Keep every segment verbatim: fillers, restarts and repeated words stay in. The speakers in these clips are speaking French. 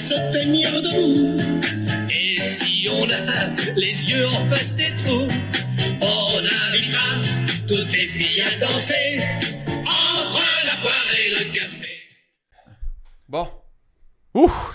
se tenir debout. Et si on a les yeux en face des trous, on invitera toutes les filles à danser entre la poire et le café. Bon. Ouf!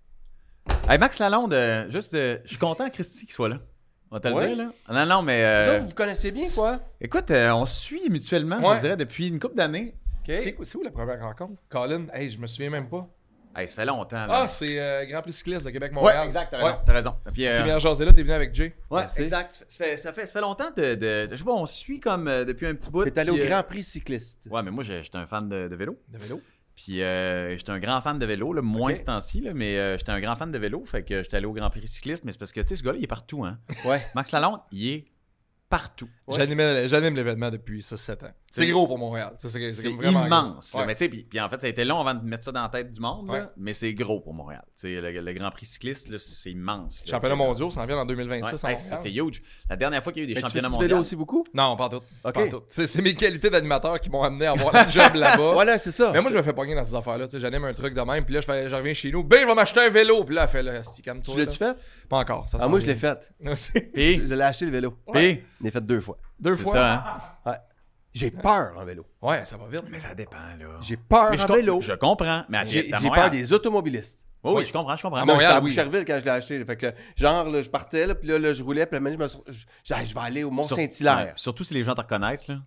Hey, Max Lalonde, euh, juste, euh, je suis content, Christy, qu'il soit là. On va te le Ouais. dire, là. Non, non, mais... Vous, Euh, autres, vous vous connaissez bien, quoi? écoute, euh, on se suit mutuellement, Ouais. je dirais, depuis une couple d'années. OK. C'est, c'est où la première rencontre? Colin, hey, je me souviens même pas. Hey, ça fait longtemps, là. Ah, c'est euh, Grand Prix cycliste de ouais, Québec-Montréal. exact, t'as Ouais. raison. T'as raison. Puis, euh, C'est bien jasé là, t'es venu avec Jay. ouais, Merci. exact. Ça fait, ça, fait, ça fait longtemps de, de... Je sais pas, on se suit comme euh, depuis un petit bout. T'es allé puis, au euh, Grand Prix cycliste. Ouais, mais moi, j'ai- j'étais un fan de, de vélo. De vélo. Puis euh, j'étais un grand fan de vélo, là, moins Ok. ce temps-ci, là, mais euh, j'étais un grand fan de vélo. Fait que j'étais allé au Grand Prix cycliste, mais c'est parce que, tu sais, ce gars-là, il est partout, hein. Ouais. Max Lalonde, il est partout. Ouais. J'animais- J'anime l'événement depuis six sept ans. C'est C'est- gros pour Montréal. C'est, c'est, c'est C'est comme vraiment immense. gros. là. Ouais. Mais tu sais, puis, puis en fait, ça a été long avant de mettre ça dans la tête du monde, là, Ouais. mais c'est gros pour Montréal. Tu sais, le, le Grand Prix cycliste, là, c'est immense. là, Championnat tu sais, mondial, ça en vient en deux mille là. vingt-six. Ouais, à hey, c'est, Montréal. c'est huge. La dernière fois qu'il y a eu des Mais tu fais championnats du vélo mondiaux. aussi beaucoup? Non, pas en tout. Ok. Pas en tout. C'est, c'est mes qualités d'animateur qui m'ont amené à avoir un job là-bas. Voilà, c'est ça. Mais moi, je me fais pogner dans ces affaires-là. Tu sais, j'anime un truc de même, puis là, je, fais, je reviens chez nous. Ben, je vais m'acheter un vélo. Puis là, elle fait là, si, calme-toi. Tu l'as-tu là. fait? Pas encore. Ça Ah, s'en moi, je vient. l'ai fait. Puis, Je l'ai acheté le vélo. puis, Je l'ai fait deux fois. Deux c'est fois. ça, hein. Ouais. J'ai peur en vélo. Ouais, ça va vite. Mais ça dépend, là. J'ai peur Mais je, en com- vélo. je comprends, mais à, J'ai à j'ai Montréal. peur des automobilistes. Oui, oui, Oui. je comprends, je comprends. À Moi, j'étais à Montréal, oui. Boucherville quand je l'ai acheté. Fait que, genre, là, je partais, là, puis là, là, je roulais, puis là, je me suis- je, je, je vais aller au Sur- Mont-Saint-Hilaire. ouais, surtout si les gens te reconnaissent, là.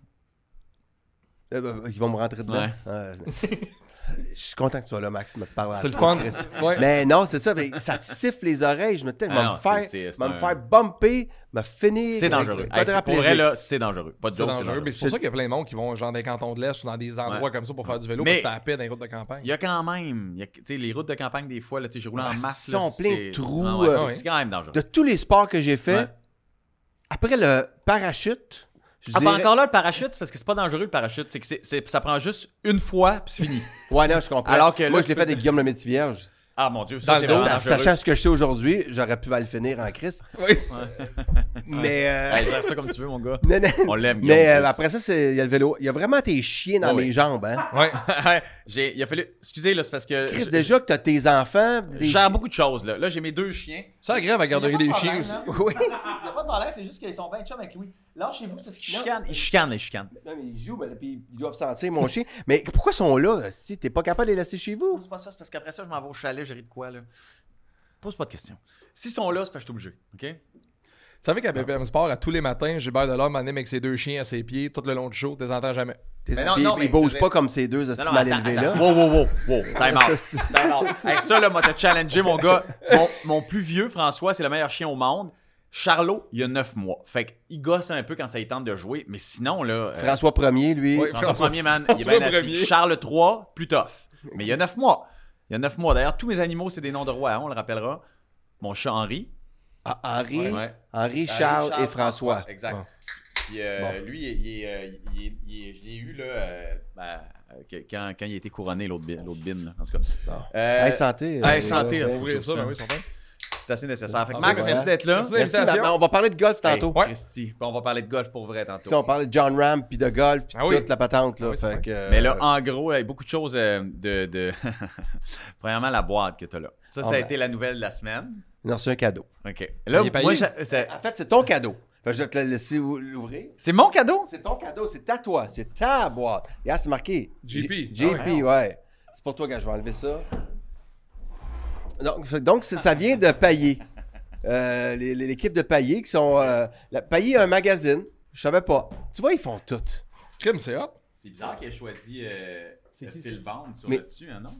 Euh, ben, ils vont me rentrer dedans. Ouais. Euh, je suis content que tu sois là, Max, me parler. C'est le fun. Ouais. Mais non, c'est ça. Mais ça te siffle les oreilles. Je me dis, Ah va non, me faire, c'est- c'est- c'est va me un- faire bumper, me finir. C'est dangereux. Pas Hey, c'est- pour vrai, là, c'est dangereux. Pas de C'est joke, dangereux. c'est dangereux. Mais c'est pour ça qu'il y a plein de monde qui vont genre dans les cantons de l'Est ou dans des endroits Ouais. comme ça pour faire du vélo Mais- parce que c'est à paix dans les routes de campagne. Il y a quand même, il y a- tu sais, les routes de campagne, des fois, là, tu sais, j'ai roulé en Ah, masse. ils là, sont pleins de c'est- trous, Ah ouais, euh, c'est- ouais. c'est quand même dangereux. De tous les sports que j'ai fait, Ouais. après le parachute, je Ah, dirais... pas encore là, le parachute, c'est parce que c'est pas dangereux, le parachute. C'est que c'est, c'est- ça prend juste une fois, puis c'est fini. Ouais, non, je comprends. Alors que là, Moi, tu je l'ai peux fait te- avec Guillaume le Métis-Vierge. Ah, mon Dieu, ça, Dans c'est le dos, vraiment Sa- dangereux. Sachant ce que je sais aujourd'hui, j'aurais pu mal le finir en crise. Oui. Mais... euh, Hey, fais ça comme tu veux, mon gars. non, non. On l'aime, Guillaume, Mais euh, Chris. après ça, c'est- il y a le vélo. Il y a vraiment tes chiens dans Ouais, mes ouais. jambes, hein. Ouais. J'ai, il a fallu. Excusez, là, c'est parce que. Chris, je- déjà que t'as tes enfants... Je Des gère chiens- beaucoup de choses, là. Là, j'ai mes deux chiens. Ça agréable à la garderie des chiens aussi. Oui. Il n'y a pas de problème, c'est juste qu'ils sont bien chums avec Louis. Là, chez vous, c'est parce qu'ils chicanent. Ils chicanent, ils chicanent. Non, mais ils jouent, ben, puis ils doivent sentir mon chien. Mais pourquoi ils sont là, si t'es pas capable de les laisser chez vous? C'est pas ça, c'est parce qu'après ça, je m'en vais au chalet, j'ai ri de quoi, là. Pose pas de questions. S'ils sont là, c'est parce que je suis obligé, OK? Tu savais qu'à B P M Sport, à tous les matins, Gilbert Delorme anime avec ses deux chiens à ses pieds tout le long du show. Tu les entends jamais. T'es- Mais non, puis- non, puis mais ils bougent je veux pas dire- comme ces deux hosties Non, non, mal attends, élevés, attends. là. Wow, wow, wow, wow. Time Ça, out. c'est- Time out. Hey, ça, là, moi, t'as challengé, mon gars. Mon, mon plus vieux, François, c'est le meilleur chien au monde. Charlot, il y a neuf mois. Fait qu'il gosse un peu quand ça lui tente de jouer. Mais sinon, là... euh, François Ier, lui. Oui. François, François- Ier, man, il est François bien assis. Ier. Charles trois, plus tough. Mais il y a neuf mois. Il y a neuf mois. D'ailleurs, tous mes animaux, c'est des noms de rois, hein, on le rappellera. Mon chat Henri. Ah, Henri, Ouais. Henri, Charles, Henri, et François. Exact. Bon. Puis euh, Bon. lui, il, il, euh, il, il- il- je l'ai eu là, euh, ben, euh, que- quand, quand il a été couronné, l'autre bin, l'autre bin là, en tout cas. Bon. Euh, Hey, santé. hey, euh, santé, euh, faut Ouvrir ça, ça. ben oui, certain. C'est assez nécessaire. Fait que Ah, Max, voilà. merci d'être là. Merci. Merci, Invitation. maintenant, on va parler de golf tantôt. Hey, Christy. Puis on va parler de golf pour vrai tantôt. Si on parlait de John Ram, puis de golf, puis Ah oui. toute la patente, là. Ah oui, c'est fait que, euh, Mais là, en gros, il y a beaucoup de choses euh, de... de... Premièrement, la boîte que tu as là. Ça, ça Ah a ben. été la nouvelle de la semaine. on a reçu un cadeau. OK. Là, Il est payé. moi, j'a- c'est- En fait, c'est ton cadeau. Fait que je vais te le laisser ou- l'ouvrir. c'est mon cadeau? C'est ton cadeau, c'est à toi, c'est ta boîte. Regarde, c'est marqué. J P. J P, ouais. C'est pour toi que je vais enlever ça. Donc, fait- donc c'est- ça vient de Paillé. Euh, les- les- L'équipe de Paillé qui sont. Euh, la- Paillé a un magazine. Je savais pas. Tu vois, ils font tout. Crime, c'est hot. C'est bizarre qu'il ait choisi euh, Phil Bond sur Mais- le dessus, hein, non?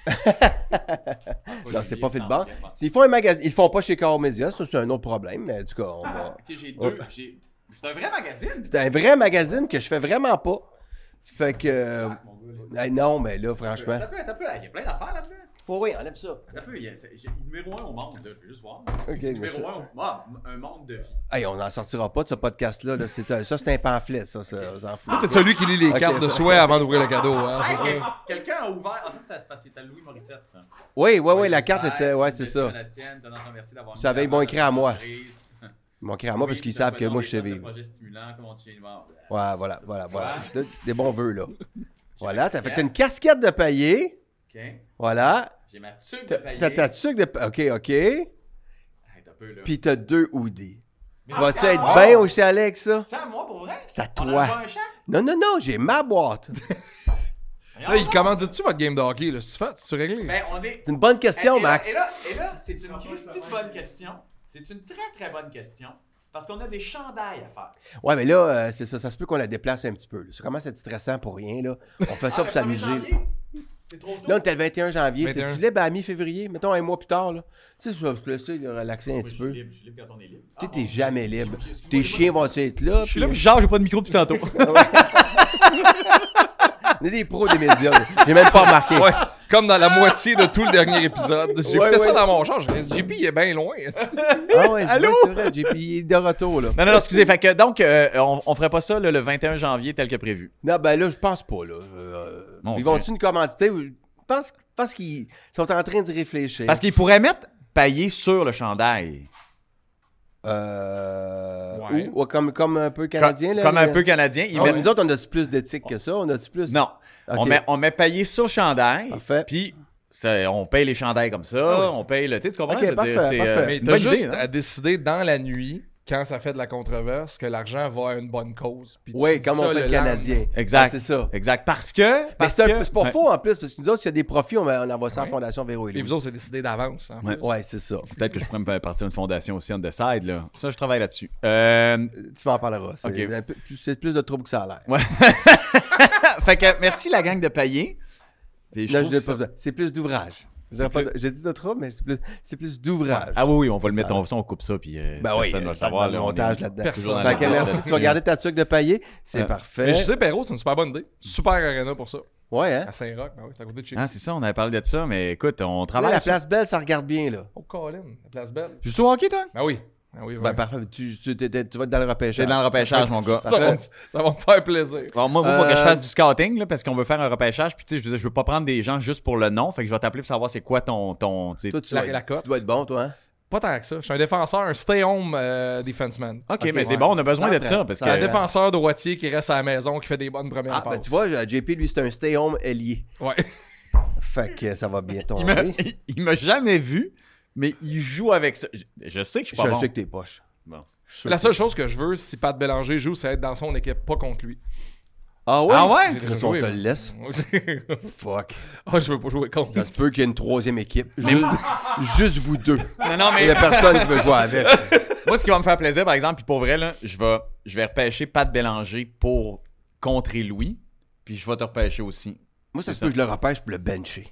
Non, c'est pas fait de bande. Ils font un magazine. Ils le font pas chez Car Media. Ça, c'est un autre problème. Mais du coup, on va. Ok, j'ai deux. j'ai- C'est un vrai magazine. C'est un vrai magazine que je fais vraiment pas. Fait que. euh, hey, non, mais là, franchement. T'as peu, t'as peu. Il y a plein d'affaires là-dedans. Oh oui, enlève ça. T'as peu. il y a- c'est- j'ai- Numéro un au monde, là, je veux juste voir. Ok, mais Numéro ça- un, au- ah, un monde de vie. Hey, on n'en sortira pas de ce podcast-là. Là. C'est un- ça, c'est un pamphlet, ça. ça on s'en fout. T'es celui qui lit les Ok, cartes de ça- souhait avant d'ouvrir le cadeau, hein, Hey, c'est quel- ça? Quelqu'un a ouvert. Ah, ça, c'était c'est parce que c'était Louis Morissette, ça. Oui, oui, oui, la j'espère. carte était. Ouais, c'est ça. La tienne, t'as notre merci d'avoir Vous savez, ils m'ont écrit à moi. Surprise. Ils m'ont écrit à moi parce qu'ils savent que moi, je sais des vivre. projets stimulants, comment tu viens de voir. Ouais, voilà, voilà, voilà. Ouais. C'est des bons vœux, là. Voilà, t'as fait une casquette de paillé. OK. Voilà. J'ai ma tuque de T'as paillé. t'as ta tuque de... OK, OK. Hey, t'as un peu, là. Puis t'as deux hoodie. Mais Tu vas-tu c'est à être moi. bien au chalet avec ça? C'est à moi, pour vrai? C'est à On en toi. a pas un chaque? Non, non, non, j'ai ma boîte. Là, il commandite-tu votre game de hockey? Là? C'est fait? C'est réglé? Ben, on est... C'est une bonne question, et là, Max. Et là, et là c'est une Christie de bonne question. C'est une très, très bonne question. Parce qu'on a des chandails à faire. Ouais, mais là, euh, c'est ça. Ça se peut qu'on la déplace un petit peu. là. Ça commence à être stressant pour rien, là. On fait ça Ah, pour le premier s'amuser. janvier, c'est trop tôt. Là, on était le vingt et un janvier. vingt et un. T'es-tu libre à mi-février? Mettons un mois plus tard, là. Tu sais, je vais te laisser là, relaxer un Oui, petit je suis peu. libre, je suis libre quand on est libre. Tu sais, Ah, t'es bon, jamais excuse- libre. excuse-moi, Tes j'ai chiens pas- vont être là. Je suis puis- là, puis genre, j'ai pas de micro depuis tantôt. On est des pros des médias. là. J'ai même pas remarqué. Ouais, comme dans la moitié de tout le dernier épisode. J'ai Ouais, écouté ça ouais. dans mon char. J'ai dit, J P, il est bien loin. Ah ouais, c'est Allô? vrai, c'est vrai. J P, il est de retour, là. Non, non, non, excusez. Fait que, donc, euh, on, on ferait pas ça là, le vingt et un janvier tel que prévu. Non, ben là, je pense pas, là. Euh, Bon, ils ok. vont-tu nous commanditer? Je pense, je pense qu'ils sont en train d'y réfléchir. Parce qu'ils pourraient mettre paillé sur le chandail. Euh... Ouais. ou- ou comme, comme un peu canadien, comme, là. comme les- un peu canadien. Ils Ah, mettent- Nous autres, on a plus d'éthique que ça. On a-tu plus? Non. Ok. On, met, on met paillé sur le chandail. Parfait. Puis, ça- on paye les chandails comme ça. Ah oui, on paye le. Tu sais, tu comprends? Ok, Je veux parfait, dire, c'est, parfait. euh, Mais c'est une t'as bonne juste idée, hein? à décider dans la nuit, quand ça fait de la controverse, que l'argent va à une bonne cause. Puis tu Oui, dis comme ça on fait le lendemain. Canadien. Exact. Ah, c'est ça. Exact. Parce que. Mais Parce c'est, un- que- c'est pas Ouais. faux en plus, parce que nous autres, s'il y a des profits, on, va- on envoie ça à la Ouais. Fondation Véro et Et Louis. vous autres, c'est décidé d'avance. En Ouais. plus. Ouais, c'est ça. Peut-être que je pourrais me partir une fondation aussi on the side, là. Ça, je travaille là-dessus. Euh, Tu m'en parleras. C'est, Ok. un peu plus, c'est plus de trouble que ça a l'air. Ouais. fait que merci la gang de paillé. Puis je Non, trouve je dis que pas ça- ça. C'est plus d'ouvrage. Je dirais pas de- J'ai dit de trouble, mais c'est plus, c'est plus d'ouvrage. Ah oui, oui, on va le Ça- mettre, on, ça, on coupe ça, puis euh, Ben oui, personne va le ça savoir. le là, on montage est- là-dedans. Personne. dans Fait la que merde merci, là-dessus, tu vas là. garder ta tuque de paillé. C'est Ouais. parfait. Mais je sais, Perrault, c'est une super bonne idée. Super arena pour ça. Ouais, hein? À Saint-Roch, ben oui, c'est à côté de chez Ah, c'est ça, on avait parlé de ça, mais écoute, on Là, travaille. la sur- place belle, ça regarde bien, là. Oh, Colin, la place belle. Juste au hockey, toi? Ben oui. Ben oui, Ben, vraiment. parfait. Tu, tu, t'es- t'es- tu vas être dans le repêchage. J'ai dans le repêchage, mon gars. ça, va, me- ça va me faire plaisir. Alors, moi, il faut que je Euh, fasse du scouting, là, parce qu'on veut faire un repêchage. Puis, tu sais, je veux dire, je veux pas prendre des gens juste pour le nom. Fait que je vais t'appeler pour savoir c'est quoi ton. ton tu sais. Toi, tu, La- dois, la être- cote. tu dois être bon, toi, hein? Pas tant que ça. Je suis un défenseur, un stay-home euh, defenseman. ok, ok, mais c'est ouais. bon, on a besoin Ça de prend. ça. Parce Ça que. Un prend. défenseur droitier qui reste à la maison, qui fait des bonnes premières Ah, ben passes. tu vois, J P, lui, c'est un stay-home ailier. Ouais. Fait que ça va bien Il m'a, tomber. il, il m'a jamais vu, mais il joue avec ça. Je, je sais que je suis pas Je bon. sais que t'es poche. Bon. Je suis sûr La que- seule chose que je veux, si Pat Bélanger joue, c'est être dans son équipe, pas contre lui. Ah ouais? Ah ouais? J'ai déjà Chris, on joué, te moi. le laisse. Fuck. Ah, je veux pas jouer contre Ça lui. se peut qu'il y ait une troisième équipe. Juste, juste vous deux. Non, non, Il mais y a personne qui veut jouer avec. moi, ce qui va me faire plaisir, par exemple, puis pour vrai, là, je vais, je vais repêcher Pat Bélanger pour contrer Louis, puis je vais te repêcher aussi. Moi, ça C'est se peut que je le repêche pour le bencher.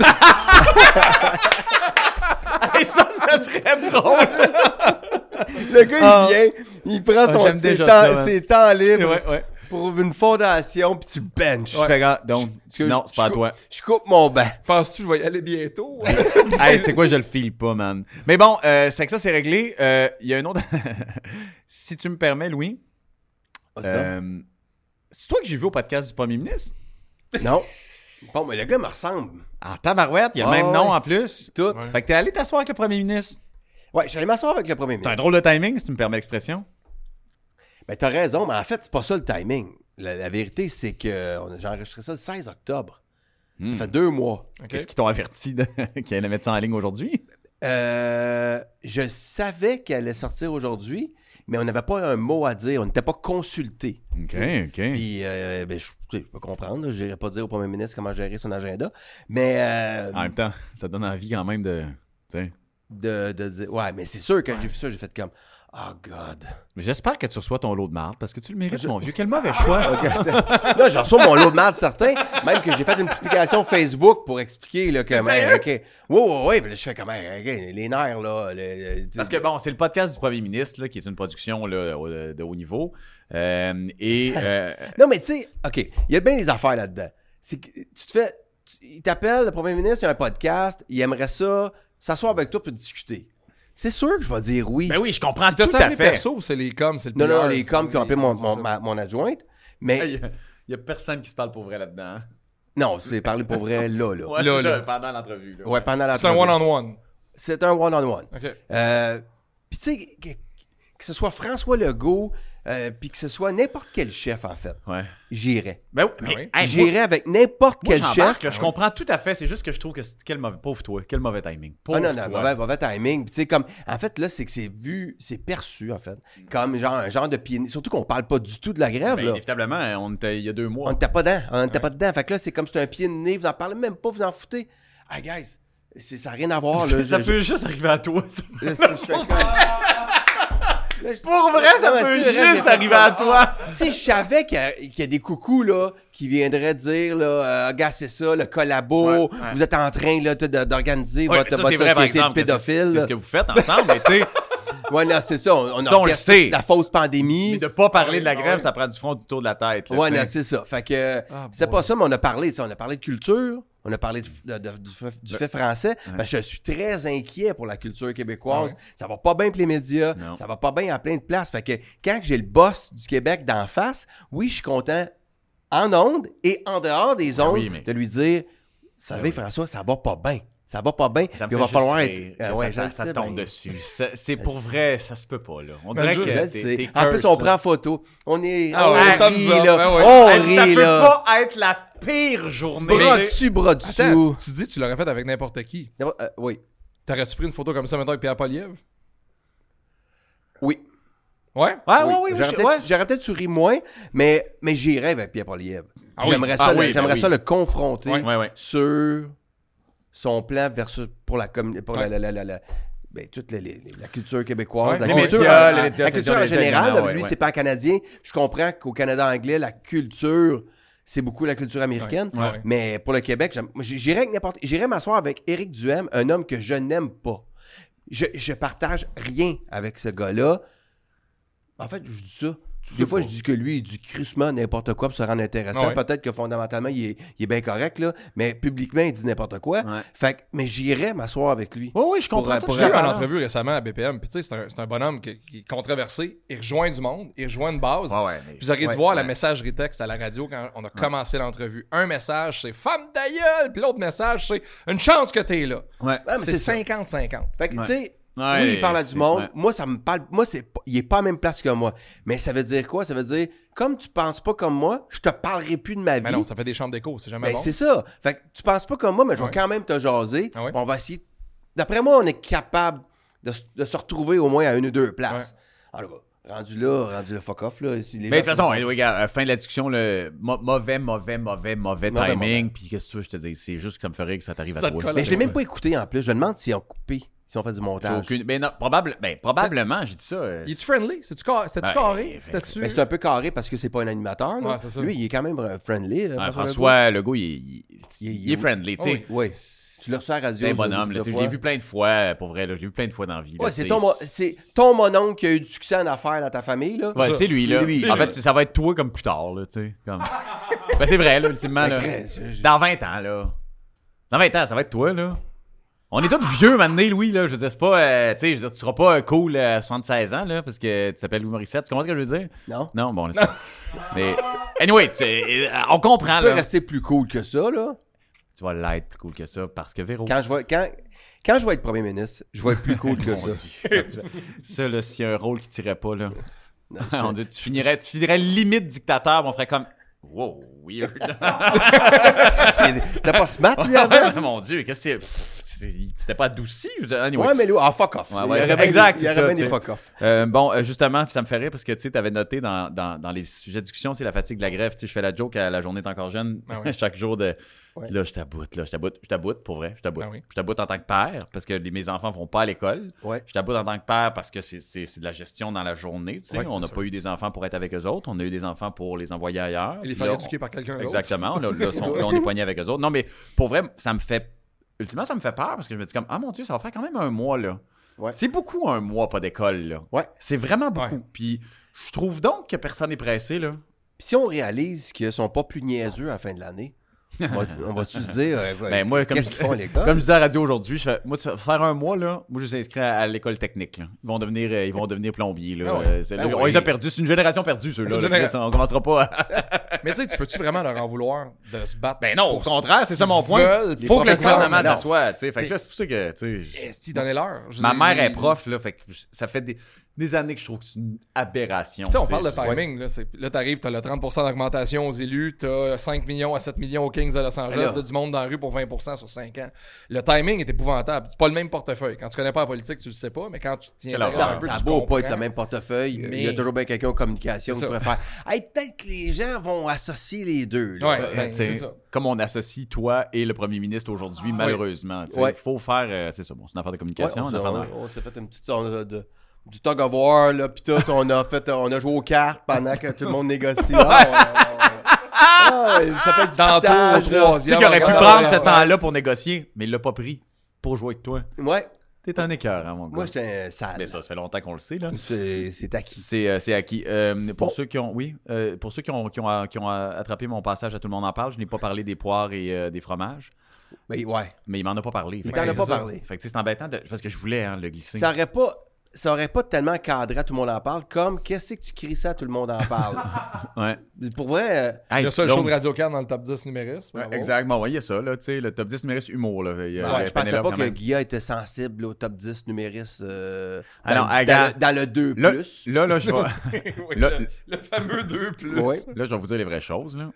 Et ça, ça serait drôle! Le gars, Ah. il vient, il prend Ah, son, j'aime ses, déjà temps, ça, man. ses temps libres ouais, ouais. pour une fondation, puis tu benches. Tu fais, gars, donc, Je- non, je- c'est pas à je toi. coupe- Je coupe mon banc. Penses-tu que je vais y aller bientôt? Hey, tu sais quoi, je le file pas, man. Mais bon, euh, c'est que ça, c'est réglé. Euh, Il y a un autre. Si tu me permets, Louis, Ah, c'est euh, c'est toi que j'ai vu au podcast du premier ministre? Non. Bon, mais le gars me ressemble. En tabarouette, il y a le Ah, même ouais. nom en plus. Tout. Ouais. Fait que t'es allé t'asseoir avec le premier ministre. Ouais, j'allais m'asseoir avec le premier T'as un ministre. drôle de timing, si tu me permets l'expression. Ben, t'as raison, mais en fait, c'est pas ça le timing. La, la vérité, c'est que on a- j'ai enregistré ça le seize octobre. Ça Hmm. fait deux mois. Ok. Est-ce qu'ils t'ont averti de... qu'ils allaient mettre ça en ligne aujourd'hui? Euh, je savais qu'elle allait sortir aujourd'hui, mais on n'avait pas un mot à dire. On n'était pas consulté. OK, OK. Puis, euh, ben, je, tu sais, je peux comprendre. Je n'irai pas dire au premier ministre comment gérer son agenda. Mais euh, En même temps, ça donne envie quand même de... tu sais. de, de dire. Ouais, mais c'est sûr, quand j'ai vu ça, j'ai fait comme. Oh, God. Mais j'espère que tu reçois ton lot de marde, parce que tu le mérites, mon vieux. Quel mauvais choix. Ok, c'est- Là, j'en reçois mon lot de merde certain. Même que j'ai fait une publication Facebook pour expliquer là, que. ben, OK. Oui, oui, oui. Puis là, je fais comme. hey, OK, les nerfs, là. le- le- Parce que bon, c'est le podcast du premier ministre, là, qui est une production là, au- de haut niveau. Euh, et... euh, Non, mais tu sais, OK, il y a bien des affaires là-dedans. C'est que tu te fais. tu- il t'appelle, le premier ministre, il y a un podcast, il aimerait ça, s'asseoir avec toi pour discuter. C'est sûr que je vais dire oui. Ben oui, je comprends tout T'as-tu à appelé fait. perso ou c'est les coms? C'est le non, non, P R, les c'est coms qui ont appelé les- mon, c'est mon, ça. ma- mon adjointe. Mais Il n'y a personne qui se parle pour vrai là-dedans. hein? non, c'est parler pour vrai là, là. Ouais, Là, c'est là. ça, pendant l'entrevue. là. Ouais, pendant la C'est un one-on-one. C'est un one-on-one. OK. Euh, Puis tu sais, que- que ce soit François Legault, euh, puis que ce soit n'importe quel chef, en fait, Ouais. j'irais. Ben oui, mais, oui. hey, J'irais moi- avec n'importe moi, quel j'embarque, chef. là, je comprends tout à fait. C'est juste que je trouve que c'est- quel mauvais, pauvre toi, quel mauvais timing. Pauvre Ah non, non, toi. mauvais, mauvais timing. Puis, tu sais, comme, en fait, là, c'est que c'est vu, c'est perçu, en fait, comme genre un genre de pied. Surtout qu'on parle pas du tout de la grève, Ben, là. inévitablement, on était il y a deux mois. On n'était pas dedans. On n'était pas dedans. Fait que là, c'est comme si c'était un pied de nez. Vous en parlez même pas, vous en foutez. Ah, guys, c'est, ça n'a rien à voir, là. ça Je- peut juste arriver à toi. ça. je- là, c'est- je fais comme- Là, je- Pour vrai, ça Non, mais peut c'est vrai, juste mais- arriver à toi. Tu sais, je savais qu'il y, a, qu'il y a des coucous, là, qui viendraient dire, là, euh, gars, c'est ça, le collabo, Ouais, ouais. vous êtes en train, là, de- d'organiser Ouais, votre, ça, votre c'est vrai, par société exemple, de que c'est- pédophiles. C'est ce que vous faites ensemble, mais tu sais, Ouais, non, c'est ça. On, on Ça, on le orchestre sait. la fausse pandémie. mais de pas parler de la Ah grève, ouais. ça prend du front autour de la tête. là, Ouais, tu sais. non, c'est ça. Fait que Ah, c'est boy. pas ça, mais on a parlé. ça, On a parlé de culture, on a parlé de- de- de- du, fait, du fait français. Ben, je suis très inquiet pour la culture québécoise. Ah ouais. Ça va pas bien pour les médias. Non. Ça va pas bien à plein de places. Fait que quand j'ai le boss du Québec d'en face, oui, je suis content en ondes et en dehors des Ah ondes oui, mais- de lui dire, vous savez, Ah oui. François, ça va pas bien. Ça va pas bien. Ça me Puis il fait va falloir juste être. rire Ah que ouais, ça, je ça, le ça sais, tombe ben, dessus. Ça- C'est pour vrai, ça se peut pas, là. On Ben, dirait je- que Je le t'es- sais. t'es En plus, cursed, on là. prend photo. On est. Ah on ouais, rit, thumbs up, là. ben ouais. On Hey, ça rit, peut là. pas être la pire journée. Bras Mais- dessus, bras dessous. Attends, tu, tu dis que tu l'aurais fait avec n'importe qui. Euh, oui. T'aurais-tu pris une photo comme ça, maintenant avec Pierre Poilievre? Oui. Ouais? Ah, ouais, oui, oui, J'aurais je- peut-être, ouais. j'aurais peut-être souri moins, mais, mais j'irais avec Pierre Poilievre. Ah oui. J'aimerais, Ah ça, oui, le, ben j'aimerais oui. ça le confronter Ouais, ouais, ouais. sur son plan versus pour la communauté, pour Ouais. la, la, la, la, ben, toute la, la- la culture québécoise. Ouais. la Les culture, médias, en- les médias, la c'est culture déjà en les général, éléments, là, ouais, lui, ouais. c'est pas canadien. Je comprends qu'au Canada anglais, la culture, c'est beaucoup la culture américaine. Ouais, ouais. Mais pour le Québec, j'aime- moi, j'irais avec n'importe, j'irais m'asseoir avec Éric Duhem, un homme que je n'aime pas. Je, je partage rien avec ce gars-là. En fait, je dis ça. Des fois, je dis que lui, il dit crissement n'importe quoi pour se rendre intéressant. Ah ouais. Peut-être que fondamentalement, il est, il est bien correct, là. Mais publiquement, il dit n'importe quoi. Ouais. Fait que, mais j'irais m'asseoir avec lui. Oui, oui, je comprends. Pour- tout pour- ça. J'ai eu une entrevue récemment à B P M, puis tu sais, c'est un, c'est un bonhomme qui, qui est controversé, il rejoint du monde, il rejoint une base. Ouais, ouais, mais- Puis vous auriez Ouais, dû voir la ouais. messagerie texte à la radio quand on a commencé l'entrevue. Un message, c'est « Femme ta gueule! » Puis l'autre message, c'est « Une chance que t'es là! Ouais. Ah, mais C'est c'est ça. cinquante cinquante. Fait que, Ouais. tu sais, Ouais, oui, il parle à c'est- du monde. ouais. Moi, ça me parle. Moi, c'est pas- il est pas à la même place que moi. Mais ça veut dire quoi? Ça veut dire, comme tu penses pas comme moi, je te parlerai plus de ma vie. Mais non, ça fait des chambres d'écho, c'est jamais Ben, bon. c'est ça. Fait que tu penses pas comme moi, mais je vais Ouais. quand même te jaser. Ah ouais? On va essayer. D'après moi, on est capable de, s- de se retrouver au moins à une ou deux places. En tout cas, rendu là, rendu là, fuck off. Là. Si les Mais de gens toute façon, anyway, gars, à la fin de la discussion, le mo- mauvais, mauvais, mauvais, mauvais Mauvais, timing. mauvais. Puis qu'est-ce que tu veux, je te dis, c'est juste que ça me ferait que ça t'arrive Ça à te toi. colle. Mais je l'ai même pas écouté en plus. Je me demande s'ils ont coupé, s'ils ont fait du J'ai montage. aucune. Ben non, probable... ben, probablement, j'ai dit ça. euh, Il est-tu friendly? C'est-tu car- C'était-tu Ben, carré? ben, C'était-tu... Mais c'est un peu carré parce que c'est pas un animateur. Là. Ouais, c'est ça. Lui, il est quand même euh, friendly. euh, ouais, François François Legault, il, est- il, Il est- il est friendly, tu Legault. sais. Oui. Tu le reçois à la radio. C'est un ça, bonhomme, là, deux tu sais, je fois. l'ai vu plein de fois, euh, pour vrai, là, je l'ai vu plein de fois dans la vie. là, Ouais, tu c'est sais. ton, mo- c'est ton mononcle qui a eu du succès en affaires dans ta famille. Là. Ouais, ça. c'est lui, là. C'est lui. En fait, c'est- ça va être toi comme plus tard, là, tu sais. Comme... ben, c'est vrai, là, ultimement, Mais là. très- je- je- Dans vingt ans, là. Dans vingt ans, ça va être toi, là. On est tous vieux maintenant, Louis, là. Je veux dire, c'est pas. euh, tu sais, je veux dire, tu seras pas euh, cool à soixante-seize ans, là, parce que tu t'appelles Louis Morissette. Tu comprends ce que je veux dire? Non. Non, bon, laisse faire. Mais. Anyway, tu sais, euh, on comprend, Tu peux là. rester plus cool que ça, là. Tu vas l'être plus cool que ça parce que Véro. Quand je vais, quand, quand je vais être premier ministre, je vais être plus cool que Mon ça. Dieu. Ça, là, s'il y a un rôle qui tirait pas, là. Non, Mon Dieu, tu finirais, tu finirais limite dictateur, mais on ferait comme. Wow, weird. c'est- T'as pas smart, lui, avant? Mon Dieu, qu'est-ce que c'est. c'est- C'était pas adouci? Anyway. Ouais, mais lui, ah, fuck off. Ouais, ouais, il y aurait c'est bien exact, des- Il y c'est aurait ça, bien des tu sais. fuck off. Euh, bon, euh, justement, puis ça me fait rire parce que tu sais, t'avais noté dans, dans, dans les sujets de discussion, c'est la fatigue de la grève. Tu sais, je fais la joke à la journée est encore jeune, Ah oui. chaque jour de. Ouais. Puis là, je t'aboute, là, je t'aboute, je t'aboute, pour vrai, je t'aboute. Ah oui. Je t'aboute en tant que père parce que les- mes enfants vont pas à l'école. Ouais. Je t'aboute en tant que père parce que c'est, c'est, c'est de la gestion dans la journée. Tu sais. Ouais, on n'a c'est pas sûr. eu des enfants pour être avec eux autres, on a eu des enfants pour les envoyer ailleurs. Il les Puis faire là, éduquer par quelqu'un d'autre. Exactement. Là, là, sont- là, on est poigné avec eux autres. Non, mais pour vrai, ça me fait. Ultimement, ça me fait peur parce que je me dis comme, ah mon Dieu, ça va faire quand même un mois, là. Ouais. C'est beaucoup un mois pas d'école, là. Ouais. C'est vraiment beaucoup. Ouais. Puis je trouve donc que personne n'est pressé, là. Puis si on réalise qu'ils sont pas plus niaiseux à la fin de l'année, on va- on va-tu se dire, euh, Ben, moi, comme, qu'est-ce qu'ils font à l'école? Comme je disais à la radio aujourd'hui, je fais, moi, ça- faire un mois, là, moi, je les inscris à, à l'école technique, là. Ils vont devenir, euh, ils vont devenir plombiers, là. Ah ouais. Euh, c'est- Ben là, oui. On les a perdus. C'est une génération perdue, ceux-là. Une là. génération. Chris, On commencera pas à... Mais tu sais, tu peux-tu vraiment leur en vouloir de se battre? Ben non, au pour contraire, c'est ça mon point. veulent, Il faut que le professeurs, gouvernement mais non. s'assoie, tu sais. Fait que là, c'est pour ça que, tu sais... Esti, donnez-leur. Je Ma dis- mère est prof, là, fait que je- ça fait des... des années que je trouve que c'est une aberration. Tu sais, on t'sais. parle de timing. Là, c'est- là t'arrives, t'as le trente pour cent d'augmentation aux élus, t'as cinq millions à sept millions aux Kings de Los Angeles, Alors. t'as du monde dans la rue pour vingt pour cent sur cinq ans. Le timing est épouvantable. C'est pas le même portefeuille. Quand tu connais pas la politique, tu le sais pas, mais quand tu te tiens Quelle derrière horreur. un Non, peu, ça a tu beau comprends. pas être le même portefeuille. Mais- Il y a toujours bien quelqu'un en communication C'est qui ça. pourrait faire hey, peut-être que les gens vont associer les deux. là. Ouais, Euh, ben, t'sais, c'est ça. Comme on associe toi et le premier ministre aujourd'hui, malheureusement. Il Ouais. faut faire. euh, c'est ça, bon, c'est une affaire de Ouais, communication. on, une s'est- affaire de- on- on s'est fait une petite sorte de, de- du tug of war, là, pis tout. On a, fait, on a joué aux cartes pendant que tout le monde négocie. Ah, on- on- ah, ça fait du Tantôt, partage, au là. troisième, Tu sais qu'il aurait pu Ouais, prendre ouais, ce ouais. temps-là pour négocier, mais il l'a pas pris pour jouer avec toi. Ouais, T'es un écœur, hein, mon gars. moi j'étais un sale. Mais ça, ça fait longtemps qu'on le sait, là. C'est c'est acquis. C'est, euh, c'est acquis. Euh, pour Bon. ceux qui ont, oui, euh, pour ceux qui ont, qui, ont, qui ont attrapé mon passage à Tout le monde en parle, je n'ai pas parlé des poires et euh, des fromages, Ben ouais. mais il m'en a pas parlé. Il Fait t'en que- a pas c'est ça. parlé. Fait que tu sais, c'est embêtant de- parce que je voulais hein, le glisser. Ça aurait pas. Ça aurait pas tellement cadré à tout le monde en parle comme qu'est-ce que tu cries ça, tout le monde en parle. Ouais. Pour vrai, euh, Il y Hey, a ça, le donc- show de Radio-Can dans le top dix numériste. Ouais, bravo. exactement, ouais, il y a ça, là, tu sais, le top dix numériste humour, là. Il y a- ouais, il y a je pensais Penelope, pas quand que même. Guilla était sensible au top dix numériste. Euh, Ah dans, non, dans regarde. le, dans le deux Là, plus. là, là, je vais, Oui, Là- le, le fameux deux plus. Ouais. là, je vais vous dire les vraies choses, là.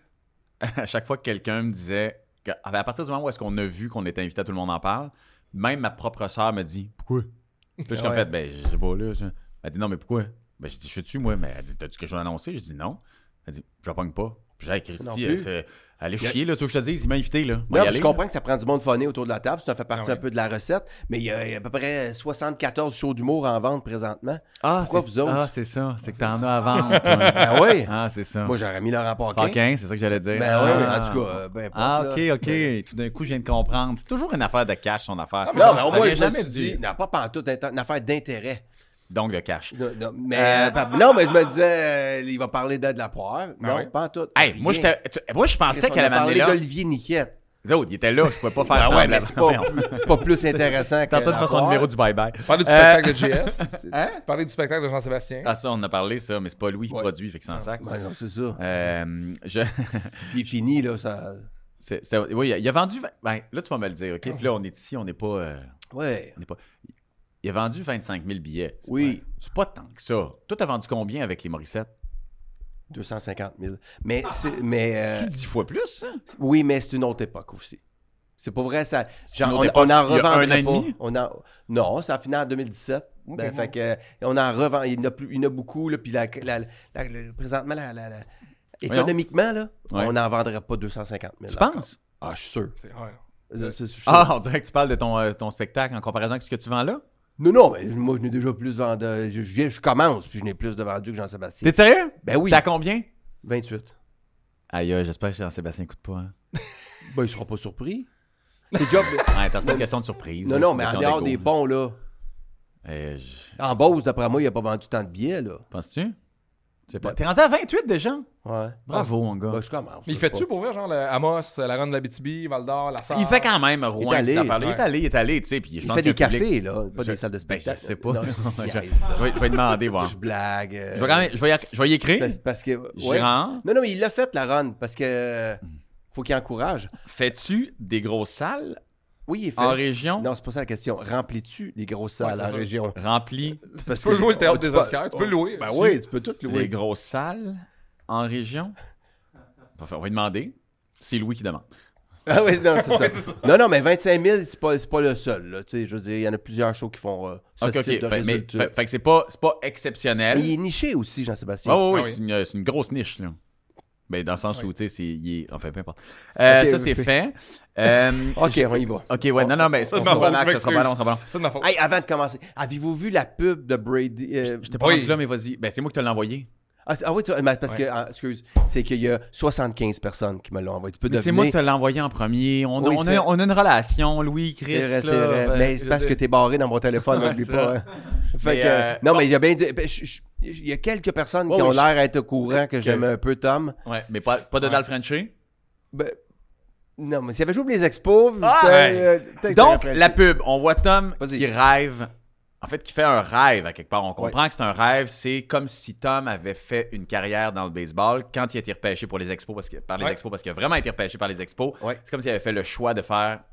À chaque fois que quelqu'un me disait, que- à partir du moment où est-ce qu'on a vu qu'on était invité à Tout le monde en parle, même ma propre sœur me dit, pourquoi? Puis là, je suis Ouais. en fait, ben, je sais pas, là. je- Elle dit, non, mais pourquoi? Ben, j'ai dit, je suis-tu, moi? Mais elle dit, t'as-tu quelque chose à annoncer? Je dis, non. Elle dit, je pogne pas. Puis j'ai dit, hey, Non Christy, plus. euh, c'est- allez Y a- chier, là, tu veux que je te dise, il m'a invité, là. Moi, Non, y aller, je là. comprends que ça prend du monde phoné autour de la table. Ça fait partie Ah ouais. un peu de la recette. Mais il y, a, il y a à peu près soixante-quatorze shows d'humour en vente présentement. Ah, Pourquoi c'est- vous autres? Ah, c'est ça. C'est que t'en as à vendre, toi. Ben oui. Ah, c'est ça. Moi, j'aurais mis Laurent Paquin. Paquin, c'est ça que j'allais dire. Ben oui, Ah. en tout cas, euh, peu importe. Ah, là. ok, ok. Tout d'un coup, je viens de comprendre. C'est toujours une affaire de cash, son affaire. Ah, mais Non, Ça, mais ça au moins, vient je me jamais suis dit, du- non, pas pantoute, une une affaire d'intérêt. Donc, de cash. Non, non, mais, Euh, euh, non, mais je me disais, euh, il va parler de, de la poire. Non, oui. pas en tout. Hey, moi, j'étais- tu- moi, je pensais qu'elle allait m'amener parler là. d'Olivier Niquette. L'autre, il était là, je pouvais pas faire Ah ça. ouais, mais c'est pas, c'est pas plus intéressant que T'es en train de la faire son poire. numéro du bye-bye. Parler du Euh, spectacle de J S. Hein? Parler du spectacle de Jean-Sébastien. Ah, ça, on en a parlé, ça, mais c'est pas Louis qui Ouais. produit, fait que sans sac. Ben non, c'est ça. Euh, je... Il est fini, là, ça... c'est- c'est- oui, il a vendu... vingt- Ben, là, tu vas me le dire, OK? Puis là, on est ici, on n'est pas... euh, Ouais. on n'est pas... Il a vendu vingt-cinq mille billets. C'est Oui. pas- C'est pas tant que ça. Toi, t'as vendu combien avec les Morissette? deux cent cinquante mille. Mais, c'est, mais euh, C'est dix fois plus, ça? oui, mais c'est une autre époque aussi. C'est pas vrai, ça. une autre on, époque, on en il y a un an revendrait et pas. demi? On en, non, ça a fini en deux mille dix-sept. Ben, fait que, euh, on en revend. Il y en a, plus, il y en a beaucoup, là, puis la, la- la- la- présentement, la, la- la- économiquement, là, Ouais. on n'en vendrait pas deux cent cinquante mille. Tu encore. penses? Ah, je suis sûr. C'est- ouais. Euh, c'est- je suis sûr. Ah, on dirait que tu parles de ton, euh, ton spectacle en comparaison avec ce que tu vends là? Non, non, mais moi, je n'ai déjà plus vendu. Je, je, viens- je commence, puis je n'ai plus de vendu que Jean-Sébastien. T'es sérieux? Ben oui, T'as combien? vingt-huit. Aïe, euh, j'espère que Jean-Sébastien écoute pas. Hein. Ben, il sera pas surpris. C'est job. Ouais, t'as c'est pas une question de surprise. non, là, non, c'est mais une en question dehors d'ego. des ponts, là. Euh, je- En Beauce, d'après moi, il n'a pas vendu tant de billets, là. Penses-tu? Je sais pas. T'es rendu à vingt-huit déjà? Ouais. Bravo, mon gars. Ben, je commence. Mais il je fait-tu sais pour vrai, genre le Amos, la Ronde de la B T B, Val d'Or, la Sarre? Il fait quand même Rouen, allé, ces affaires-là. Il est ouais. allé, il est allé, tu sais. Puis je Il pense fait que des le public- cafés, là, pas Je- des salles de Ben, spectacle. je sais pas. Non, je, je je niaise. vais, je vais demander, voir. Je blague. euh, Je vais quand même, je vais y, je vais y écrire. parce, parce que. J'y ouais. rentre. Non, non, mais il l'a fait, la run, parce que. euh, faut qu'il encourage. Fais-tu des grosses salles Oui, il est fait. en région? Non, c'est pas ça la question. Remplis-tu les grosses Ouais, salles c'est en sûr. région? Remplis Parce Tu peux jouer le théâtre tu des peux- Oscars, tu peux le louer. Ben Tu- oui, tu peux tout des louer. grosses salles en région? Enfin, on va lui demander. C'est Louis qui demande. Ah oui, non, c'est Ouais, ça. c'est ça. Non, non, mais vingt-cinq mille, c'est pas, c'est pas le seul. Là. Tu sais, je veux dire, il y en a plusieurs shows qui font euh, ce Ok, ok. type de Fait, mais, résultat. fait, fait que c'est pas, c'est pas exceptionnel. Mais il est niché aussi, Jean-Sébastien. Oh, oui, Ah oui. c'est une, c'est une grosse niche, là. Ben, dans le sens où, tu sais, c'est. il est- Enfin, peu importe. Euh, Ok, ça, c'est ok. fait. Euh, Ok, on y va. ok, ouais, non, non, mais Ça, on de ma sera faute, relax, je ça sera pas long, ça sera pas long. C'est de ma faute. Hey, avant de commencer, avez-vous vu la pub de Brady? euh, Je t'ai pas Oui. rendu là, mais vas-y. Ben, c'est moi qui te l'ai envoyé. Ah, c'est- ah oui, tu vois, mais parce Ouais. que, ah, excuse, c'est qu'il y a soixante-quinze personnes qui me l'ont envoyé. Tu peux Mais c'est deviner. moi qui te l'ai envoyé en premier. On, Oui, on, c'est- a, on a une relation, Louis, Chris. C'est vrai, c'est là, vrai. ben, mais c'est je parce sais. que t'es barré dans mon téléphone, Ouais, n'oublie c'est pas. ça. hein. Fait Mais, que, euh, non, mais il y a bien. de- ben, je- je- Il y a quelques personnes Ouais, qui ont oui, je- l'air d'être au courant que j'aime un peu Tom. Ouais, mais pas, pas de Ouais. Dal Frenchie. Ben, non, mais s'il avait joué pour les expos, Ah, peut-être, ouais. euh, peut-être Donc, que la pub, on voit Tom Vas-y. qui rêve. En fait, qui fait un rêve à quelque part. On Ouais. comprend que c'est un rêve. C'est comme si Tom avait fait une carrière dans le baseball quand il a été repêché pour les expos parce que, par les Ouais. expos parce qu'il a vraiment été repêché par les expos. Ouais. C'est comme s'il avait fait le choix de faire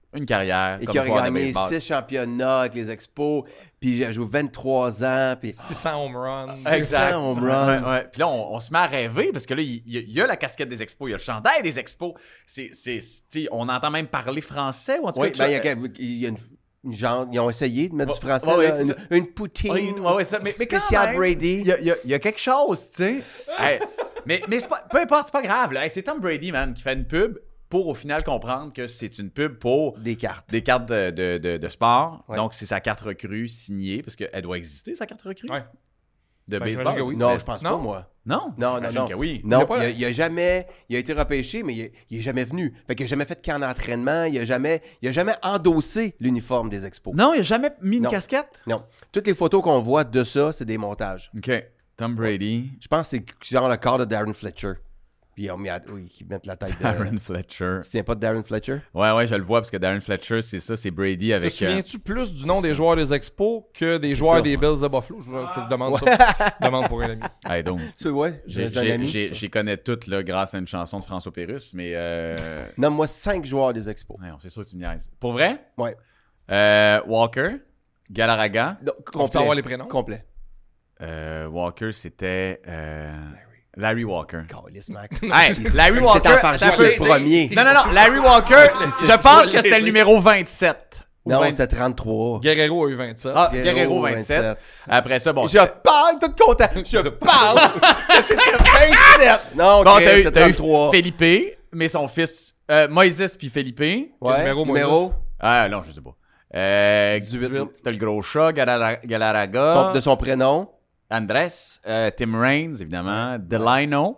une carrière. Et comme qui a joueur de gagné baseball. six championnats avec les Expos, puis il a joué vingt-trois ans, puis six cents home runs. six cents home runs. Ouais, ouais. Puis là, on, on se met à rêver parce que là, il, il y a- il y a la casquette des Expos, il y a le chandail des Expos. C'est, c'est, tu sais, on entend même parler français ou en tout Oui, cas. ben, il y a, il y a une, une genre, ils ont essayé de mettre Ouais, du français, ouais, ouais, là, c'est une, ça. une poutine Ouais, ouais, ça, mais, mais quand spéciale même, Brady. Il y a, il y a- il y a quelque chose, tu sais. Hey, mais mais c'est pas, peu importe, c'est pas grave. Là. Hey, c'est Tom Brady, man, qui fait une pub pour au final comprendre que c'est une pub pour Des cartes. des cartes de, de, de, de sport. Ouais. Donc, c'est sa carte recrue signée, parce qu'elle doit exister, sa carte recrue. Ouais. De Ben, baseball. j'imagine que oui. Non, Mais- je pense non? pas, moi. Non? Non, non, J'imagine non. que oui. Non, Il a pas- il, a, il a jamais... Il a été repêché, mais il, est- il est jamais venu. Fait qu'il a jamais fait de camp d'entraînement. Il a jamais, il a jamais endossé l'uniforme des Expos. Non, il a jamais mis une Non. casquette? Non. Toutes les photos qu'on voit de ça, c'est des montages. OK. Tom Brady. Je pense que c'est genre le corps de Darren Fletcher. Puis ils ont mis à... oui, ils mettent la tête de... Darren Fletcher. Tu te souviens pas de Darren Fletcher? Ouais, ouais, je le vois parce que Darren Fletcher, c'est ça, c'est Brady Te avec. euh, souviens-tu plus du nom des joueurs des Expos que des C'est joueurs ça, des ouais. Bills de Buffalo? Je, je te demande ça. Je demande pour un ami. hey, donc, Tu ouais, j'ai, j'ai un j'ai, ami. j'ai- ça. j'y connais toutes là, grâce à une chanson de François Pérusse, mais euh... Nomme-moi cinq joueurs des Expos. non, c'est sûr que tu me niaises. Pour vrai? Ouais. Euh, Walker, Galarraga. Non, On peut complet. savoir les prénoms? Complet. Euh, Walker, c'était euh, Larry Walker. Calisse, Max. Hey, Larry Il Walker. s'est enfargé attends sur un le peu. premier. Non, non, non, Larry Walker, c'est- je pense que c'était le numéro vingt-sept. Ou Non, vingt c'était trente-trois. Guerrero a eu vingt-sept. Ah, Guerrero vingt-sept. Après ça, bon. Je parle, tout content. Je parle. C'était vingt-sept. Non, Bon, ok, t'as eu, c'est t'as eu trente-trois. Felipe, mais son fils, euh, Moïse puis Felipe. Ouais, numéro, numéro. Moïse? Ah, non, je sais pas. Euh, dix-huit. T'as le gros chat, Galara- Galarraga, Son- de son prénom. Andres, euh, Tim Raines, évidemment, Delino,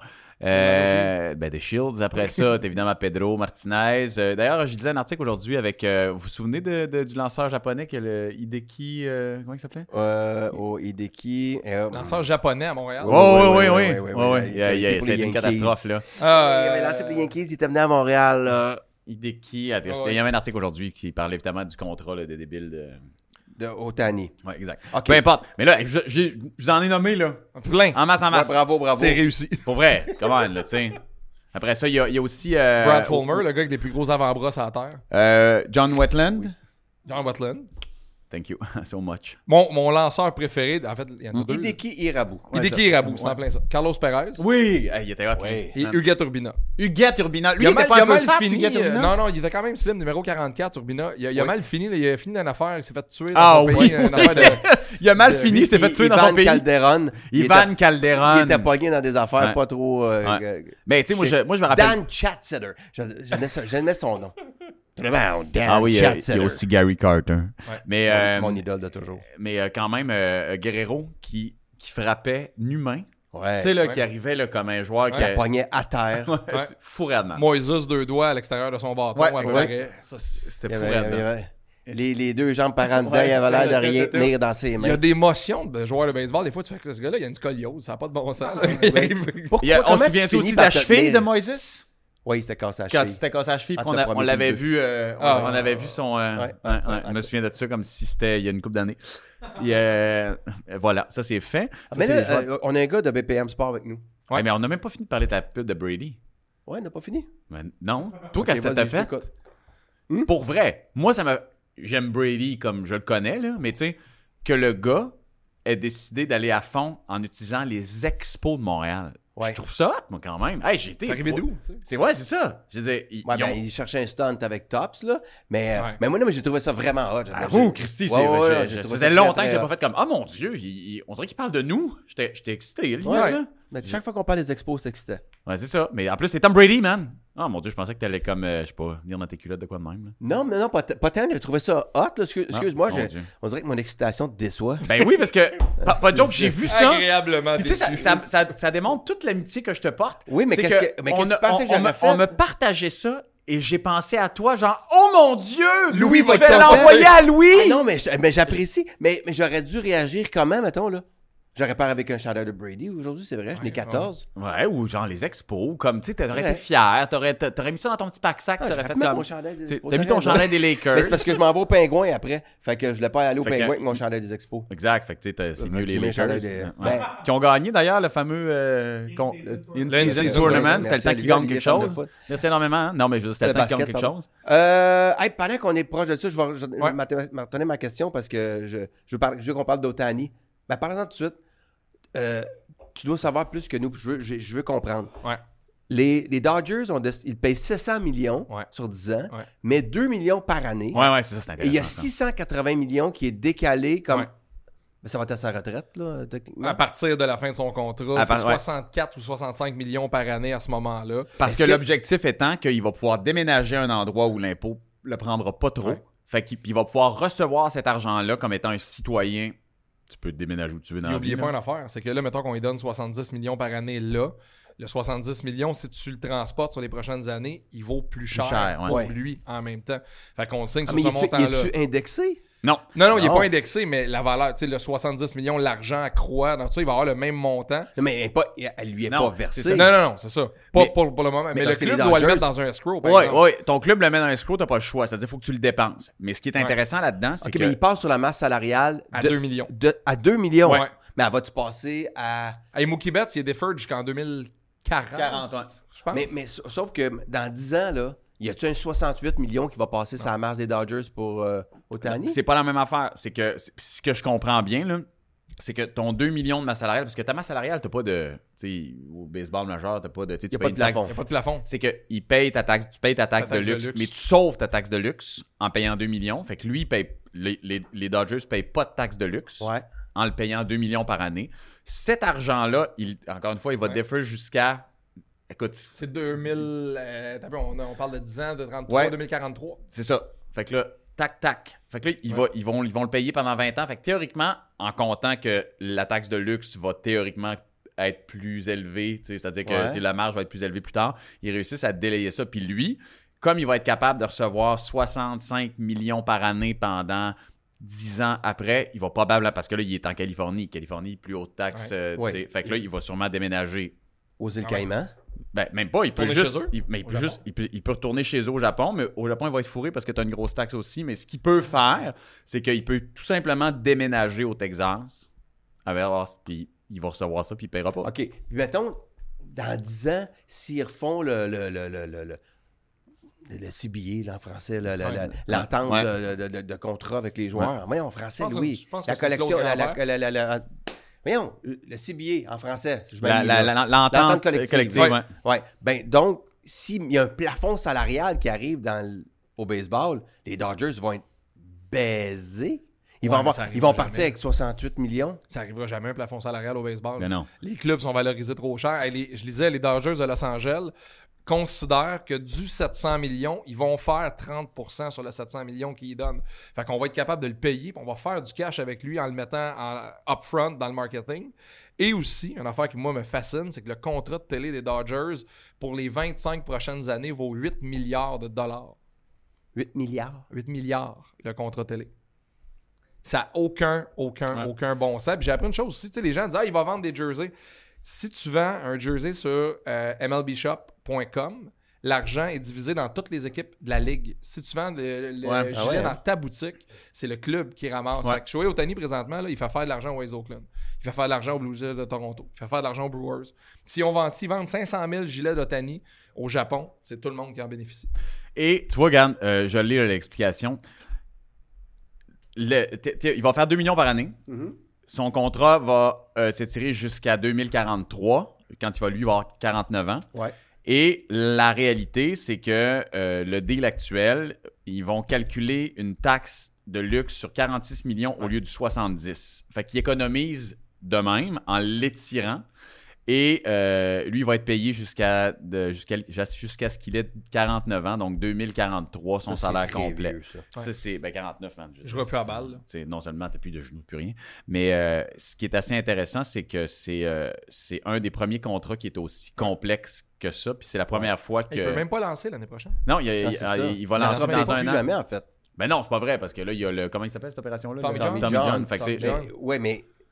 euh, ben, The Shields. Après ça, t'as évidemment Pedro Martinez. Euh, d'ailleurs, je lisais un article aujourd'hui avec, euh, vous vous souvenez de, de- du lanceur japonais, qui est le Hideki, euh, comment il s'appelait? Euh, au Hideki. euh, Lanceur japonais à Montréal. Ouais, Oh, oui, ouais, oui, oui. ouais, ouais, Ouais, ouais. ouais. Il y a- il y a- Il était pour C'était les une Yankees. catastrophe, là. Ah, Il avait lancé pour les Yankees, il était venu à Montréal. là, Hideki, attends, Ouais, il y avait un article aujourd'hui qui parlait évidemment du contrat là, de débile de... de Otani. Ouais, exact. Ok. Peu importe. Mais là, je, je, je vous en ai nommé, là. Plein. En masse, en Ouais, masse. bravo, bravo. C'est réussi. Pour vrai, comment, là, tu sais. Après ça, il y a, il y a aussi... euh, Brad Fulmer, le gars avec les plus gros avant-bras sur la terre. euh, John Wetland. John Wetland. Thank you so much. Mon, mon lanceur préféré, en fait, il y en a deux. Hideki Irabu. Hideki Irabu, c'est en plein ça. Carlos Perez. Oui! Hey, il était hot, Ouais. lui. Et Huguette Urbina. Huguette Urbina. Lui, Il a il était mal, pas il a un peu mal fat, fini. Huguette euh, Urbina? non, non, il était quand même slim, numéro quarante-quatre, Urbina. Il a, il a Oui. mal fini, là, il a fini d'une affaire, il s'est fait tuer dans Ah son oui, pays. Une affaire de- Il a mal de- fini, il s'est fait tuer dans Ivan son pays. Calderon. Il Ivan était- Calderon. Il était pogné dans des affaires Ouais. pas trop... euh, Ouais. euh, Mais tu sais, moi, chic. je, moi, je me rappelle... Dan Chatsetter. Je- J'aimais ça- J'aimais son nom. Vraiment, Dan Ah oui, il y a- il y Chatsetter. a aussi Gary Carter. Mais, euh, Mon idole de toujours. mais euh, quand même, euh, Guerrero qui, qui frappait nu-main. Ouais. Tu sais, là, Ouais. qui arrivait là, comme un joueur qui Il a... a pogné à terre. Ouais, Ouais. c'est fou raidement. Moïse deux doigts à l'extérieur de son bâton. Ouais, après ouais. arrêt. Ça, c'est- C'était Il y fou avait- il y raidement. avait- Les, les deux jambes par en dedans, Ouais, il avait l'air de ouais, rien ouais, ouais. tenir dans ses Il y a mains. des motions de joueurs de baseball. Des fois, tu fais que ce gars-là, il y a une scoliose. Ça n'a pas de bon sens. là. Pourquoi, Il y a- on comment se tu souvient finis aussi de par la te cheville tenir? de Moïse? Oui, il s'était cassé la Quand il cheville. s'était cassé la cheville, Ah, puis on, c'est a- le on premier l'avait coup. vu, euh, on, Ah. on avait vu son. euh, Ouais, ouais, ouais, ouais, ouais, je me ouais. souviens de ça comme si c'était il y a une couple d'années. Puis euh, voilà, ça c'est fait. Ah, Ça, mais c'est là, les joueurs- euh, on a un gars de B P M Sport avec nous. Ouais, mais on n'a même pas fini de parler de la pub de Brady. Ouais, on n'a pas fini. Mais non. Toi, Ok, quand ça vas-y, t'a je fait, t'écoute. pour vrai, moi, ça m'a. J'aime Brady comme je le connais, là, mais tu sais, que le gars ait décidé d'aller à fond en utilisant les expos de Montréal. Ouais. Je trouve ça hot, moi, quand même. Hey, j'ai été. C'est arrivé d'où? tu sais? C'est ouais, c'est ça. Je veux dire, ils, Ouais, ils ben, ont- il cherchait un stunt avec Tops, là. Mais, euh, Ouais. mais moi, non, mais j'ai trouvé ça vraiment hot. Ah, J'ai- oh, Christy, c'est Ouais, ouais, je- ouais, je- j'ai ça trouvé faisait ça très, longtemps très que j'ai pas hot. fait comme, oh mon Dieu, il- il- on dirait qu'il parle de nous. J'étais j'étais excité. Lui, Ouais. là. Mais chaque fois qu'on parle des expos, c'est excitant. Ouais, c'est ça. Mais en plus, c'est Tom Brady, man. Oh mon Dieu, je pensais que t'allais comme, euh, je sais pas, venir dans tes culottes de quoi de même. Là. Non, mais non, pas, t- pas tant. J'ai trouvé ça hot. là. Excuse- Excuse-moi, Ah, j'ai- mon Dieu. on dirait que mon excitation te déçoit. Ben oui, parce que, pas, pas de joke, j'ai vu ça. Agréablement Puis tu sais, ça, déçu. ça, ça, ça démontre toute l'amitié que je te porte. Oui, mais C'est qu'est-ce que- mais on qu'est-ce que a- tu pensais on- que j'avais on me- fait? On me partageait ça et j'ai pensé à toi, genre, oh mon Dieu, Louis Louis, va je vais être content. l'envoyer à Louis. Ah non, mais, je- mais j'apprécie. Mais, mais j'aurais dû réagir comment, mettons, là? J'aurais pas avec un chandail de Brady aujourd'hui, c'est vrai, je n'ai quatorze. Ouais, ou genre les expos, comme tu sais, t'aurais Ouais. été fier, t'aurais, t'aurais mis ça dans ton petit pack-sac, Ah, t'aurais j'aurais fait pu mettre comme... mon chandail des T'sais, Expos, T'as mis t'as ton raison. chandail des Lakers. Mais c'est parce que je m'en vais au Pingouin après. Fait que je voulais pas aller au Fait que- Pingouin avec mon chandail des Expos. Exact, fait que tu sais, t'as- c'est Fait mieux que les j'ai mis le Lakers. chandail des- Ouais. Ben- Qui ont gagné d'ailleurs le fameux euh, con- In-season In-season tournament. tournament, c'était le Merci temps à qu'ils lui, gagnent les quelque fans de chose. foot. Merci énormément. hein? Non, mais juste, c'était Euh, le temps qu'ils gagnent basket, quelque pardon. chose. Euh, hey, pendant qu'on est proche de ça, je vais je- Ouais. m'atte- m'attener ma question parce que je, je veux, parler- je veux qu'on parle d'Otani. Ben, parlons tout de suite. Euh, tu dois savoir plus que nous, puis je veux, je, je veux comprendre. Ouais. Les, les Dodgers, ont des- ils payent sept cents millions Ouais. sur dix ans, Ouais. mais deux millions par année. Ouais, ouais, c'est ça, c'est Et intéressant. il y a ça. six cent quatre-vingts millions qui est décalé comme... Ouais. Ben, ça va être à sa retraite, là, techniquement. À partir de la fin de son contrat, À c'est part- ouais. soixante-quatre ou soixante-cinq millions par année à ce moment-là. Parce Est-ce que, que- l'objectif étant qu'il va pouvoir déménager à un endroit où l'impôt le prendra pas trop. Ouais. Fait qu'il puis il va pouvoir recevoir cet argent-là comme étant un citoyen. Tu peux déménager où tu veux dans Puis la n'oubliez vie, pas là. une affaire, c'est que là, mettons qu'on lui donne soixante-dix millions par année là. Le soixante-dix millions, si tu le transportes sur les prochaines années, il vaut plus cher, cher, ouais. pour Ouais. lui en même temps. Fait qu'on le signe Ah, sur mais ce il est-tu- montant-là. il est-tu indexé? Non. Non, non, il n'est Non. pas indexé, mais la valeur, tu sais, le soixante-dix millions, l'argent croît. Dans tout ça, il va avoir le même montant. Non, mais elle, est pas, elle lui est Non, pas c'est versée. ça. Non, non, non, c'est ça. Pas Mais- pour, pour le moment. Mais, mais le quand c'est club les doit le Dodgers- mettre dans un escrow, par Oui, exemple. oui. Ton club le met dans un escrow, t'as pas le choix. C'est-à-dire qu'il faut que tu le dépenses. Mais ce qui est Ouais. intéressant là-dedans, c'est OK, que... mais il passe sur la masse salariale À de- deux millions. de- à deux millions. Ouais. Mais elle va-tu passer à... Hey, Mookie Betts, il est deferred jusqu'en deux mille quarante. quarante ans. Je pense. Mais, mais sa- sauf que dans dix ans, là, y a-tu un soixante-huit millions qui va passer sur la masse des Dodgers pour euh, Otani? C'est pas la même affaire. C'est que c'est- ce que je comprends bien, là, c'est que ton deux millions de masse salariale, parce que ta masse salariale, t'as pas de. Tu sais, au baseball majeur, t'as pas de. Tu sais, tu Y a payes pas de une taxe- plafond. Il n'y a pas de plafond. C'est que il paye ta taxe, tu payes ta taxe, Ta taxe de, de luxe, luxe. mais tu sauves ta taxe de luxe en payant deux millions. Fait que lui, il paye, les, les, les Dodgers payent pas de taxe de luxe Ouais. en le payant deux millions par année. Cet argent-là, il, encore une fois, il va Ouais. défaire jusqu'à. Écoute, C'est deux mille. euh, t'as vu, on, on parle de dix ans, de trente-trois, Ouais. deux mille quarante-trois. c'est ça. Fait que là, tac, tac. Fait que là, il Ouais. va, ils, vont, ils vont le payer pendant vingt ans. Fait que théoriquement, en comptant que la taxe de luxe va théoriquement être plus élevée, tu sais, c'est-à-dire que Ouais. tu sais, la marge va être plus élevée plus tard, ils réussissent à délayer ça. Puis lui, comme il va être capable de recevoir soixante-cinq millions par année pendant dix ans après, il va probablement, parce que là, il est en Californie. Californie, plus haute taxe. Ouais. euh, tu Ouais. sais. Fait que là, il va sûrement déménager. Aux îles Ah ouais. Caïmans. Ben, même pas, il peut Retourner juste. chez eux? il- mais il Au peut Japon? juste. Il peut, il peut retourner chez eux au Japon, mais au Japon, il va être fourré parce que tu as une grosse taxe aussi. Mais ce qu'il peut faire, c'est qu'il peut tout simplement déménager au Texas. Avec, puis il va recevoir ça, puis il ne paiera pas. OK. Puis mettons, dans dix ans, s'ils refont le, le, le, le, le, le, le C B A, là, en français, le- le- Ouais. le- l'entente Ouais. de, de, de- de contrat avec les joueurs. Voyons, en français, Je pense que- Louis. je pense La que c'est une collection, clause la, la, Lambert. la, la- la- voyons, le C B A en français. Je La- m'allie, la- là. la- L'entente L'entente collective. collective. ouais. Ouais. Ouais. Ben, donc, s'il y a un plafond salarial qui arrive dans le- au baseball, les Dodgers vont être baisés. Ils Ouais, vont, mais avoir- ça arrivera ils vont partir jamais. avec soixante-huit millions. Ça n'arrivera jamais un plafond salarial au baseball. Mais non. Les clubs sont valorisés trop cher. Hey, les- je lisais, les Dodgers de Los Angeles considèrent que du sept cents millions, ils vont faire trente pour cent sur le sept cents millions qu'ils donnent. Fait qu'on va être capable de le payer, puis on va faire du cash avec lui en le mettant en upfront dans le marketing. Et aussi, une affaire qui, moi, me fascine, c'est que le contrat de télé des Dodgers pour les vingt-cinq prochaines années vaut huit milliards de dollars. huit milliards. huit milliards, le contrat télé. Ça n'a aucun, aucun, Ouais. aucun bon sens. Puis j'ai appris une chose aussi, tu sais, les gens disent « Ah, il va vendre des jerseys. » Si tu vends un jersey sur euh, M L B shop point com, l'argent est divisé dans toutes les équipes de la ligue. Si tu vends le, le Ouais. gilet Ah ouais, dans hein? ta boutique, c'est le club qui ramasse. Ouais. Fait que Shohei Ohtani, présentement, là, il fait faire de l'argent aux Oakland. Il fait faire de l'argent aux Blue Jays de Toronto. Il fait faire de l'argent aux Brewers. Si on vend, s'ils vendent cinq cent mille gilets d'Ohtani au Japon, c'est tout le monde qui en bénéficie. Et tu vois, regarde, euh, je lis là, l'explication. Le- t- t- il va faire deux millions par année. Mhm. Son contrat va euh, s'étirer jusqu'à deux mille quarante-trois, quand il va lui avoir quarante-neuf ans. Ouais. Et la réalité, c'est que euh, le deal actuel, ils vont calculer une taxe de luxe sur quarante-six millions au lieu du soixante-dix. Fait qu'il économise de même en l'étirant. Et euh, lui, il va être payé jusqu'à de- jusqu'à jusqu'à ce qu'il ait quarante-neuf ans, donc deux mille quarante-trois, son Ça, c'est salaire très complet. vieux, ça. Ça, c'est ben, quarante-neuf ans. Je vois plus à balle, là. C'est- Non seulement tu n'as plus de genoux, plus rien. Mais euh, ce qui est assez intéressant, c'est que c'est euh, c'est un des premiers contrats qui est aussi complexe que ça. Puis c'est la première fois que. Il peut même pas lancer l'année prochaine. Non, il, y a- Ah, il- c'est ah, ça. il va Il lancer en dans reviendra un plus an. jamais, en fait. Ben non, c'est pas vrai, parce que là, il y a le. Comment il s'appelle cette opération-là? Tommy Le- John. Tommy John. John. Fait que, tu sais, Tommy John. Mais, ouais, mais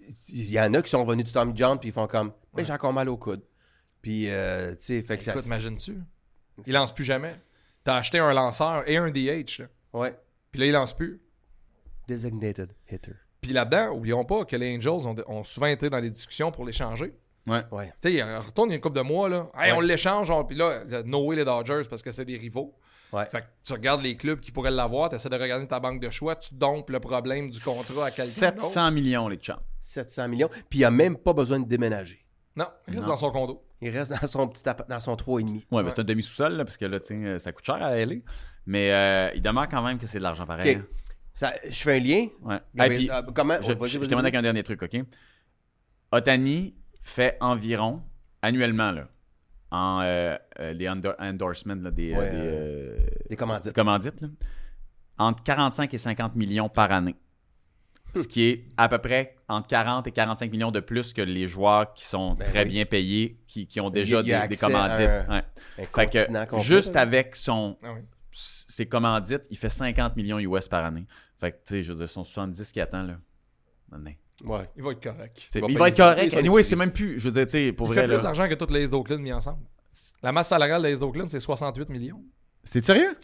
il y en a qui sont revenus du Tommy John puis ils font comme, ben, ouais. j'ai encore mal au coude. Puis, euh, tu sais, fait que Écoute, ça... imagines-tu? Il lance plus jamais. T'as acheté un lanceur et un D H. Là. Ouais. Puis là, il lance plus. Designated hitter. Puis là-dedans, oublions pas que les Angels ont, ont souvent été dans les discussions pour l'échanger. Ouais. Ouais. Tu sais, il retourne il y a une couple de mois, là. Hey, ouais. on l'échange, on... puis là, no way les Dodgers parce que c'est des rivaux. Ouais. Fait que tu regardes les clubs qui pourraient l'avoir, tu essaies de regarder ta banque de choix, tu dompes le problème du contrat à quelqu'un sept cents millions, les champs. sept cents millions. Puis il a même pas besoin de déménager. Non, il reste Non. dans son condo. Il reste dans son petit app- dans son trois virgule cinq. Ouais, Ouais. ben, c'est un demi-sous-sol, là, parce que là, tu sais, ça coûte cher à L A. Mais euh, il demeure quand même que c'est de l'argent pareil. OK. Ça, je fais un lien. Ouais. Gabriel, Hey, puis, euh, comment... je, oh, vas-y, je, vas-y, je termine vas-y. avec un dernier truc, OK? Ohtani fait environ, annuellement, là, en euh, euh, les endor- endorsements, là, des, Ouais, euh, des, euh, des commandites. commandites, là, entre quarante-cinq et cinquante millions par année. Ce qui est à peu près entre quarante et quarante-cinq millions de plus que les joueurs qui sont Ben très oui. bien payés, qui, qui ont déjà Il y a des, des accès commandites. à un- Ouais. Un Fait que continent complet, juste là. avec son, Ah oui. ses commandites, il fait cinquante millions U S par année. Fait que, tu sais, je veux dire, son soixante-dix qui attend, là. Donné. Ouais. Il va être correct. Tu sais, va il payer- va être payer correct. son Anyway, épicerie. c'est même plus. Je veux dire, tu sais, pour Il vrai. fait plus là. d'argent que toutes les Aces d'Oakland mis ensemble. La masse salariale des Aces d'Oakland, c'est soixante-huit millions. C'était sérieux?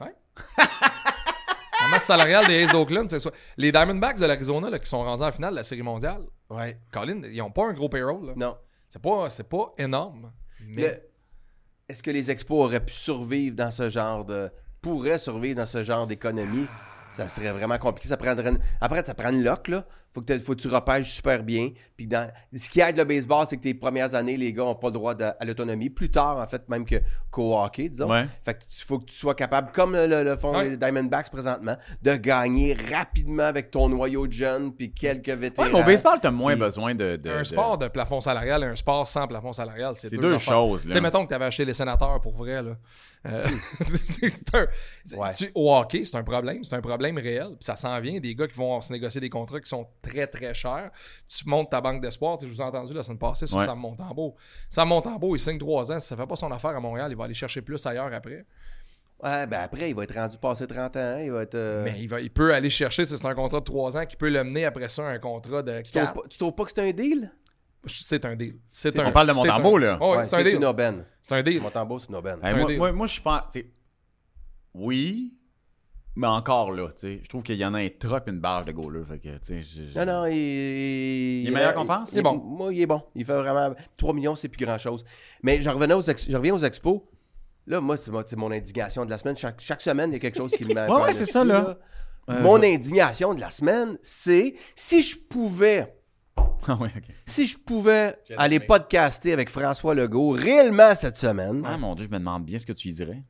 La masse salariale des Aces d'Oakland, c'est ça. Les Diamondbacks de l'Arizona là, qui sont rendus en finale de la Série mondiale, Ouais. Colin, ils n'ont pas un gros payroll. Là. Non. C'est pas, c'est pas énorme. Mais Le- Est-ce que les expos auraient pu survivre dans ce genre de... pourraient survivre dans ce genre d'économie? Ça serait vraiment compliqué. Ça prendrait une- Après, ça prend une lock, là. Faut que, t'aies- faut que tu repêches super bien. Puis dans... ce qui aide le baseball, c'est que tes premières années, les gars n'ont pas le droit de- à l'autonomie. Plus tard, en fait, même que, qu'au hockey, disons. Ouais. Fait que tu faut que tu sois capable, comme le, le font Ouais. les Diamondbacks présentement, de gagner rapidement avec ton noyau de jeunes puis quelques vétérans. Ouais, mais au baseball, t'as moins Puis- besoin de. de- un de- sport de plafond salarial et un sport sans plafond salarial, c'est C'est deux, deux affaires. choses, Tu là. sais, mettons que tu avais acheté les sénateurs pour vrai. Là. Euh, c'est, c'est un, c'est- Ouais. tu- au hockey, c'est un problème. C'est un problème réel. Puis ça s'en vient. Des gars qui vont se négocier des contrats qui sont très, très chers. Tu montes ta banque d'espoir. Tu sais, je vous ai entendu la semaine passée sur Ouais. Sam Montembeault. Sam Montembeault, il signe trois ans. Si ça fait pas son affaire à Montréal, il va aller chercher plus ailleurs après. Ouais, ben après, il va être rendu passé trente ans. hein, Il va être... euh, Mais il, va, il peut aller chercher, si c'est un contrat de trois ans, qui peut le mener après ça à un contrat de Tu trouves quatre. pas, tu trouves pas que c'est un deal? C'est un deal. C'est On un, parle de c'est Montembeault, un- là. Oh, ouais, Ouais, c'est un deal. une aubaine. C'est un deal. Montembeault, c'est une aubaine. Hey, un moi, deal. moi, moi, je pense. tu sais, Oui, mais encore là, tu sais, je trouve qu'il y en a un trop une barge de goaler. Fait que, tu sais, je- je- Non, non, il, il, Il est meilleur qu'on pense? Il est bon. Moi, il est bon. Il fait vraiment... trois millions, c'est plus grand-chose. Mais je, revenais aux ex- je reviens aux expos. Là, moi, c'est, moi, c'est mon indignation de la semaine. Chaque, chaque semaine, il y a quelque chose qui me met un Ouais, peu en ouais, c'est esti, ça, là. Euh, Mon je- indignation de la semaine, c'est si je pouvais... Ah ouais, ok. Si je pouvais J'ai aller aimé. podcaster avec François Legault réellement cette semaine, Ah mon Dieu, je me demande bien ce que tu y dirais.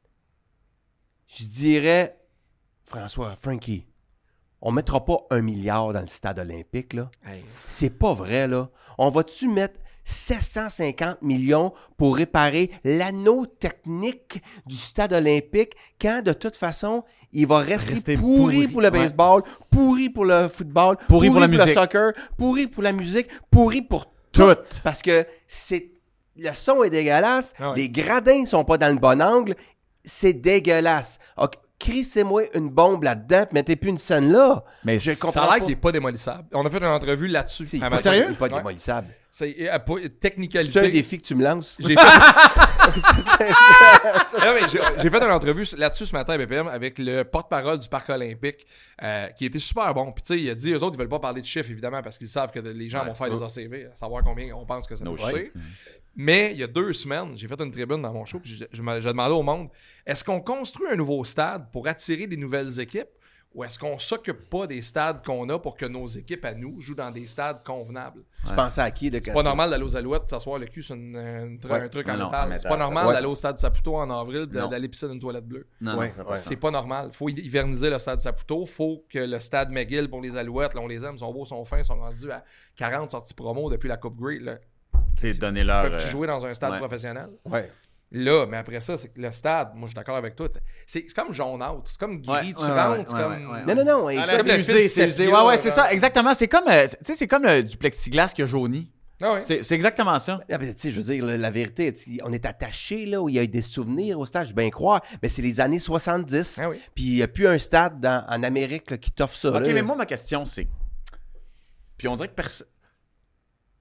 je dirais, François, Frankie, on mettra pas un milliard dans le stade olympique, là. Hey. C'est pas vrai, là. On va-tu mettre sept cent cinquante millions pour réparer l'anneau technique du stade olympique quand, de toute façon, il va rester, Rester pourri, pourri, pour le ouais. baseball, pourri pour le football, Pourri pour la le musique. soccer, pourri pour la musique, pourri pour tout. Tout. Parce que c'est... le son est dégueulasse, Ah ouais. les gradins sont pas dans le bon angle, c'est dégueulasse. Ok, crissez-moi une bombe là-dedans, puis mettez plus une scène là. Mais Je ça comprends Ça a l'air pas. qu'il n'est pas démolissable. On a fait une entrevue là-dessus. C'est- il est à pas- matin. il est pas Ouais. démolissable. C'est euh, pas- C'est technicalité. un défi que tu me lances? J'ai fait... Non, mais j'ai, j'ai fait une entrevue là-dessus ce matin à B P M avec le porte-parole du Parc olympique euh, qui était super bon. Puis tu sais, il a dit, eux autres, ils veulent pas parler de chiffres, évidemment, parce qu'ils savent que les gens Ouais. vont faire des A C V, à savoir combien on pense que ça No peut shit. coûter. Mais il y a deux semaines, j'ai fait une tribune dans mon show, puis je, je, me- je demandais au monde, est-ce qu'on construit un nouveau stade pour attirer des nouvelles équipes ou est-ce qu'on s'occupe pas des stades qu'on a pour que nos équipes à nous jouent dans des stades convenables? Tu pensais à qui de C'est pas normal d'aller aux Alouettes, de s'asseoir le cul sur une- une tr- Ouais. un truc Non, en non, métal. en C'est pas métal, normal ouais. d'aller au stade Saputo en avril et Non. d'aller pisser dans une toilette bleue. Non, Ouais, non. ouais. C'est pas normal. Faut hiverniser le stade Saputo. Faut que le stade McGill pour les Alouettes, là, on les aime, ils sont beaux, ils sont fins, ils sont rendus à quarante sorties promo depuis la Coupe Grey. Là. Tu sais, donner-leur. Peuvent-tu euh, jouer dans un stade ouais. professionnel? Ouais. Là, mais après ça, c'est que le stade, moi je suis d'accord avec toi, c'est, c'est comme jaune out. C'est comme gris, Ouais, tu ouais, rentres, ouais, c'est ouais, comme. ouais, ouais. Non, non, non. Ah, écoute, là, C'est le usé, fil c'est usé. sepia, Ouais, ouais, c'est là. ça, exactement. C'est comme, euh, tu sais, c'est comme le- du plexiglas qui a jauni. Ah ouais. C'est c'est exactement ça. Ah, ben, tu sais, je veux dire, la, la vérité, tu- on est attaché là où il y a eu des souvenirs au stade, je veux bien croire, mais c'est les années soixante-dix. Ah oui. Puis il n'y a plus un stade dans- en Amérique là, qui t'offre ça. Ok, là. mais moi, ma question, c'est. Puis on dirait que personne.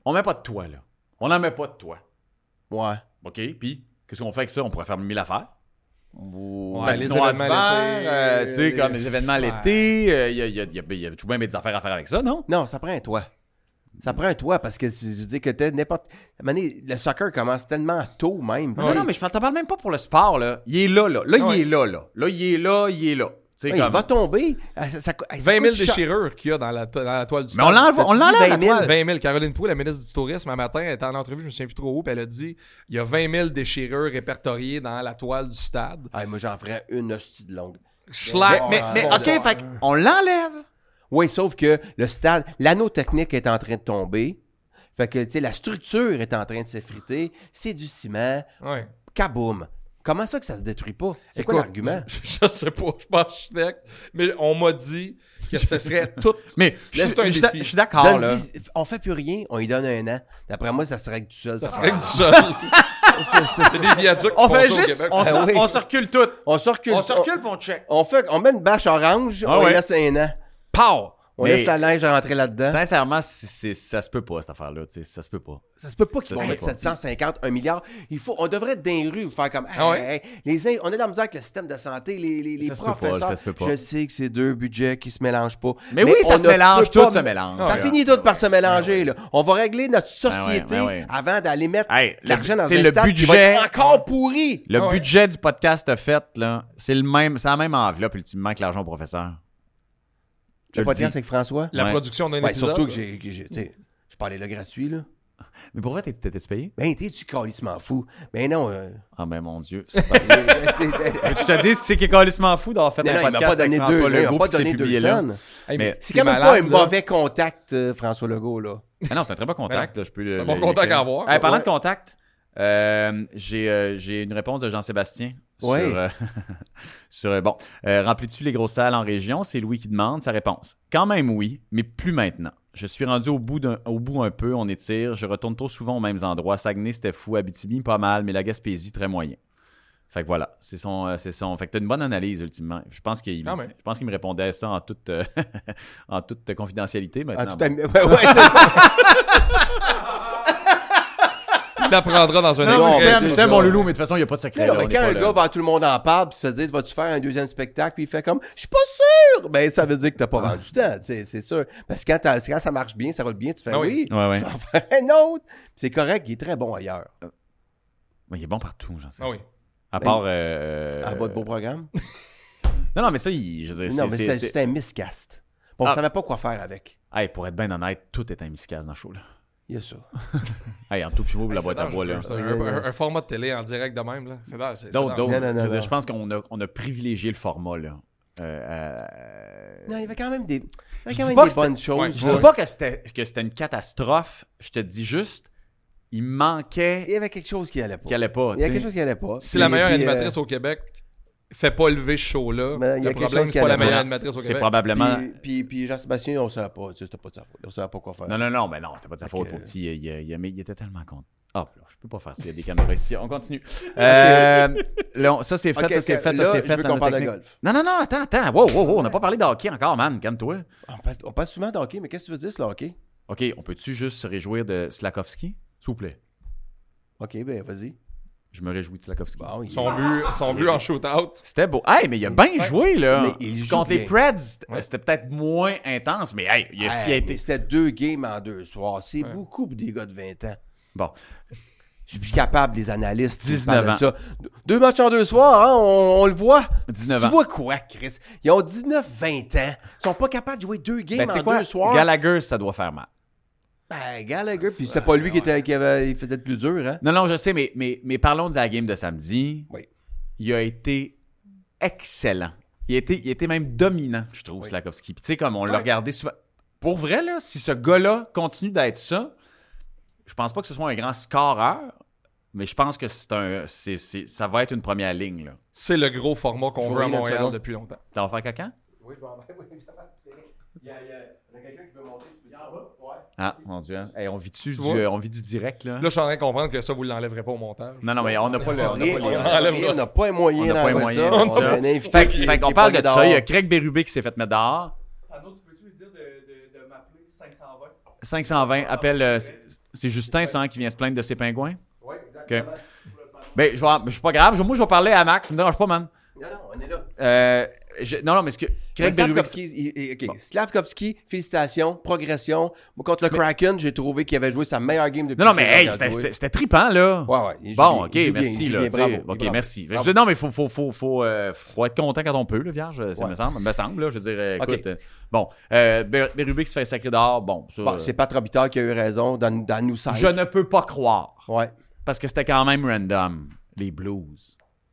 On met pas de toit, là. On n'en met pas de toit. Ouais. OK? Puis, qu'est-ce qu'on fait avec ça? On pourrait faire mille affaires. Ouais, les Patinoire événements d'hiver, l'été, euh, tu sais, les- comme les événements Ouais. l'été. Il euh, y, a, y, a, y, a, y a tout bien des affaires à faire avec ça, non? Non, ça prend un toit. Ça prend un toit parce que je dis que t'as n'importe. À un moment donné, le soccer commence tellement tôt même. tu sais. Non, non, mais je t'en parle même pas pour le sport, là. Il est là, là. Là, Ouais. il est là, là. Là, il est là, il est là. Tu sais, Ouais, comme... Il va tomber. Ah, Ça, ça, ça vingt mille coûte cher. déchirures qu'il y a dans la, to- dans la toile du Mais stade. on l'enlève, on T'as-tu dit l'enlève, la vingt mille? toile. vingt mille. Caroline Pou, la ministre du Tourisme, un matin, elle était en entrevue, je me souviens plus trop où, puis elle a dit il y a vingt mille déchirures répertoriées dans la toile du stade. Ah, moi, j'en ferais une hostie de longue. Schlag, Mais, mais, Ouais. OK, fait on l'enlève. Oui, sauf que le stade, l'anneau technique est en train de tomber. Fait que, tu sais, la structure est en train de s'effriter. C'est du ciment. Ouais. Kaboum. Comment ça que ça se détruit pas? C'est quoi Écoute, l'argument? Je, je sais pas, je suis pas architecte, mais on m'a dit que ce serait tout. Mais je Laisse suis- un je suis défi. je suis d'accord, Donne- là. dis- on fait plus rien, on lui donne un an. D'après moi, ça se règle tout seul. Ça ça serait va. que du sol. C'est des viaducs qui On font fait ça au juste, Québec. on, Ah se, oui. on se recule tout. On se recule. On se recule puis on check. On, fait, on met une bâche orange, Ah on ouais. lui laisse un an. Pow! On Mais- laisse la neige rentrer là-dedans. Sincèrement, c'est, c'est- ça se peut pas, cette affaire-là. tu sais, Ça se peut pas. Ça se peut pas qu'ils Ça vont se mettre peut pas. sept cent cinquante, un milliard. Il faut, on devrait être dans les rues faire comme. Hey, Ah ouais? hey, les, in- on est dans la misère avec le système de santé, les, les, les Ça se peut pas, professeurs. ça se peut pas. Je sais que c'est deux budgets qui se mélangent pas. Mais oui, ça on se ne mélange, peut tout pas- se mélange. Ça Ouais. finit tout par se mélanger. Là. On va régler notre société Ben ouais, ben ouais. avant d'aller mettre Hey, de l'argent le- dans t'sais, un le stade qui va budget- être encore pourri. Le Ah ouais. budget du podcast fait, là, c'est le même, c'est la même enveloppe ultimement que l'argent au professeur. Je Le le podcast dis. avec François. La Ouais. production d'un Ouais, épisode. surtout que j'ai. que j'ai- tu sais, je parlais là gratuit, là. Mais pour vrai, t'es- t'étais-tu payé? Ben, t'es du calissement fou. Ben non. euh, Ah ben mon Dieu. c'est pas- tu sais, tu te dis c'est qui est calissement fou d'avoir fait non, un non, il m'a podcast pas donné avec deux. François là, Il Legault m'a pas puis que c'est donné deux publié là. cents. Hey, Mais C'est t'es quand même malade, pas un là. mauvais contact, euh, François Legault, là. Ah non, c'est un très bon contact. Là, je peux le- C'est un le- bon le- contact le- à avoir. Hey, parlant Ouais. de contact, euh, j'ai, euh, j'ai une réponse de Jean-Sébastien. Sur, Ouais. euh, sur, euh, bon, euh, remplis-tu les grosses salles en région? C'est Louis qui demande. Sa réponse. Quand même oui, mais plus maintenant. Je suis rendu au bout, d'un, au bout un peu, on étire. Je retourne trop souvent aux mêmes endroits. Saguenay, c'était fou. Abitibi, pas mal, mais la Gaspésie, très moyen. Fait que voilà, c'est son, euh, c'est son. Fait que t'as une bonne analyse ultimement. Je pense qu'il, Quand même. je pense qu'il me répondait ça en toute, euh, en toute confidentialité. Ah, Maintenant, tout à... ouais, ouais, c'est ça. Il l'apprendra dans un Non, Non, je mais t'aime, déjà- je t'aime, mon loulou, mais de toute façon, il n'y a pas de secret. Non, là, mais on est quand pas un là. gars va tout le monde en parle, puis se dit, vas-tu faire un deuxième spectacle, puis il fait comme, je suis pas sûr, ben ça veut dire que t'as pas vendu du temps, tu sais, c'est sûr. Parce que quand, t'as- quand ça marche bien, ça roule bien, tu fais Ah oui, oui. Ouais, ouais. je vais en faire un autre. Puis c'est correct, il est très bon ailleurs. Ouais, il est bon partout, j'en sais. Ah oui. À part. Euh, À bas de beau programme. Non, non, mais ça, il, je veux dire, non, mais c'est- c'était c'est- c'était un miscast. On Ah. savait pas quoi faire avec. Hey, pour être bien honnête, tout est un miscast dans le show. Là. Il y a ça. Hey, en tout puis vous, la Hey, boîte c'est à bois. Là. dangereux, ça. Un, un- un format de télé en direct de même, là. C'est dans- c'est- c'est D'autres, dangereux. d'autres. Non, non, non, je, veux dire, non. je pense qu'on a, on a privilégié le format. Là. Euh, euh, Non, il y avait quand même des, il y avait Je quand dis même pas des que bonnes Ouais, choses. Je là. dis pas que c'était, que c'était une catastrophe. Je te dis juste, il Il manquait y avait quelque chose qui allait pas. qui allait pas. Il y a tu sais. quelque chose qui allait pas. Si la meilleure Puis, euh, animatrice au Québec fait pas lever ce show-là, Mais il y a le quelque problème, chose c'est pas la qui allait meilleure pas. animatrice au C'est Québec. probablement. Puis, puis, puis Jean-Sébastien, on ne savait pas. Tu sais, c'était pas de sa faute. On ne savait pas quoi faire. Non, non, non, mais non, c'était pas de sa Fait faute. que- Pour petit, il, il- il- mais il était tellement content. Ah, là, je peux pas faire ça. Il y a des caméras ici. On continue. Euh, là, on- ça, c'est fait, Ok, ça, c'est fait, là, ça, c'est je fait. veux dans qu'on le parle de technique. golf. Non, non, non, attends, attends. Wow, wow, wow. On n'a pas parlé de hockey encore, man. Calme-toi. On parle, on parle souvent de hockey, mais qu'est-ce que tu veux dire, sur le hockey? OK, on peut-tu juste se réjouir de Slakowski? S'il vous plaît. OK, ben vas-y. Je me réjouis de Slakowski. Bon, il- Son but, son but en shootout. C'était beau. Hey, mais il a bien Ouais. joué, là. Mais il joue Contre les bien. Preds, c'était Ouais. c'était peut-être moins intense, mais hey, il a, il a Hey, été. mais c'était deux games en deux soirs. C'est Ouais. beaucoup pour des gars de vingt ans. Bon. Je suis plus capable, les analystes. qui dix-neuf parlent de ça. Deux matchs en deux soirs, hein, on, on le voit. dix-neuf tu ans. vois quoi, Chris? Ils ont dix-neuf vingt ans. Ils sont pas capables de jouer deux games Ben, tu sais en quoi? deux soirs. Gallagher, ça doit faire mal. Ben, Gallagher, puis c'était pas lui qui, était, qui avait, il faisait le plus dur, hein? Non, non, je sais, mais, mais, mais parlons de la game de samedi. Oui. Il a été excellent. Il a été, il a été même dominant, je trouve, Oui. Slakowski. Puis tu sais, comme on l'a Ouais. regardé souvent. Pour vrai, là, si ce gars-là continue d'être ça, je pense pas que ce soit un grand scoreur, mais je pense que c'est un, c'est, c'est, ça va être une première ligne. Là. C'est le gros format Je qu'on vois veut à rien de Montréal seconde. depuis longtemps. Ça va faire caca? Oui, je vais en Il y a, il y a, il y a quelqu'un qui veut monter, tu peux dire en bas? Ouais. Ah, mon Dieu. Hein. Hey, on vit-tu Tu du, vois? euh, on vit du direct, là? Là, je suis en train de comprendre que ça, vous ne l'enlèverez pas au montage. Non, non, mais on n'a pas le. On On n'a pas les- enlève on n'a pas un moyen On n'a pas un d'enlever moyen ça. de On ça. a un invité Fait, qui- fait qui qu'on est parle pas de ça. Il y a dehors. Craig Berube qui s'est fait mettre dehors. Arnaud, tu peux-tu lui dire de, de, de m'appeler cinq cent vingt? cinq cent vingt, appelle. euh, C'est Justin, ça, hein, qui vient se plaindre de ses pingouins? Oui, exactement. OK. Ben, je vais, je suis pas grave. Moi, je vais parler à Max. Ça me dérange pas, man. Non, non, on est là. Euh, je- non, non, mais ce que... Craig Berube... Slavkovski, il- il- ok. Slavkovski, félicitations, progression. Moi, contre le Kraken, j'ai trouvé qu'il avait joué sa meilleure game depuis Non, non, mais qu'il hey, a c'était, joué. c'était, c'était trippant, là. Ouais, ouais. il joue Bon, bien, OK, il joue bien, merci, il joue là. bien, tu sais. bravo, OK, bravo. merci. Bravo. Je dis, non, mais il faut, faut, faut, faut, euh, faut être content quand on peut, le vierge, ça Ouais. me semble. me semble, là. Je veux dire, euh, OK. écoute... euh, bon, euh, Ber- Berube qui se fait sacrer dehors, bon, ça... Bon, euh, c'est Pat Robitaille qui a eu raison dans, dans nous cinq. je ne peux pas croire. Ouais. Parce que c'était quand même random, les Blues.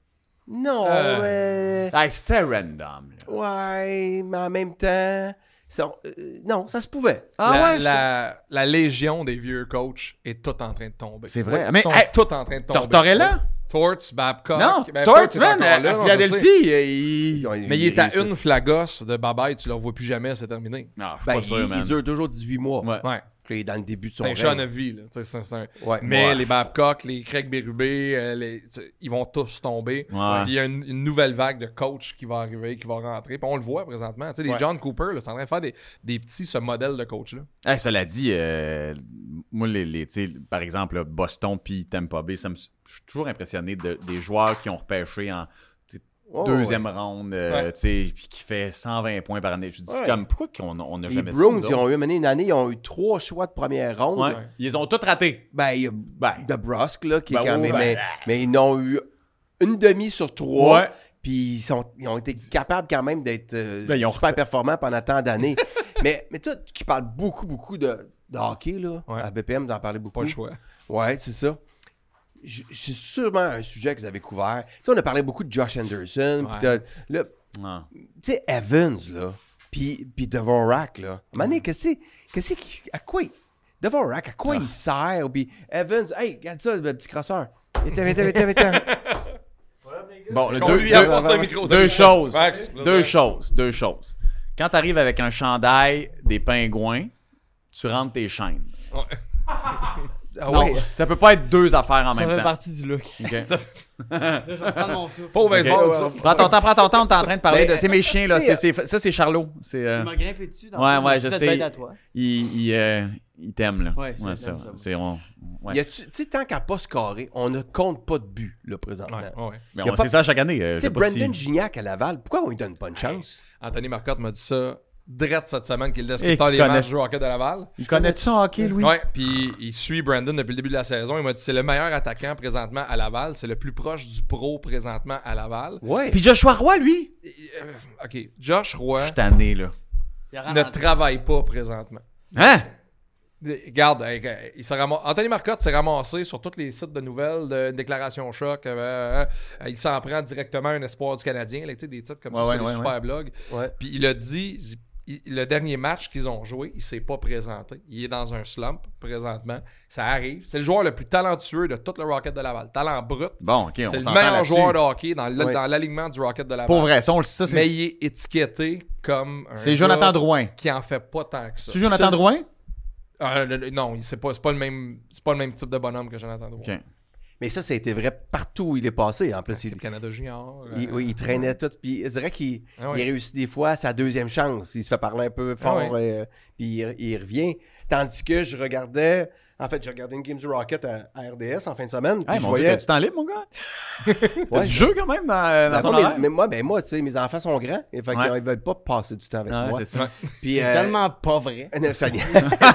Non, Euh. mais... Hey, c'était random, là. Ouais, mais en même temps... ça- euh, non, ça se pouvait. Ah la, ouais? la, la légion des vieux coachs est toute en train de tomber. C'est vrai. Ils Mais, sont hey, tous en train de tomber. Tortorella? Torts, Babcock. Non, Ben, Torts, est man, encore à, là, à non, je Philadelphie, sais. euh, il... Mais il est à réussit. une flagosse de bye-bye, tu le revois plus jamais, c'est terminé. Non, je suis Ben, pas il, sûr, il man. dure toujours dix-huit mois. Ouais. Ouais. Puis il est dans le début de son C'est un règne. Sean of vie, là. Tu sais, c'est- c'est un- Ouais. Mais Ouais. les Babcock, les Craig Berube, euh, les... tu sais, ils vont tous tomber. Ouais. Puis il y a une, une nouvelle vague de coachs qui va arriver, qui va rentrer. Puis on le voit présentement. Tu sais, les Ouais. John Cooper, là, c'est en train de faire des, des petits ce modèle de coach-là. Hey, cela dit, euh, moi, les, les, tu sais, par exemple, là, Boston puis Tampa Bay, ça me, je suis toujours impressionné de, des joueurs qui ont repêché en tu sais, Oh, deuxième ouais. ronde, euh, Ouais. tu sais, puis qui fait cent vingt points par année. Je dis, c'est Ouais. comme, pourquoi qu'on on n'a Les jamais Bruins, ça? ils ont eu mené une année, ils ont eu trois choix de première ronde. Ouais. Ils les ont tous ratés. Ben, il y a Ben. de Brusque, là, qui Ben est quand oui, même. ben. Mais, mais ils n'ont eu une demi sur trois. Ouais. Puis ils, sont, ils ont été capables quand même d'être euh, Ben, ils ont super repé- performants pendant tant d'années. mais, mais toi, qui parles beaucoup, beaucoup de, de hockey, là, Ouais. à B P M, d'en parler beaucoup. Pas le choix. Ouais, c'est ça. Je- C'est sûrement un sujet que vous avez couvert. Tu sais, on a parlé beaucoup de Josh Anderson. Puis Ouais. de- là, Ah. tu sais, Evans, là, puis, puis Dvorak, là. À un moment donné, qu'est-ce que qu'est-ce qui- à quoi il... Dvorak, à quoi il sert? Puis Evans, hey, regarde ça, le petit crosseur. Viens, viens, viens, viens, viens. Bon, le Qu'on deux, lui deux- apporte un micro. deux choses. Max, Deux choses. Deux choses. Quand tu arrives avec un chandail des pingouins, tu rentres tes chaînes. Ouais. Ah Non. ouais. Ça peut pas être deux affaires en Ça même fait temps. partie du look. OK. Là, je vais prendre mon souffle. Pas au baseball, Ok. ça. Prends ton temps, prends ton temps, on est en train de parler Mais, de... C'est mes chiens, là. tu sais, C'est, c'est- ça, c'est Charlot. C'est, euh, Il m'a grimpé dessus. dans Ouais, le fond, ouais, me suis je fait sais. bête à toi. il, il, euh, il t'aime, là. Ouais, j'aime ça, ça, moi c'est, on, ouais. Y a-tu- Tu sais, tant qu'à pas scorer, on ne compte pas de but, là, présentement. Ouais, ouais. Mais y a on pas- sait ça chaque année. euh, Tu sais, je sais pas si- Brendan Gignac à Laval, pourquoi on lui donne pas une chance? Anthony Marcotte m'a dit ça direct cette semaine, qu'il est le descripteur Et des qu'il matchs connaît- du Rocket de Laval. Il connaît-tu ça en hockey, Louis? Ouais, puis il suit Brandon depuis le début de la saison. Il m'a dit c'est le meilleur attaquant présentement à Laval. C'est le plus proche du pro présentement à Laval. Ouais. Puis Joshua Roy, lui? Euh, OK, Josh Roy Je suis tanné, là. Il a ne ralenti. travaille pas présentement. Hein? Regarde, euh, il s'est ramassé- Anthony Marcotte s'est ramassé sur tous les sites de nouvelles de déclaration choc. euh, euh, il s'en prend directement un espoir du Canadien, là, tu sais, des titres comme Ouais, ça ouais, sur les ouais, super blogs. Ouais. Puis il a dit, il- il- le dernier match qu'ils ont joué, il s'est pas présenté. Il est dans un slump présentement. Ça arrive. C'est le joueur le plus talentueux de tout le Rocket de Laval. Talent brut. Bon, OK, on C'est le s'entend meilleur là-dessus. joueur de hockey dans, le- Ouais. dans l'alignement du Rocket de Laval. Pour vrai, ça, on le sait, ça, c'est... Mais il est étiqueté comme un C'est gars Jonathan Drouin. qui en fait pas tant que ça. Tu Jonathan Ça- Drouin? Ah, le- le- non, c'est pas, c'est pas le même c'est pas le même type de bonhomme que Jonathan Drouin. OK. Mais ça, ça a été vrai partout où il est passé. En plus, il, Le Canada Junior. il- euh, oui, il traînait tout. Puis je dirais qu'il Ah ouais. il réussit des fois à sa deuxième chance. Il se fait parler un peu fort, Ah ouais. euh, puis il, il revient. Tandis que je regardais... En fait, j'ai regardé une Game du Rocket à, à R D S en fin de semaine. puis Hey, je mon voyais... Dieu, t'as du temps libre, mon gars? T'as Ouais, du jeu, quand même, dans, dans Ben, ton moi, mes- horaire? mais moi, ben moi, tu sais, mes enfants sont grands. Et fait Ouais. qu'ils veulent pas passer du temps avec Ouais, moi. c'est ça. Puis, C'est euh, tellement pas vrai. non, je t'en-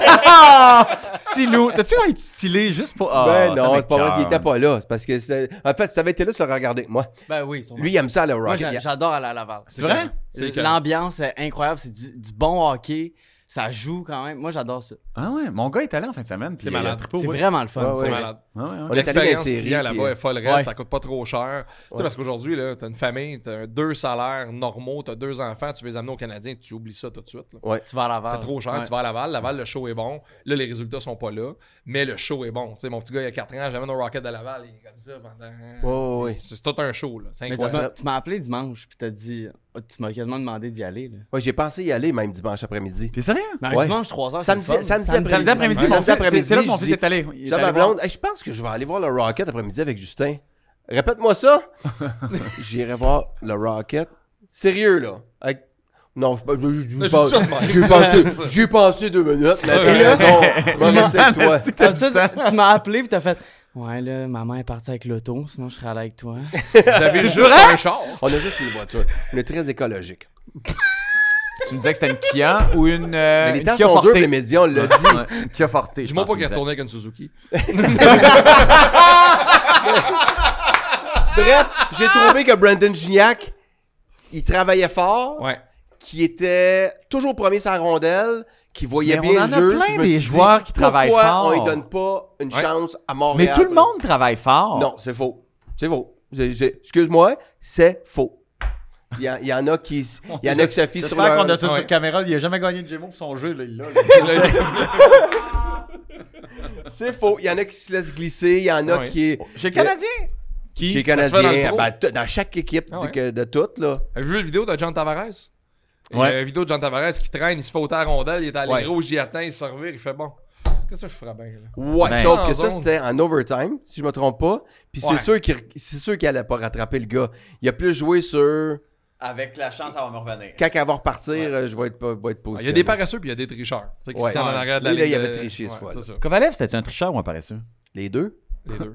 Ah! Silou, t'as-tu envie de stylé juste pour... Ah, ben ça non, c'est pas vrai, il m'écoeure. était pas là. C'est parce que, c'est- en fait, si t'avais été là, tu l'aurais regardé. Moi, Ben oui, sûrement. lui, il aime ça, le Moi, Rocket. j'a- Il- j'adore aller à Laval. C'est vrai? C'est L'ambiance est incroyable. C'est du, du bon hockey. Ça joue quand même. Moi, j'adore ça. Ah ouais, mon gars est allé en fin de semaine. puis C'est il a malade. trippé au C'est bout. vraiment le fun. Ouais, ça. C'est ouais. malade. Ouais, ouais, ouais. On est allé dans les L'expérience séries. client là-bas puis, est folle raide, Ouais. ça coûte pas trop cher. Tu sais, parce qu'aujourd'hui, là, t'as une famille, t'as deux salaires normaux, t'as deux enfants, tu veux les amener au Canadien, tu oublies ça tout de suite. là. Ouais. Tu vas à Laval. C'est trop cher, Ouais. tu vas à Laval, Laval, le show est bon. Là, les résultats sont pas là, mais le show est bon. Tu sais, mon petit gars, il a quatre ans, j'amène au Rocket de Laval, il est comme ça pendant. Ouais, ouais, c'est, c'est tout un show, là. C'est Mais tu incroyable. m'as- tu m'as appelé dimanche, puis t'as dit. Tu m'as quasiment demandé d'y aller. Là. Ouais, j'ai pensé y aller même dimanche après-midi. T'es sérieux? Mais un Ouais. dimanche, trois heures, Samedi- c'est le fun. samedi après- Samedi après-midi, Ouais, mon samedi fils, après-midi, c'est, c'est là que mon je fils dis- est allé. Il est J'ai allé ma voir. blonde. Hey, je pense que je vais aller voir le Rocket après-midi avec Justin. Répète-moi ça. J'irai voir le Rocket. Sérieux, là. Avec- Non, je je- je- Je je pense- dis ça de même. j'y ai pensé, j'y ai pensé deux minutes, mais t'as Ouais. raison. Je vais rester avec toi. Est-ce que t'as Comme du ça, temps? tu m'as appelé pis t'as fait ouais là, maman est partie avec l'auto, sinon je serais allé avec toi. Vous avez juste un char. On a juste une voiture. On est très écologique. Tu me disais que c'était une Kia ou une. Euh, Mais les une temps Kia sont Forte. durs, les médias, on l'a dit. Ouais, une Kia Forte. je Dis-moi pense pas qu'il est que tu retourné avec une Suzuki. Bref, j'ai trouvé que Brandon Gignac, il travaillait fort, Ouais. qui était toujours premier sur la rondelle, qui voyait Mais bien on en le a jeu. plein Je me des suis dit, joueurs qui travaillent pourquoi fort. on lui donne pas une Ouais. chance à Montréal? Mais tout le monde travaille fort. Non, c'est faux. C'est faux. C'est- c'est- Excuse-moi, c'est faux. Il y, a- il y en a qui, il y en a qui se fient sur J'espère leur... qu'on a ça Ouais. sur caméra. Il a jamais gagné de Gémeaux pour son jeu. Là, il l'a, C'est faux. Il y en a qui se laissent glisser. Il y en a Ouais. qui... Chez le Canadien. Qui? Chez Ça se fait dans le Canadien. pro? Ben, t- dans chaque équipe Ah ouais. de, de toutes, là. Avez-vu la vidéo de John Tavares? Il y Ouais. a une vidéo de John Tavares qui traîne, il se fait ôter à la rondelle, il est allé Ouais. gros, j'y attends, il se revire, il fait bon. Qu'est-ce que je ferais bien, là? Ouais, Ben, sauf en que ça, zone. c'était en overtime, si je me trompe pas. Puis c'est Ouais. sûr qu'il c'est sûr qu'il allait pas rattraper le gars. Il a plus joué sur... Avec la chance, ça va me revenir. Quand elle va repartir, euh, je vais être, pas- vais être Il y a positionné. des paresseux puis il y a des tricheurs. Tu sais, qui Ouais. se tiennent en arrière de la Lui, là, ligne il avait de- triché ce Ouais, fois-là. c'est ça. Kovalev, c'était un tricheur ou un paresseux? Les deux? Les deux.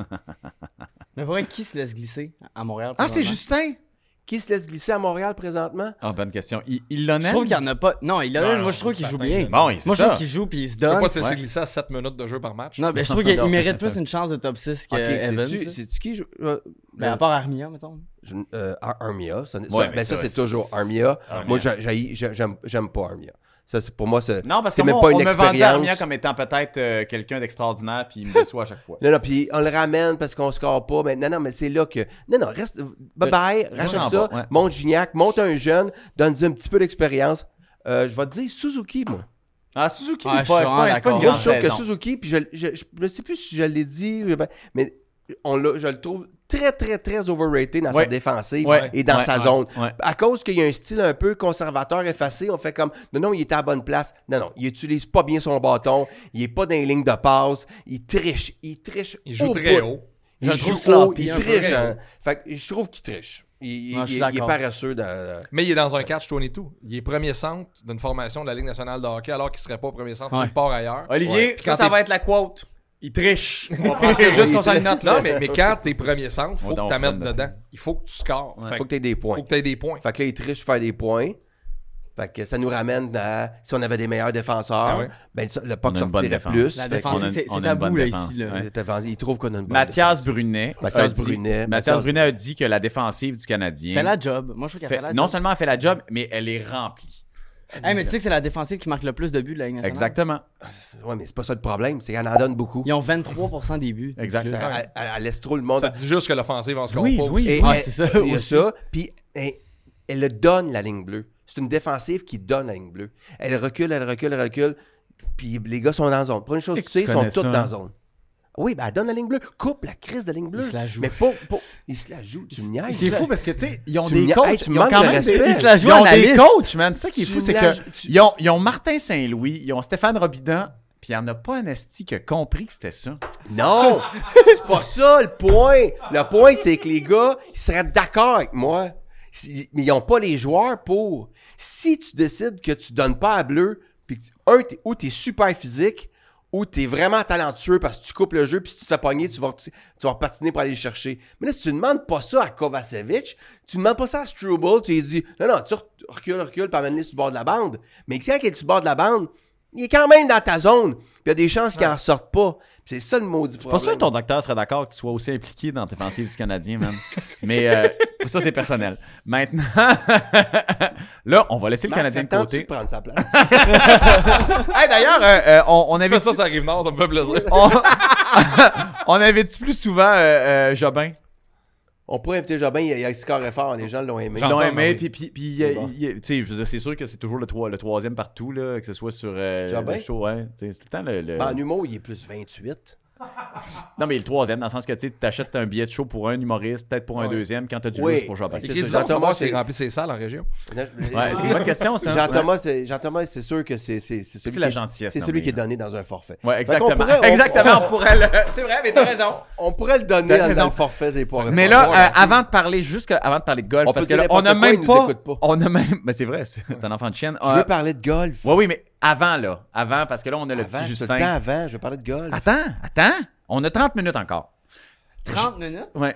Mais pour vrai, qui se laisse glisser à Montréal? Ah, c'est présentement? Justin? Qui se laisse glisser à Montréal présentement? Ah, bonne question. Il, il l'en Je trouve qu'il y en a pas. Non, il a Non, Moi, je trouve non, qu'il c'est joue pas bien. pareil. Bon, il- c'est Moi, je ça. trouve qu'il joue puis il se Tu peux donne. pas se laisser Ouais. glisser à sept minutes de jeu par match. Non, ben je trouve qu'il Non. il mérite plus une chance de top six que Ok, Evans. c'est-tu là. c'est-tu qui? je- euh, Ben, à part Armia, mettons. je- euh, Ar- Armia. Ça, ça- Ouais, mais ben ça, ça, c'est c'est- toujours Armia. Armia. Moi, j'ai- j'ai- j'ai- j'aime j'aime pas Armia. Ça, c'est- pour moi, c'est Non, parce c'est que même moi, pas on une me vendait expérience. Armia comme étant peut-être euh, quelqu'un d'extraordinaire, puis il me déçoit à chaque fois. Non, non, puis on le ramène parce qu'on score pas. Mais non, non, mais c'est là que. Non, non, reste. Bye bye, rachète j'en ça. bats, ouais. Monte Gignac, monte un jeune, donne-lui un petit peu d'expérience. Euh, je vais te dire Suzuki, moi. Ah, Suzuki, Ouais, c'est je pas, suis c'est pas, vraiment c'est pas une d'accord. Moi, grande je trouve que saison. Suzuki, puis je, je, je, je sais plus si je l'ai dit, je- mais on l'a- je le trouve très, très, très overrated dans Ouais. sa défensive Ouais. et dans Ouais, sa ouais, zone. ouais. À cause qu'il y a un style un peu conservateur, effacé, on fait comme, non, non, il est à la bonne place. Non, non, il utilise pas bien son bâton, il est pas dans les lignes de passe, il triche, il triche Il joue au très bout. haut. Il Je le joue trouve haut, sloppy, il un peu. triche. hein. Fait que je trouve qu'il triche. Il, Non, je suis il- il est d'accord. paresseux dans... Mais il est dans un catch vingt-deux. Il est premier centre d'une formation de la Ligue nationale de hockey alors qu'il serait pas premier centre Ouais. nulle part ailleurs. Olivier, Ouais. ça, Quand ça t'es- va être la quote. Il triche. On va prendre ça juste qu'on s'en note, là. Non, mais, mais quand t'es premier centre, faut On que va tu mettes faire dedans. notre- Il faut que tu scores. Fait Faut que que tu aies des points. faut que tu aies des points. Fait que là, il triche pour faire des points. Fait que ça nous ramène à... Si on avait des meilleurs défenseurs, Ah ouais. ben le On puck a une bonne sortirait défense. plus. La Fait que- défense, on a- c'est on a c'est une tabou bonne là défense, ici. Là. ouais. Il trouve qu'on a une bonne Mathias défense. Brunet. Mathias a dit- Brunet. Mathias Mathias- Brunet a dit que la défensive du Canadien. Fait la job. Moi, je trouve qu'elle fait- fait la non job. seulement elle fait la job, mais elle est remplie. Hey, mais tu sais que c'est la défensive qui marque le plus de buts de la Ligue nationale. Exactement. Ouais, mais c'est pas ça le problème, c'est qu'elle en donne beaucoup. Ils ont vingt-trois pour cent des buts. Exact. du club. Elle, elle- elle laisse trop le monde. Ça dit juste que l'offensive en score Oui, pas. oui. Et Ouais, elle- c'est ça Il y a aussi. ça. Puis elle, elle le donne, la ligne bleue. C'est une défensive qui donne la ligne bleue. Elle recule, elle recule, elle recule. Puis les gars sont dans la zone. Première chose, Et tu que sais, tu ils sont connais tous ça, dans la hein. zone. Oui, ben elle donne la ligne bleue. Coupe la crise de ligne bleue. Il se la joue. Mais pas. pas- il se la joue. Tu me niaises. C'est là. fou parce que, tu sais, ils ont Tu des me- coachs. hey, tu me ils ont manques quand de même des, respect. Ils se la jouent ils ont analyste. des coachs, man. C'est ça qui est Tu fou, c'est me que la- tu- ils ont, ils ont Martin Saint-Louis, ils ont Stéphane Robidan, puis il n'y en a pas un esti qui a compris que c'était ça. Non! C'est pas ça le point. Le point, c'est que les gars, ils seraient d'accord avec moi. Si- Mais ils n'ont pas les joueurs pour. Si tu décides que tu donnes pas à bleu, puis que, un, t'es, ou tu es super physique, ou tu es vraiment talentueux parce que tu coupes le jeu, puis si tu te fais pogner, tu vas, tu vas patiner pour aller le chercher. Mais là, tu ne demandes pas ça à Kovacevic, tu ne demandes pas ça à Struble, tu lui dis, non, non, tu recules, recules, puis amène-les sur le bord de la bande. Mais quand il est sur le bord de la bande, il est quand même dans ta zone. Puis il y a des chances qu'il n'en sorte pas. Puis c'est ça le maudit Pas problème. sûr que ton docteur serait d'accord que tu sois aussi impliqué dans la défensive du Canadien, man. Mais euh, ça, c'est personnel. Maintenant, là, on va laisser le Marc, Canadien ça de tente-tu côté. de prendre sa place. Hey, d'ailleurs, euh, euh, on, on Si tu avait fais ça, ça arrive nord, ça me fait plaisir. on, on avait-tu plus souvent euh, euh, Jobin? On pourrait inviter Jobin, il, il scorerait fort, les gens l'ont aimé. Ils l'ont J'entends, aimé, oui. puis, puis, puis C'est euh, bon. il- il- tu sais, je veux dire, c'est sûr que c'est toujours le, troi- le troisième partout, là, que ce soit sur euh, Jobin? le show, ouais. Tu sais, c'est tout le temps le... le- Ben, en humour, il est plus vingt-huit. Non, mais le troisième, dans le sens que tu t'achètes un billet de show pour un humoriste, peut-être pour un Ouais. deuxième, quand t'as du Oui. lousse pour jouer à C'est basket. Chris ça, Jean-Thomas, Jean-Thomas, c'est c'est- rempli ses salles en région. Ouais, c'est une bonne question, ça. Jean-Thomas, c'est, Jean-Thomas, c'est sûr que c'est, c'est, c'est celui, C'est la qui, gentillesse, c'est non, celui mais- qui est donné dans un forfait. Ouais, Fait qu'on exactement. pourrait- on- exactement, on pourrait le... C'est vrai, mais t'as raison. On pourrait le donner T'as dans, raison. dans le forfait des poids. Mais là, euh, avant de parler, juste que- avant de parler de golf, On parce peut que dire là, on a n'importe quoi, même ils nous pas, écoutent pas. on a même, ben c'est vrai, c'est un enfant de chienne. Je veux parler de golf. Oui, oui, mais avant là, avant, parce que là, on a le Avant, petit c'est Justin. le temps avant, je veux parler de golf. Attends, attends, on a trente minutes encore. trente minutes? Ouais.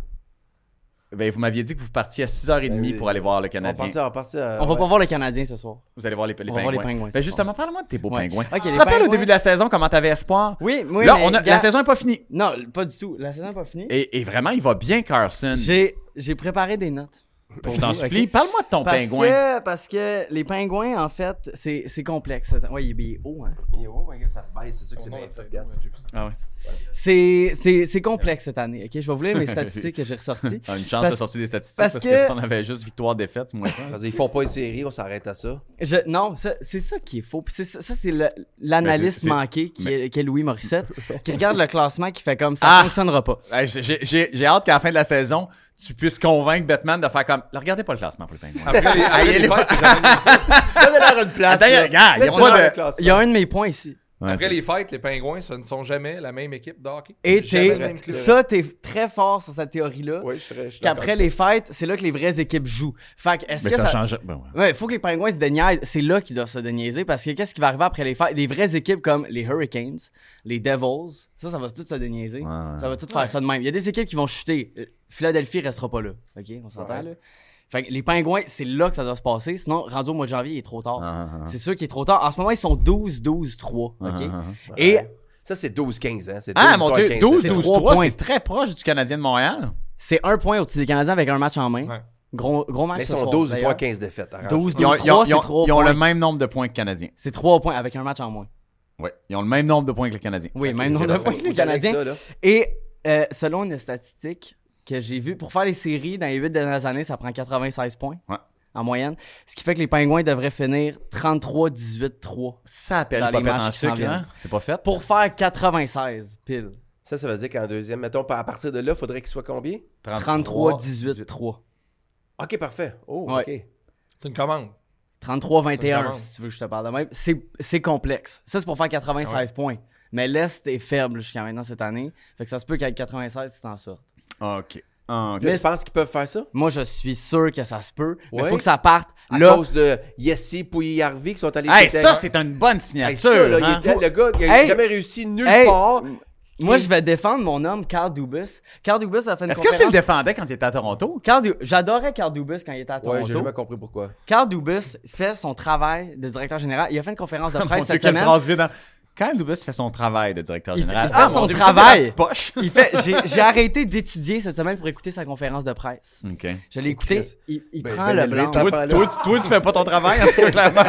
Ben, vous m'aviez dit que vous partiez à six heures trente Ben oui. pour aller voir le On va Canadien. partir, on va partir. euh, On va ouais. pas voir le Canadien ce soir. Vous allez voir les, les On va pingouins. voir les pingouins, Ben c'est justement, parle-moi de tes beaux Ouais. pingouins. Ok, tu les te rappelles au pingouins. début de la saison comment t'avais espoir? Oui, oui. là, mais on a, gars- la saison n'est pas finie. Non, pas du tout. La saison n'est pas finie. Et, et vraiment, il va bien, Carson. J'ai, j'ai préparé des notes. Ben, je t'en vous, supplie, ok? parle-moi de ton Parce pingouin. que, parce que les pingouins, en fait, c'est, c'est complexe. Ouais, il est bien haut, hein. Il est haut, ouais, ça se baisse, c'est sûr que c'est bien fait, regarde. Ah ouais. C'est, c'est, c'est complexe cette année, ok? Je vais vous lire mes statistiques que j'ai ressorties. Ah, une chance Parce- de sortir des statistiques parce parce, que- que... si on avait juste victoire-défaite, c'est moins ça. Parce qu'ils font pas une série, on s'arrête à ça. Je, non, ça- c'est ça qui est faux. Puis c'est ça, ça, c'est le- l'analyste Ben, c'est- c'est- manqué qui, mais- est, qui est Louis Morissette, qui regarde le classement, qui fait comme ça Ah! fonctionnera pas. Hey, j'ai- j'ai j'ai hâte qu'à la fin de la saison, tu puisses convaincre Batman de faire comme. Là, regardez pas le classement pour le pingouin. Après les, après les les- fêtes, c'est jamais une- Donnez-leur une place. Attends, là. regarde, il y a Laissez-leur pas de- le classement. Il y a un de mes points ici. Ouais, Après c'est- les fêtes, les pingouins, ce ne sont jamais la même équipe de hockey. Et Jamais t'es, le même club. ça, t'es très fort sur cette théorie-là. Oui, je suis très. je suis Qu'après d'accord les fêtes, c'est là que les vraies équipes jouent. Fait que, est-ce Mais que ça, ça... change. Ben ouais. Ouais, faut que les pingouins se déniaisent. C'est là qu'ils doivent se déniaiser parce que qu'est-ce qui va arriver après les fêtes? Les vraies équipes comme les Hurricanes, les Devils, ça, ça va tout se déniaiser. Ouais, ouais. Ça va tout faire ça de même. Il y a des équipes qui vont chuter. Euh, Philadelphie restera pas là. OK? On s'entend Ouais. là? Fait que les pingouins, c'est là que ça doit se passer. Sinon, rendu au mois de janvier, il est trop tard. Ah, ah, ah. C'est sûr qu'il est trop tard. En ce moment, ils sont douze douze trois. OK? Ah, ah, ah. Et Ouais. Ça, c'est douze quinze, hein. C'est Ah, douze, mon Dieu, quinze. douze C'est douze trois trois, points. c'est très proche du Canadien de Montréal. c'est un point au-dessus des Canadiens avec un match en main. Ouais. Gros, gros match Mais ils ce sont soir, douze, trois, d'ailleurs. quinze défaites. arrange. douze Ils ont, douze ils ont- trois, ils c'est ont- trois ils ont le points. même nombre de points que le Canadien. C'est trois points avec un match en moins. Oui, ils ont le même nombre de points que le Canadien. Oui, Ok, même nombre de alors, points que faut les y aller avec Canadiens. ça, là. Et euh, selon une statistique que j'ai vue, pour faire les séries dans les huit dernières années, ça prend quatre-vingt-seize points Ouais. en moyenne. Ce qui fait que les Pingouins devraient finir trente-trois dix-huit trois Ça appelle Dans pas les pète en matchs qui s'en sucre, viennent. hein? C'est pas fait. pour faire quatre-vingt-seize pile. Ça, ça veut dire qu'en deuxième, mettons, à partir de là, il faudrait qu'il soit combien? trente-trois dix-huit trois Ok, parfait. Oh, Ouais. ok. C'est une commande. trente-trois vingt et Ça me un demande. si tu veux que je te parle de même. C'est, c'est complexe. Ça, c'est pour faire quatre-vingt-seize Ah ouais. points. Mais l'Est est faible jusqu'à maintenant cette année. Fait que ça se peut qu'avec quatre-vingt-seize, tu t'en sortes. OK. Ah, OK. Là, tu penses qu'ils peuvent faire ça? Moi, je suis sûr que ça se peut. Mais il Ouais. faut que ça parte. À Là, cause de Yessi Pouilly-Harvey qui sont allés... Hey, qui étaient- ça, c'est une bonne Hey, signature. ça, là, il hein? était- le gars, il a Hey! jamais réussi nulle Hey! part. moi, je vais défendre mon homme, Carl Dubus. Carl Dubus a fait une Est-ce que tu conférence... le défendais quand il était à Toronto? Carl Du- J'adorais Carl Dubus quand il était à Ouais, Toronto. j'ai jamais compris pourquoi. Carl Dubus fait son travail de directeur général. Il a fait une conférence de Mon presse Dieu, cette quelle semaine. phrase vide. hein? Quand Dubus fait son travail de directeur Il général, fait- il fait ah, son mon Dieu, mais ça, c'est la travail. petite poche. Il fait, j'ai, j'ai arrêté d'étudier cette semaine pour écouter sa conférence de presse. OK. Je l'ai écouté. Chris. Il, il Ben, prend ben le élevé, blanc. cet Toi, enfant-là. tu- toi, tu- toi, tu fais pas ton travail, en tout cas, clairement.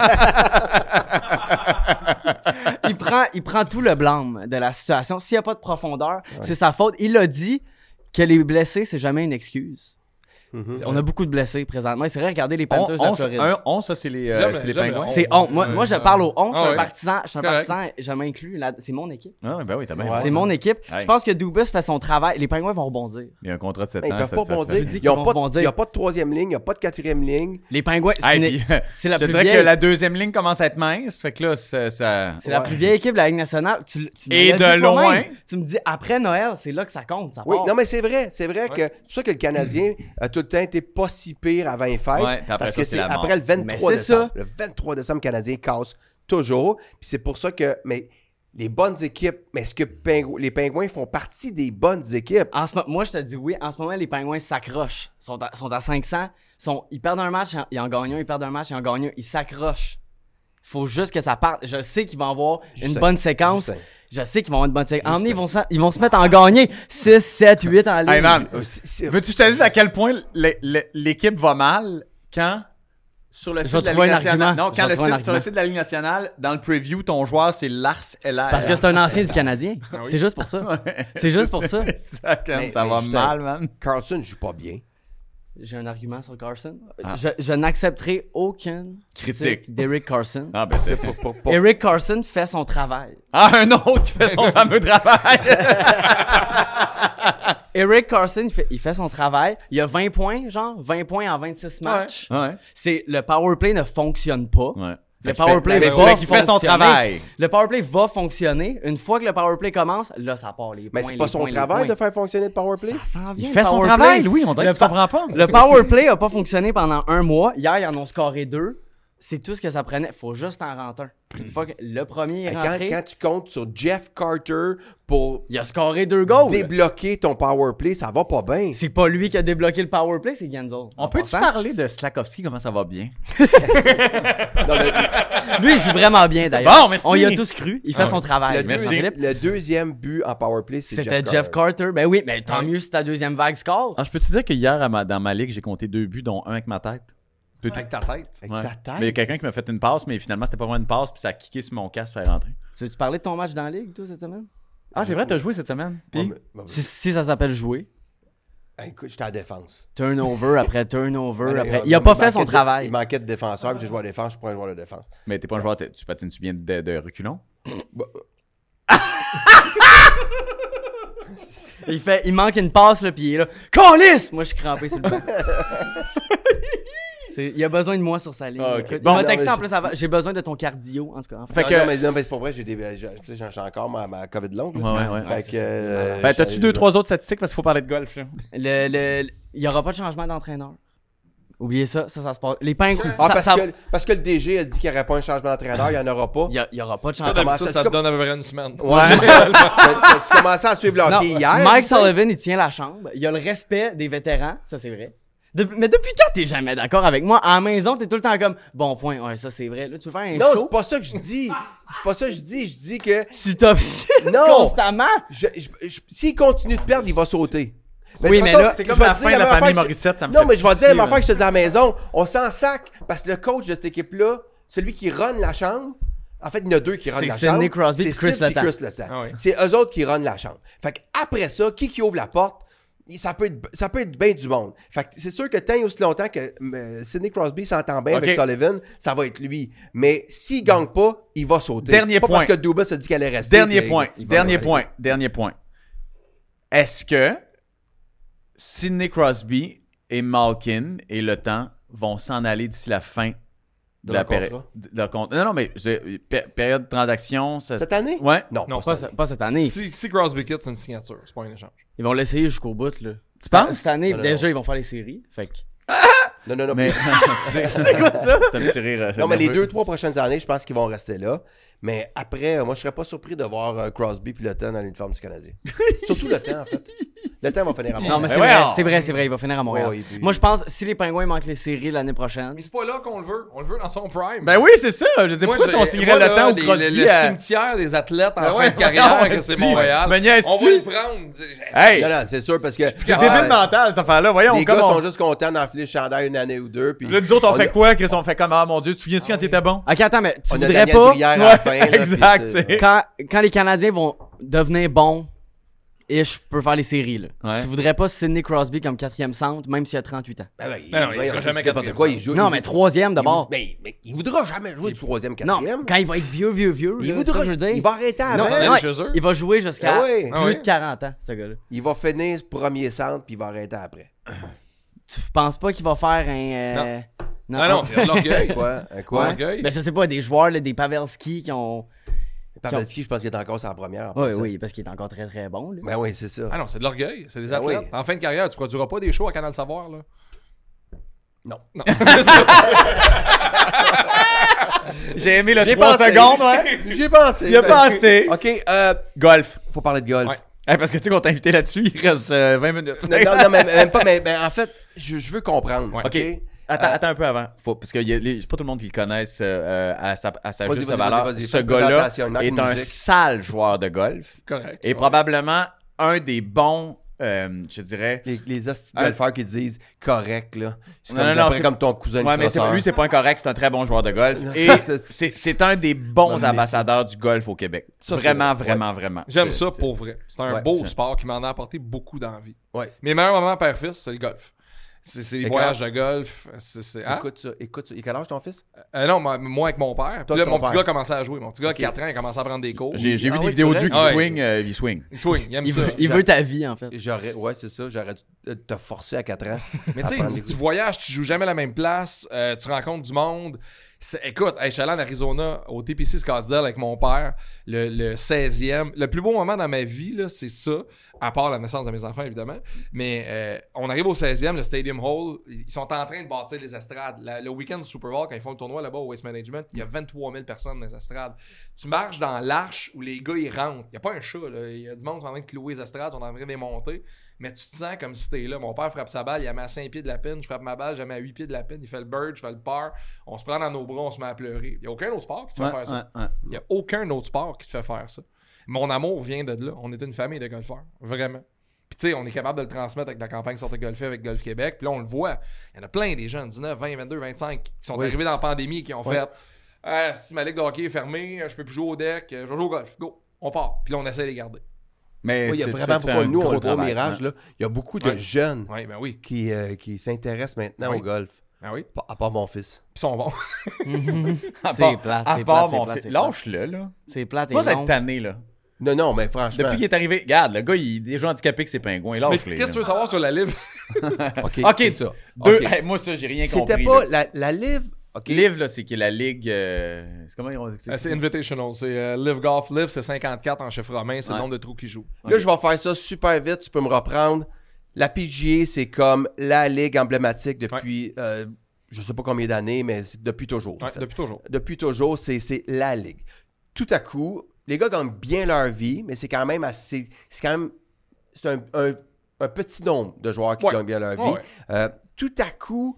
il prend, il prend tout le blâme de la situation. S'il n'y a pas de profondeur, c'est sa faute. Il a dit que les blessés, c'est jamais une excuse. Mhm. On a beaucoup de blessés présentement. C'est vrai, regardez les On, Panthers de on, Floride. un, on, ça, c'est les, euh, J'aime- c'est les j'aime pingouins. le C'est on. on. Moi, Ouais, moi, je ouais. parle au on. Je suis Ah un ouais. partisan. Je suis un C'est correct. partisan. Je m'inclus. là- C'est mon équipe. Ah, ben oui, t'as bien Ouais. raison. C'est mon équipe. Hey. Je pense que Dubus fait son travail. Les Pingouins vont rebondir. Il y a un contrat de sept Hey, ans. ils peuvent ça- pas ça- ça- rebondir. Je dis Il qu'ils n'y vont a, pas de- rebondir. il y a pas de troisième ligne, il n'y a pas de quatrième ligne. Les Pingouins, c'est, Hey, une- puis, c'est la je te plus dirais vieille. que la deuxième ligne commence à être mince. Fait que là, ça. ça- C'est la Ouais. plus vieille équipe de la Ligue nationale. Tu, tu me Et l'as de dit toi-même. loin. Tu me dis après Noël, c'est là que ça compte. Ça Oui, part. non, mais c'est vrai. C'est vrai Ouais. que c'est pour ça que le Canadien a tout le temps été pas si pire avant les fêtes. Ouais, puis après parce ça, que c'est c'est la mort. après le vingt-trois Mais c'est décembre. ça. Le vingt-trois décembre, le Canadien casse toujours. Puis c'est pour ça que. Mais les bonnes équipes. Mais est-ce que Pingou- les Pingouins font partie des bonnes équipes? En ce mo- moi, je te dis oui. En ce moment, les Pingouins s'accrochent. Ils sont à, sont à cinq cents. Sont, ils perdent un match, ils en gagnent un. Ils perdent un match, ils en gagnent un. Ils s'accrochent. Faut juste que ça parte. Je sais qu'ils vont avoir une Justin. bonne séquence. Justin. Je sais qu'ils vont avoir une bonne séquence. Justin. Emmener, ils vont, se- ils vont se mettre à en gagner six, sept, huit en ligne. Hey, man. Euh, c'est- c'est- Veux-tu que je te dise à quel point l'é- l'é- l'équipe va mal quand sur le Je site vais de la trouver Ligue un nationale. argument. Non, Je quand vais le trouver un site, sur le argument. site de la Ligue nationale, dans le preview, ton joueur, c'est Lars Eller. Parce que c'est un ancien du Canadien. C'est juste pour ça. Ouais. C'est juste pour ça. ça, quand Mais- ça mais va Justin, mal, man. Carlson joue pas bien. j'ai un argument sur Carson. Ah. Je, je n'accepterai aucune Critique. d'Eric Carson. Ah, ben c'est... Pour, pour, pour- Eric Carson fait son travail. Ah, un autre qui fait son fameux travail! Eric Carson, il fait, il fait son travail. Il a vingt points, genre, vingt points en vingt-six matchs. Ouais. C'est, le power play ne fonctionne pas. Ouais. Le Fait qu'il power play fait- va fait qu'il fait son fonctionner. travail. Le power play va fonctionner. Une fois que le power play commence, là, ça part les points. Mais c'est pas les son points, les travail points. de faire fonctionner le powerplay? Ça s'en vient. Il le fait son power travail, play. Louis. On dirait Le que tu pa- comprends pas. Le power play a pas fonctionné pendant un mois. Hier, ils en ont scoré deux. C'est tout ce que ça prenait. Faut juste en rentrer un. Une fois que le premier est Quand, rentré, quand tu comptes sur Jeff Carter pour il a scoré deux goals. débloquer ton powerplay, ça va pas bien. C'est pas lui qui a débloqué le power play, c'est Genzo. On peut-tu parler de Slakowski, comment ça va bien? Non, le, Lui, il joue vraiment bien d'ailleurs. Bon, merci. On y a tous cru. Il fait Ah, son travail. le Merci. deuxi- le deuxième but en powerplay, c'est C'était Jeff, Jeff Carter. Carter. Ben oui, mais tant Ouais. mieux si ta deuxième vague score. Ah, je peux te dire que hier, à ma- dans ma ligue, j'ai compté deux buts, dont un avec ma tête. Peux- Avec ta tête. Avec Ouais. ta tête. Mais il y a quelqu'un qui m'a fait une passe, mais finalement, c'était pas vraiment une passe, puis ça a kické sur mon casque pour faire rentrer. Tu veux-tu parler de ton match dans la ligue, toi, cette semaine? Ah, c'est vrai, t'as joué cette semaine? Puis? Ouais, mais- mais- Si, si ça s'appelle jouer. Ah, écoute, j'étais à la défense. Turnover après turnover Ouais, après. euh, Il a pas il fait manquait son de- travail. Il manquait de défenseur, puis j'ai joué à défense, je suis pas un joueur de défense. Mais t'es pas un joueur, t'es- tu patines-tu bien de, de reculons? Bah, Il fait, il manque une passe, là, pis il est là. Calice! Moi, je suis crampé sur le banc. C'est- il a besoin de moi sur sa ligne. Ah, ok. Écoute, Bon, il m'a non, texté mais en je- plus avant. J'ai besoin de ton cardio, en tout cas. Fait non, que- non, mais, non, mais pour vrai, j'ai des, j'ai, tu sais, j'ai encore ma, ma COVID longue. là. Ouais, ouais, ouais. Fait Ouais, que, c'est ça. euh, Ben, t'as-tu j'ai- deux, trois autres statistiques parce qu'il faut parler de golf, là? Le, le, le- il y aura pas de changement d'entraîneur. Oubliez ça, ça, ça se passe. Les pingouins. Ah, ça- parce, ça- que, parce que le D G a dit qu'il n'y aurait pas un changement d'entraîneur, il n'y en aura pas. Il y, a- il y aura pas de Ça, changement. comment d'habitude, ça, ça tu te donne à peu près une semaine. Ouais. tu, tu commençais à suivre le Non, hockey hier. Mike tu sais. Sullivan, il tient la chambre. Il a le respect des vétérans, ça c'est vrai. Depuis- mais depuis quand t'es jamais d'accord avec moi? À la maison, t'es tout le temps comme bon point, ouais, ça c'est vrai. Là, tu veux faire un Non, show? c'est pas ça que je dis. C'est pas ça que je dis. Je dis que Tu t'obstines Non! constamment. je, je- je- s'il continue de perdre, il va sauter. Oui, de toute mais façon, là, C'est je comme vais la te fin dire de la même affaire famille que je- Morissette, ça me Non, fait mais je vais te dire pitié, la même là. affaire que je te dis à la maison. On s'en sac parce que le coach de cette équipe-là, celui qui run la chambre, en fait, il y en a deux qui run C'est la Sidney chambre. Crosby c'est et Chris Sid puis Letang. Chris Letang. Ah oui. C'est eux autres qui run la chambre. Fait que après ça, qui qui ouvre la porte? Ça peut, être, ça peut être bien du monde. Fait que c'est sûr que tant et aussi longtemps que euh, Sidney Crosby s'entend bien Ok. avec Sullivan, ça va être lui. Mais s'il gagne pas, il va sauter. Dernier pas point. parce que Dubas a dit qu'elle allait rester. Dernier qu'il- point, il va dernier rester. point, dernier point. Est-ce que Sidney Crosby et Malkin et le temps vont s'en aller d'ici la fin de, De la leur période? contrat? de leur contrat? Non, non, mais c'est- pé- période de transaction, ça... Cette année? Ouais. Non, Non, pas Pas, cette année. ce- pas cette année. Si, si Crosby quitte, c'est une signature, c'est pas un échange. Ils vont l'essayer jusqu'au bout, là. Tu penses? Cette année, Non, non, déjà, non. ils vont faire les séries. Fait que. Non, non, non. Mais... C'est quoi ça? C'est un petit rire, euh, Non, mais les nerveux. deux, trois prochaines années, je pense qu'ils vont rester là. Mais après, euh, moi, je serais pas surpris de voir euh, Crosby puis Le Temps dans l'uniforme du Canadien. Surtout Le Temps, en fait. Le Temps va finir à Montréal. Non, mais Ben c'est ouais, vrai, on- c'est vrai, c'est vrai, il va finir à Montréal. Ouais, oui, puis- Moi, je pense, si les Pingouins manquent les séries l'année prochaine, Mais c'est pas là qu'on le veut. On le veut dans son prime. Ben oui, c'est ça. Je sais Moi, pourquoi j'ai- on signerait moi, le là, temps ou les- Crosby le, le à- cimetière des athlètes en Ben fin ouais, de carrière, ouais, que c'est si. Montréal. Ben, niaise-tu? On va le prendre. Hey! Non, non, c'est sûr, parce que... C'est Ah, débile mental, cette affaire-là. Voyons, les comme gars on... sont juste contents d'enfiler le chandail une année ou deux. Puis Là, nous autres, on, a- fait quoi, Chris? On fait comme, ah mon Dieu, tu te souviens-tu quand c'était bon? Ok, attends, mais tu On a voudrais Daniel pas. Brière à la fin, là, puis exact, c'est- c'est- Quand, quand les Canadiens vont devenir bons, et je peux faire les séries, là. Ouais. Tu voudrais pas Sidney Crosby comme quatrième centre, même s'il a trente-huit ans. Ben ouais, Ben non, il voyons, sera jamais n'importe quatrième quoi, centre. il joue. Non, il- mais troisième il- d'abord. Mais, mais il voudra jamais jouer du troisième, Non, quatrième. quand il va être vieux, vieux, vieux, Il là, voudra, ça, je veux dire. il va arrêter Non, avant. ça va non, aller chez eux. il va jouer jusqu'à Ah oui. plus Ah oui. de quarante ans, ce gars-là. Il va finir premier centre, puis il va arrêter après. Tu penses pas qu'il va faire un. euh, Ah non, c'est de l'orgueil. Quoi? Un quoi? Ouais. Orgueil. Ben, je sais pas, des joueurs, là, des Pavelski qui ont. Pavelski, je pense qu'il est encore sa première. en Oui, passant. oui, parce qu'il est encore très très bon. Là. Ben oui, c'est ça. Ah non, c'est de l'orgueil. C'est des Ah athlètes. oui. En fin de carrière, tu produiras pas des shows à Canal Savoir, là. Non. Non. C'est ça. J'ai aimé le J'ai trois pensé. secondes, ouais. J'y ai pensé. Il a pensé. OK, euh, Golf. faut parler de golf. Ouais. Hey, parce que tu sais qu'on t'a invité là-dessus, il reste euh, vingt minutes. Non, non, non, mais même pas. Mais, mais en fait, je, je veux comprendre. Ouais. OK? OK. Attends, Euh, attends un peu avant. Faut, parce que y a les- c'est pas tout le monde qui le connaisse euh, à sa, à sa Vas-y, juste vas-y, valeur. vas-y, vas-y. Ce Fais une gars-là présentation, knock est un music. sale joueur de golf Correct. et Ouais. probablement un des bons, euh, je dirais... Les, les hosties de Ah. golfeurs qui disent correct, là. C'est Non, comme, non, non, d'après c'est- comme ton cousin Ouais, de mais c'est- crosseur. lui, c'est pas incorrect, c'est un très bon joueur de golf. Non, Et c'est- c'est c'est un des bons Non, mais- ambassadeurs du golf au Québec. Ça, c'est vraiment, vrai. vraiment, vraiment. J'aime C'est- ça c'est- pour vrai. C'est un Ouais, beau c'est- sport qui m'en a apporté beaucoup d'envie. Ouais. Mes meilleurs moments père-fils, c'est le golf. C'est, c'est les Et voyages quand- de golf. C'est, c'est, hein? Écoute ça, écoute ça. Et quel âge ton fils? Euh, non, moi, moi avec mon père. Toi, Puis là, ton mon petit père. gars commençait à jouer. Mon petit gars, Ok. quatre ans, il commençait à prendre des cours. J'ai, j'ai Ah vu oui, des vidéos c'est de lui vrai? qui Ah ouais. swing, euh, il swing. Il swing, il aime Il ça. veut, il veut ta vie, en fait. J'aurais, ouais, c'est ça. J'aurais dû te forcer à quatre ans. Mais tu sais, prendre tu, des tu voyages, tu joues jamais à la même place, euh, tu rencontres du monde. C'est- écoute, hey, je suis allé en Arizona au T P C Scottsdale avec mon père, le, le seizième. Le plus beau moment dans ma vie, là, c'est ça, à part la naissance de mes enfants, évidemment. Mais euh, on arrive au seizième, le Stadium Hall. Ils sont en train de bâtir les estrades. La- le week-end du Super Bowl, quand ils font le tournoi là-bas au Waste Management, il y a vingt-trois mille personnes dans les estrades. Tu marches dans l'arche où les gars, ils rentrent. Il n'y a pas un chat, là. Il y a du monde qui sont en train de clouer les estrades, ils sont en train de les monter. Mais tu te sens comme si t'es là. Mon père frappe sa balle, il la met à cinq pieds de la pin. Je frappe ma balle, je la mets à huit pieds de la pin. Il fait le bird, je fais le par. On se prend dans nos bras, on se met à pleurer. Il n'y a aucun autre sport qui te fait Ouais, faire ça. ouais, ouais. Il n'y a aucun autre sport qui te fait faire ça. Mon amour vient de là. On est une famille de golfeurs. Vraiment. Puis tu sais, on est capable de le transmettre avec la campagne Sortez golfer avec Golf Québec. Puis là, on le voit. Il y en a plein des jeunes, dix-neuf, vingt, vingt-deux, vingt-cinq, qui sont Oui. arrivés dans la pandémie et qui ont Oui. fait ah, si ma ligue de hockey est fermée, je peux plus jouer au deck, je vais jouer au golf. Go. On part. Puis là, on essaie de les garder. Mais Oui, il y a tu- tu vraiment fais- tu fais pourquoi un nous, on gros le voit au travail, Mirage. ouais. Là. Il y a beaucoup de Ouais. jeunes Oui, ben oui. qui, euh, qui s'intéressent maintenant Oui. au golf. Ben oui. Pas- À part mon fils. Puis ils sont bons. À C'est part- plate, à c'est part plate, c'est mon plate, fils. c'est plate. Lâche-le, là. C'est plate et Moi, ça va long. être tanné, là. Non, non, mais franchement. Depuis qu'il est arrivé, regarde, le gars, il est déjà handicapé que ses pingouins. Mais Lâche-les. qu'est-ce que tu veux là. savoir sur la livre? OK, Ok, c'est ça. Deux- OK. Hey, moi, ça, j'ai rien compris. C'était pas là. la, la live. OK. Live, là, c'est qui la ligue. euh, C'est comment ils ont dit Euh, c'est Invitational. C'est euh, Live Golf. Live, c'est cinquante-quatre en chiffre romain. C'est Ouais. le nombre de trous qu'ils jouent. Là, je vais faire ça super vite. Tu peux me reprendre. La P G A, c'est comme la ligue emblématique depuis, euh, je sais pas combien d'années, mais c'est depuis toujours. en Ouais, fait. depuis toujours. Depuis toujours, c'est, c'est la ligue. Tout à coup, les gars gagnent bien leur vie, mais c'est quand même assez. C'est quand même. C'est un, un- un petit nombre de joueurs qui Ouais. gagnent bien leur vie. Ouais, ouais. Euh, tout à coup,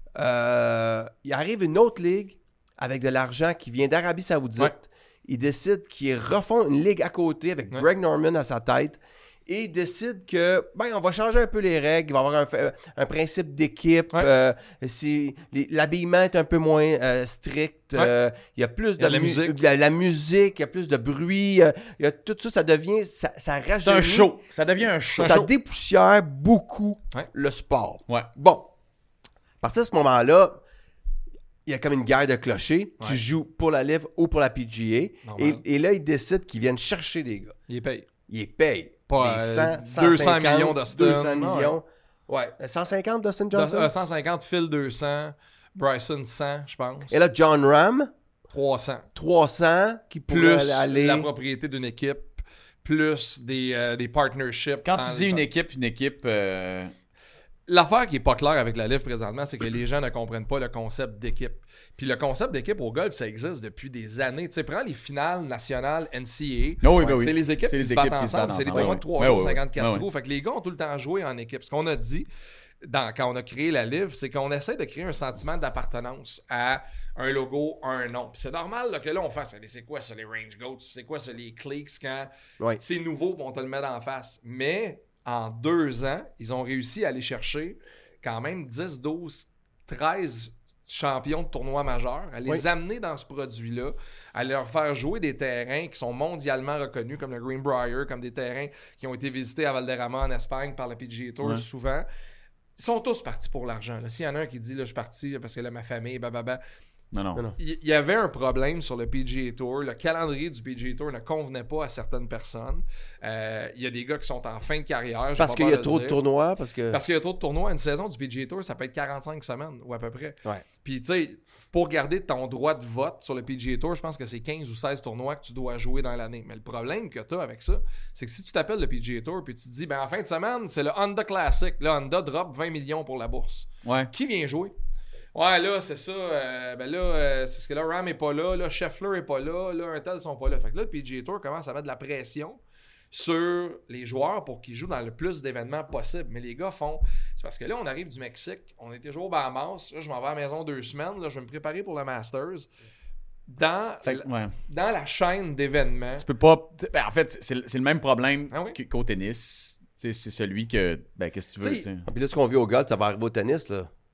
euh, il arrive une autre ligue avec de l'argent qui vient d'Arabie Saoudite. Ouais. Ils décident qu'ils refont une ligue à côté avec Ouais. Greg Norman à sa tête. Et ils décident que, ben, on va changer un peu les règles. Il va y avoir un, fa- un principe d'équipe. Ouais. euh, c'est- les- l'habillement est un peu moins euh, strict. Ouais. euh, il y a plus Il y a de la mu- musique. La, la musique, il y a plus de bruit. euh, il y a tout ça, ça devient. Ça, ça rajeunit. C'est un show. Ça devient un show. Ça dépoussière beaucoup Ouais. le sport. Ouais. Bon. À partir de ce moment-là, il y a comme une guerre de clochers. Tu Ouais. joues pour la Live ou pour la P G A. Normal. Et, et là, ils décident qu'ils viennent chercher les gars. Il paye. Ils les payent. Pas, Des euh, cent, deux cents cent cinquante, millions Dustin. deux cents Ouais. millions. Ouais. cent cinquante Dustin Johnson. Euh, cent cinquante, Phil deux cents, Bryson cent, je pense. Et là, John Ram, trois cents. trois cents qui pourraient Plus aller. la propriété d'une équipe, plus des, euh, des partnerships. Quand dans tu les- dis une équipe, une équipe. euh, L'affaire qui est pas claire avec la Live présentement, c'est que les gens ne comprennent pas le concept d'équipe. Puis le concept d'équipe au golf, ça existe depuis des années. Tu sais, prends les finales nationales N C A. Oh oui, ben oui. C'est les équipes C'est qui les se battent équipes qui se ensemble. battent C'est des ensemble, tournois ouais. de trois Ouais, jours, ouais, ouais. cinquante-quatre Ouais, ouais. trous. Fait que les gars ont tout le temps joué en équipe. Ce qu'on a dit dans, quand on a créé la Live, c'est qu'on essaie de créer un sentiment d'appartenance à un logo, un nom. Puis c'est normal là, que là, on fasse « C'est quoi ça, les Range Goats? C'est quoi ça, les Cliques? » Quand Ouais. c'est nouveau, puis on te le met d'en face. Mais en deux ans, ils ont réussi à aller chercher quand même dix, douze, treize champions de tournois majeurs, à les Oui. amener dans ce produit-là, à leur faire jouer des terrains qui sont mondialement reconnus, comme le Greenbrier, comme des terrains qui ont été visités à Valderrama en Espagne par la P G A Tour Ouais. souvent. Ils sont tous partis pour l'argent. là. S'il y en a un qui dit là, « Je suis parti parce que là, ma famille, bababa », Non, non. Non, non. il y avait un problème sur le P G A Tour. Le calendrier du P G A Tour ne convenait pas à certaines personnes. Euh, Il y a des gars qui sont en fin de carrière. j'ai Parce pas qu'il y peur a le trop de dire. tournois. Parce que. Parce qu'il y a trop de tournois. Une saison du P G A Tour, ça peut être quarante-cinq semaines ou à peu près. Ouais. Puis, tu sais, pour garder ton droit de vote sur le P G A Tour, je pense que c'est quinze ou seize tournois que tu dois jouer dans l'année. Mais le problème que tu as avec ça, c'est que si tu t'appelles le P G A Tour puis tu te dis, ben en fin de semaine, c'est le Honda Classic. Là, Honda drop vingt millions pour la bourse. Ouais. Qui vient jouer? Ouais, là, c'est ça. euh, ben là, euh, c'est parce que là, Ram est pas là. Là, Scheffler est pas là. Là, un tel sont pas là. Fait que là, le P G A Tour commence à mettre de la pression sur les joueurs pour qu'ils jouent dans le plus d'événements possible. Mais les gars font... C'est parce que là, on arrive du Mexique. On était joué au Bahamas. Là, je m'en vais à la maison deux semaines. Là, je vais me préparer pour le Masters. Dans, Fait que, la, ouais. dans la chaîne d'événements... Tu peux pas. Ben, en fait, c'est c'est le même problème Ah oui? qu'- qu'au tennis. Tu sais, c'est celui que. Ben, qu'est-ce que tu veux, Tu tu sais, sais. Puis là, ce qu'on vit au golf, ça va arriver au tennis. Là.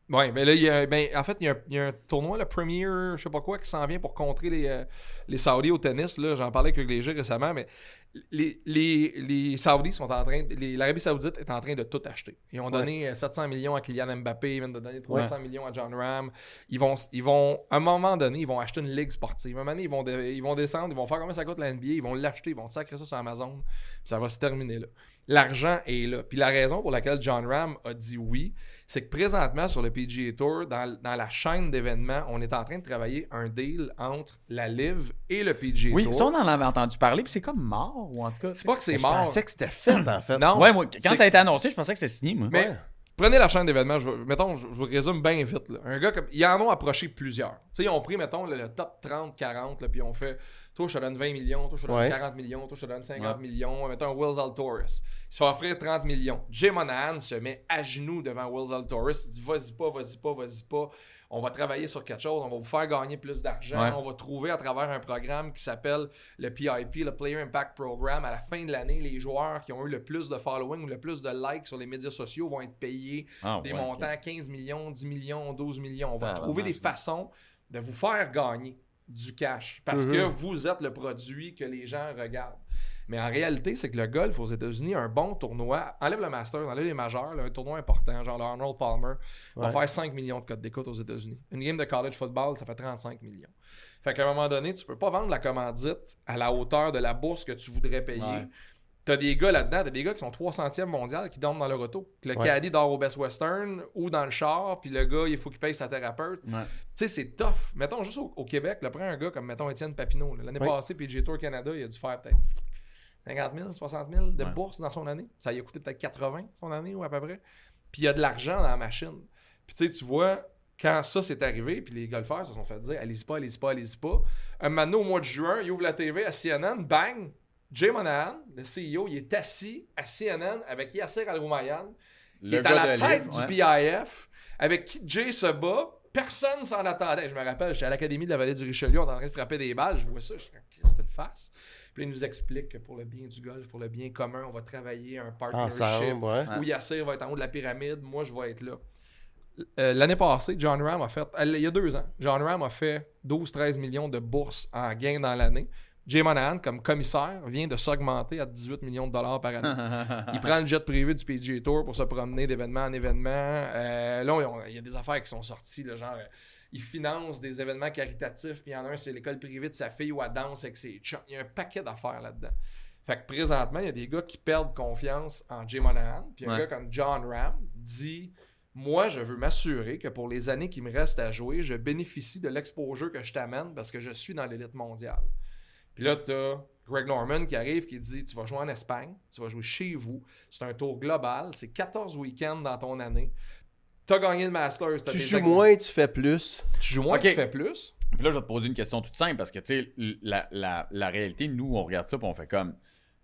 Oui, mais là, il y a, ben, en fait, il y, a un, il y a un tournoi, le Premier, je sais pas quoi, qui s'en vient pour contrer les, euh, les Saudis au tennis. Là. J'en parlais avec les G récemment, mais les, les, les Saudis sont en train, les, l'Arabie Saoudite est en train de tout acheter. Ils ont donné ouais. sept cents millions à Kylian Mbappé, ils viennent de donner trois cents ouais. millions à John Ram. Ils vont, ils vont, à un moment donné, ils vont acheter une ligue sportive. À un moment donné, ils vont, de, ils vont descendre, ils vont faire combien ça coûte la N B A, ils vont l'acheter, ils vont sacrer ça sur Amazon, puis ça va se terminer là. L'argent est là. Puis la raison pour laquelle John Ram a dit oui, c'est que présentement, sur le P G A Tour, dans, dans la chaîne d'événements, on est en train de travailler un deal entre la L I V et le P G A oui, Tour. Oui, ça, on en avait entendu parler, puis c'est comme mort, ou en tout cas... C'est pas que c'est mais mort. Je pensais que c'était fait, en fait. Non. Ouais, moi, quand c'est... ça a été annoncé, je pensais que c'était signé, moi. Mais ouais. Prenez la chaîne d'événements, je, mettons, je, je vous résume bien vite. Là. Un gars comme... Ils en ont approché plusieurs. Tu sais, ils ont pris, mettons, le, le top trente quarante, puis ils ont fait... Toi, je te donne vingt millions, toi, je te donne ouais. quarante millions, toi, je te donne cinquante ouais. millions. Mettons un Will Zalatoris. Il se fait offrir trente millions. Jay Monahan se met à genoux devant Will Zalatoris. Il dit, vas-y pas, vas-y pas, vas-y pas. On va travailler sur quelque chose, on va vous faire gagner plus d'argent. Ouais. On va trouver à travers un programme qui s'appelle le P I P, le Player Impact Program. À la fin de l'année, les joueurs qui ont eu le plus de following ou le plus de likes sur les médias sociaux vont être payés ah, des ouais, montants okay. quinze millions, dix millions, douze millions. On va ah, trouver ouais, des ouais. façons de vous faire gagner du cash parce mm-hmm. que vous êtes le produit que les gens regardent. Mais en réalité, c'est que le golf aux États-Unis, un bon tournoi, enlève le Masters, enlève les majeurs, là, un tournoi important, genre le Arnold Palmer, ouais. va faire cinq millions de codes d'écoute aux États-Unis. Une game de college football, ça fait trente-cinq millions. Fait qu'à un moment donné, tu peux pas vendre la commandite à la hauteur de la bourse que tu voudrais payer. Ouais. T'as des gars là-dedans, t'as des gars qui sont trois centièmes mondial qui dorment dans leur auto. Le ouais. caddie dort au Best Western ou dans le char, puis le gars, il faut qu'il paye sa thérapeute. Ouais. Tu sais, c'est tough. Mettons, juste au, au Québec, là, prends un gars comme, mettons, Étienne Papineau. Là. L'année ouais. passée, P G A Tour Canada, il a dû faire peut-être cinquante mille, soixante mille de ouais. bourse dans son année. Ça lui a coûté peut-être quatre-vingts son année ou à peu près. Puis il y a de l'argent dans la machine. Puis tu sais, tu vois, quand ça s'est arrivé, puis les golfeurs se sont fait dire, allez-y pas, allez-y pas, allez-y pas. Un moment au mois de juin, il ouvre la T V à C N N, bang! Jay Monahan, le C E O, il est assis à C N N avec Yasser Al-Rumayyan, qui le est à la tête livre, du ouais. P I F, avec qui Jay se bat. Personne s'en attendait. Je me rappelle, j'étais à l'Académie de la Vallée du Richelieu, on est en train de frapper des balles. Je vois ça, je dis, c'était une farce. Puis il nous explique que pour le bien du golf, pour le bien commun, on va travailler un partnership Ensemble, ouais. où Yasser va être en haut de la pyramide, moi je vais être là. Euh, l'année passée, John Ram a fait, il y a deux ans, John Ram a fait douze à treize millions de bourses en gain dans l'année. Jay Monahan, comme commissaire, vient de s'augmenter à dix-huit millions de dollars par année. Il prend le jet privé du P G A Tour pour se promener d'événement en événement. Euh, là, il y a des affaires qui sont sorties, là, genre, il finance des événements caritatifs, puis il y en a un, c'est l'école privée de sa fille où elle danse avec ses chums. Il y a un paquet d'affaires là-dedans. Fait que présentement, il y a des gars qui perdent confiance en Jay Monahan, puis un ouais. gars comme John Ram dit... Moi, je veux m'assurer que pour les années qui me restent à jouer, je bénéficie de l'exposure que je t'amène parce que je suis dans l'élite mondiale. Puis là, t'as Greg Norman qui arrive, qui dit, tu vas jouer en Espagne, tu vas jouer chez vous, c'est un tour global, c'est quatorze week-ends dans ton année. T'as gagné le Masters. Tu joues ex- moins, tu fais plus. Tu joues moins, okay. tu fais plus. Puis là, je vais te poser une question toute simple, parce que, tu sais, la, la, la réalité, nous, on regarde ça, puis on fait comme,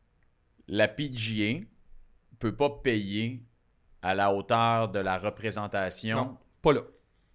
la P G A peut pas payer à la hauteur de la représentation. Non, pas là.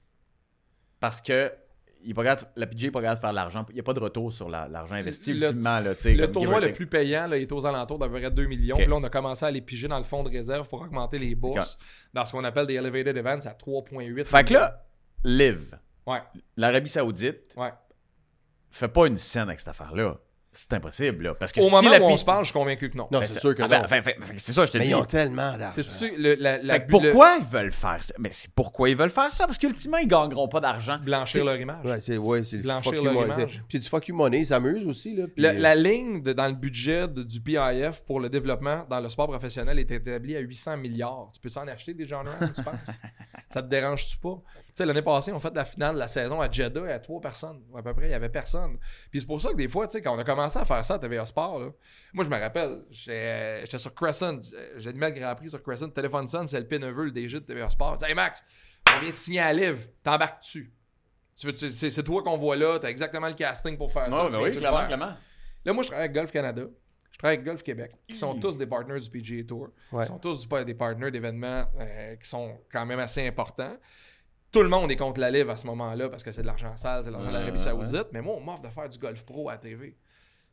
Parce que il est pas grave, la P G A n'est pas capable de faire de l'argent. Il n'y a pas de retour sur la, l'argent investi, le, ultimement. Là, le tournoi le plus payant là, il est aux alentours d'à peu près deux millions. Okay. Puis là, on a commencé à les piger dans le fonds de réserve pour augmenter les bourses okay. dans ce qu'on appelle des Elevated Events à trois virgule huit. Fait que là, L I V, ouais. l'Arabie Saoudite, ouais. fait pas une scène avec cette affaire-là. C'est impossible, là. Parce que Au si moment la où P... on se parle, je suis convaincu que non. Non, ben, c'est, c'est sûr que ah, non. Ben, fait, fait, c'est ça, je te mais dis. ils ont tellement d'argent. C'est sûr, le, la, la, fait pourquoi le... ils veulent faire ça? Mais c'est pourquoi ils veulent faire ça? Parce qu'ultimement, ils gagneront pas d'argent. Blanchir c'est... leur image. Ouais, c'est, ouais, c'est Blanchir fuck leur you image. Money. C'est... Puis du fuck you money, ils s'amusent aussi. Là, puis... la, la ligne de, dans le budget de, du P I F pour le développement dans le sport professionnel est établie à huit cents milliards. Tu peux t'en acheter des genres, tu penses? Ça te dérange-tu pas? Tu sais, l'année passée, on fait la finale de la saison à Jeddah, il y a trois personnes. À peu près, il y avait personne. Puis c'est pour ça que des fois, tu sais, quand on a commencé à faire ça à T V A Sport, là, moi, je me rappelle, j'ai, j'étais sur Crescent, j'ai animé le Grand Prix sur Crescent, Téléphone Sun, c'est le P Neveu, le D G de T V A Sport. Hey Max, on vient de signer à Liv, t'embarques-tu? Tu veux, tu, c'est, c'est toi qu'on voit là, t'as exactement le casting pour faire ça. Oh, ben oui, clairement, clairement. Là, moi, je travaille avec Golf Canada, je travaille avec Golf Québec, qui sont tous des partners du P G A Tour, ouais. qui sont tous des partners d'événements euh, qui sont quand même assez importants. Tout le monde est contre la Liv à ce moment-là parce que c'est de l'argent sale, c'est de l'argent de l'Arabie Saoudite, ouais. mais moi, on m'offre de faire du golf pro à la T V.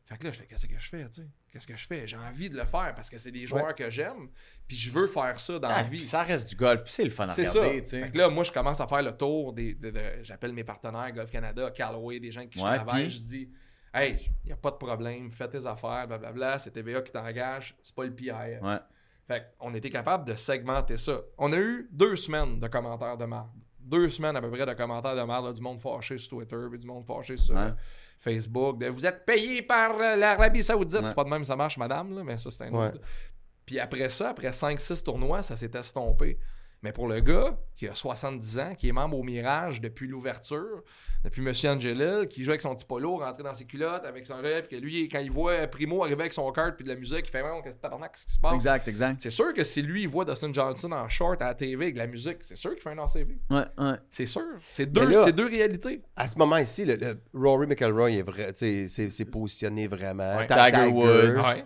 Fait que là, je fais, qu'est-ce que je fais, tu sais? Qu'est-ce que je fais? J'ai envie de le faire parce que c'est des joueurs Ouais. que j'aime, puis je veux faire ça dans la Ah, vie. puis ça reste du golf, puis c'est le fun à C'est ça. regarder, tu sais. Fait que là, moi, je commence à faire le tour des. de- de- j'appelle mes partenaires, Golf Canada, Callaway, des gens avec qui je Ouais, travaille. puis? Je dis, hey, il n'y a pas de problème, fais tes affaires, blablabla. C'est T V A qui t'engage, c'est pas le P I F. Ouais. Fait qu'on était capable de segmenter ça. On a eu deux semaines de commentaires de marde. Deux semaines à peu près de commentaires de marde, là, du monde fâché sur Twitter, puis du monde fâché sur Ouais. euh, Facebook. De, vous êtes payé par euh, l'Arabie Saoudite. Ouais. C'est pas de même ça marche, madame, là, mais ça, c'est un Ouais. autre. Puis après ça, après cinq six tournois, ça s'est estompé. Mais pour le gars qui a soixante-dix ans, qui est membre au Mirage depuis l'ouverture, depuis M. Angelil, qui joue avec son petit polo, rentré dans ses culottes avec son rêve, puis que lui, quand il voit Primo arriver avec son kart puis de la musique, il fait vraiment qu'est-ce qu'est-ce qui se passe? Exact, exact. C'est sûr que si lui, il voit Dustin Johnson en short à la T V avec de la musique, c'est sûr qu'il fait un A C V. Ouais, ouais. C'est sûr. C'est deux, là- c'est deux réalités. À ce moment ici, le, le Rory McIlroy est vrai, tu sais, c'est, c'est positionné vraiment. Ouais. Ta- Tiger Woods. Ouais.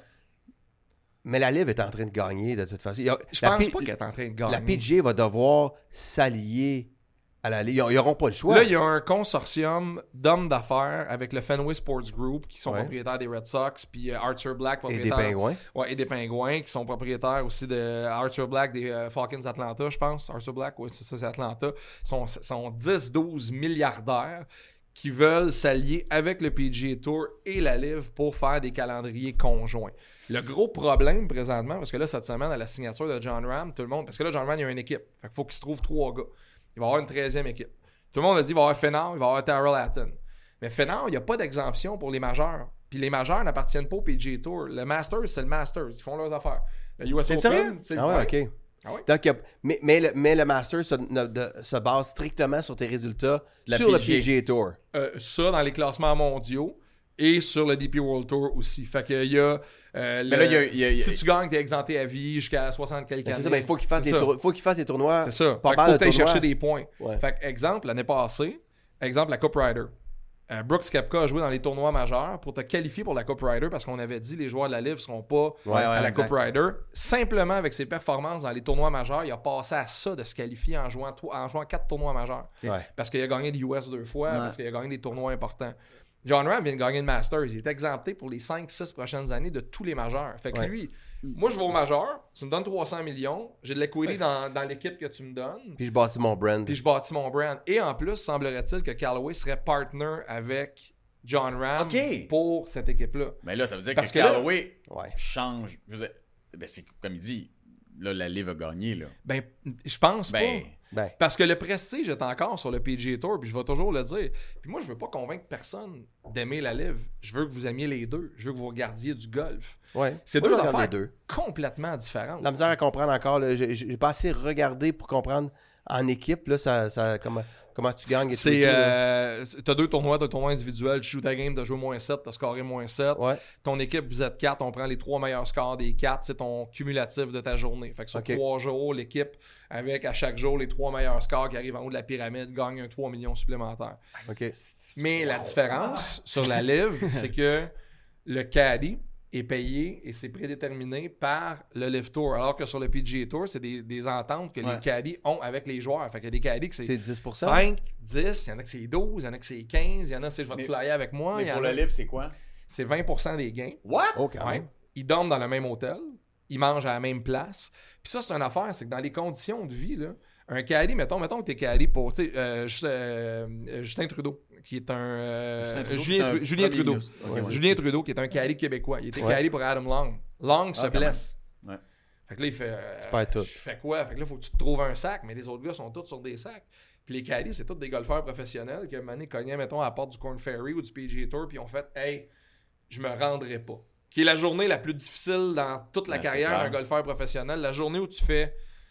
Mais la Live est en train de gagner de toute façon. Il y a- Je la pense P- pas qu'elle est en train de gagner. La P G A va devoir s'allier à la Ligue. Ils n'auront pas le choix. Là, il y a un consortium d'hommes d'affaires avec le Fenway Sports Group, qui sont Ouais. propriétaires des Red Sox, puis euh, Arthur Black, Et des propriétaire... Pingouins. Ouais, et des Pingouins, qui sont propriétaires aussi de Arthur Black, des euh, Falcons Atlanta, je pense. Arthur Black, oui, c'est ça, c'est Atlanta. Ils sont, sont dix douze milliardaires qui veulent s'allier avec le P G A Tour et la Live pour faire des calendriers conjoints. Le gros problème présentement, parce que là, cette semaine, à la signature de John Ram, tout le monde... Parce que là, John Ram, il y a une équipe. Fait qu'il faut qu'il se trouve trois gars. Il va y avoir une treizième équipe. Tout le monde a dit qu'il va y avoir Fenard, il va y avoir Tyrrell Hatton. Mais Fenard, il n'y a pas d'exemption pour les majeurs. Puis les majeurs n'appartiennent pas au P G A Tour. Le Masters, c'est le Masters. Ils font leurs affaires. Le U S C'est Open, sérieux? c'est Ah ouais, ok. Ah ouais? Donc, il y a- mais, mais, le, mais le Master se, ne- de- se base strictement sur tes résultats La sur le P G A. P G A Tour. Euh, ça dans les classements mondiaux et sur le D P World Tour aussi. Fait qu'il y a... euh, le- là, il y a- il y a- il y a- si tu gagnes, t'es exempté à vie jusqu'à soixante quelques Ben, c'est années. ça, mais il faut qu'il fasse, C'est des ça. tour- faut qu'il fasse des tournois. C'est ça. Pas Fait qu'il mal faut de que t'ailles tournois. chercher des points. Ouais. Fait que, exemple, l'année passée, exemple, la Coupe Ryder. Euh, Brooks Koepka a joué dans les tournois majeurs pour te qualifier pour la Coupe Ryder parce qu'on avait dit les joueurs de la Live ne seront pas Ouais, à ouais, la exact. Coupe Ryder. Simplement avec ses performances dans les tournois majeurs, il a passé à ça de se qualifier en jouant, to- en jouant quatre tournois majeurs. Ouais. Parce qu'il a gagné le U S deux fois, Ouais. parce qu'il a gagné des tournois importants. John Ram vient de gagner le Masters. Il est exempté pour les cinq six prochaines années de tous les majeurs. Fait que Ouais. lui, moi, je vais au majeur, tu me donnes trois cents millions, j'ai de l'equity dans, dans l'équipe que tu me donnes, Puis je bâtis mon brand. puis je bâtis mon brand. Et en plus, semblerait-il que Callaway serait partner avec John Ram Ok. pour cette équipe-là. Mais là, ça veut dire Parce que, que là- Callaway Ouais. change. Je veux dire, ben, c'est comme il dit, là, la Live a gagné, là. Ben, je pense Ben, pas. Ben, Parce que le prestige est encore sur le P G A Tour, puis je vais toujours le dire. Puis moi, je veux pas convaincre personne d'aimer la Live. Je veux que vous aimiez les deux. Je veux que vous regardiez du golf. ouais. C'est Moi, deux je regarde affaires les deux. complètement différentes. La misère à comprendre encore. là. J'ai, j'ai pas assez regardé pour comprendre en équipe là, ça, ça, comment, comment tu gagnes. Et tout C'est, et tout, là. euh, c'est- t'as deux tournois, t'as un tournoi individuel, tu joues ta game, t'as joué moins sept, t'as scoré moins sept. Ouais. Ton équipe, vous êtes quatre, on prend les trois meilleurs scores des quatre, c'est ton cumulatif de ta journée. Fait que sur Ok. trois jours, l'équipe, avec à chaque jour les trois meilleurs scores qui arrivent en haut de la pyramide, gagne un trois millions supplémentaires. OK. Mais la différence sur la Live, c'est que le caddy est payé et c'est prédéterminé par le Live Tour. Alors que sur le P G A Tour, c'est des, des ententes que Ouais. les caddies ont avec les joueurs. Fait qu'il y a des caddies que C'est c'est dix pour cent. cinq, dix, il y en a que c'est douze, il y en a que c'est quinze, il y en a c'est je vais te Mais- flyer avec moi, il mais y pour en a le Live, c'est quoi? c'est vingt pour cent des gains. What? Oh, quand Ouais. même. Ils dorment dans le même hôtel, ils mangent à la même place. Puis ça, c'est une affaire, c'est que dans les conditions de vie, là, un caddie, mettons, mettons que t'es caddie pour, tu sais, euh, Just- euh, euh, Justin Trudeau, qui est un... euh, Justin Trudeau, Julien, c'est un Tru- Julien premier Trudeau. ministre. Ok, Ouais, ouais. Julien Trudeau, qui est un caddie québécois. Il était Ouais. caddie pour Adam Long. Long se Ah, quand blesse. même. Ouais. Fait que là, il fait... euh, Tu perds tout. Je fais quoi? Fait que là, il faut que tu te trouves un sac, mais les autres gars sont tous sur des sacs. Puis les caddies, c'est tous des golfeurs professionnels qui, à un moment donné, cognaient, mettons, à la porte du Corn Ferry ou du P G A Tour, puis ont fait « Hey, je me rendrai pas ». Qui est la journée la plus difficile dans toute la Ouais, c'est carrière clair. d'un golfeur professionnel. La journée où tu fais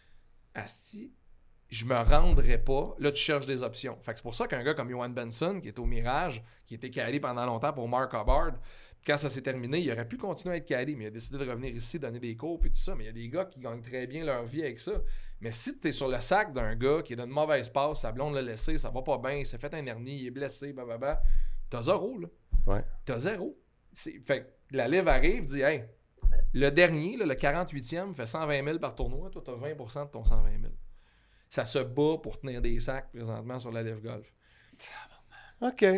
« Asti, je me rendrai pas », là, tu cherches des options. Fait que c'est pour ça qu'un gars comme Johan Benson, qui est au Mirage, qui était caddie pendant longtemps pour Mark Hubbard, quand ça s'est terminé, il aurait pu continuer à être caddie, mais il a décidé de revenir ici, donner des cours et tout ça. Mais il y a des gars qui gagnent très bien leur vie avec ça. Mais si tu es sur le sac d'un gars qui est d'une mauvaise passe, sa blonde l'a laissé, ça va pas bien, il s'est fait un hernie, il est blessé, blablabla, t'as zéro, là. Ouais. T'as zéro. C'est... Fait que la Live arrive, dit, hey, le dernier, là, le quarante-huitième, fait cent vingt mille par tournoi, toi, t'as vingt pour cent de ton cent vingt mille. Ça se bat pour tenir des sacs présentement sur la Live Golf. OK.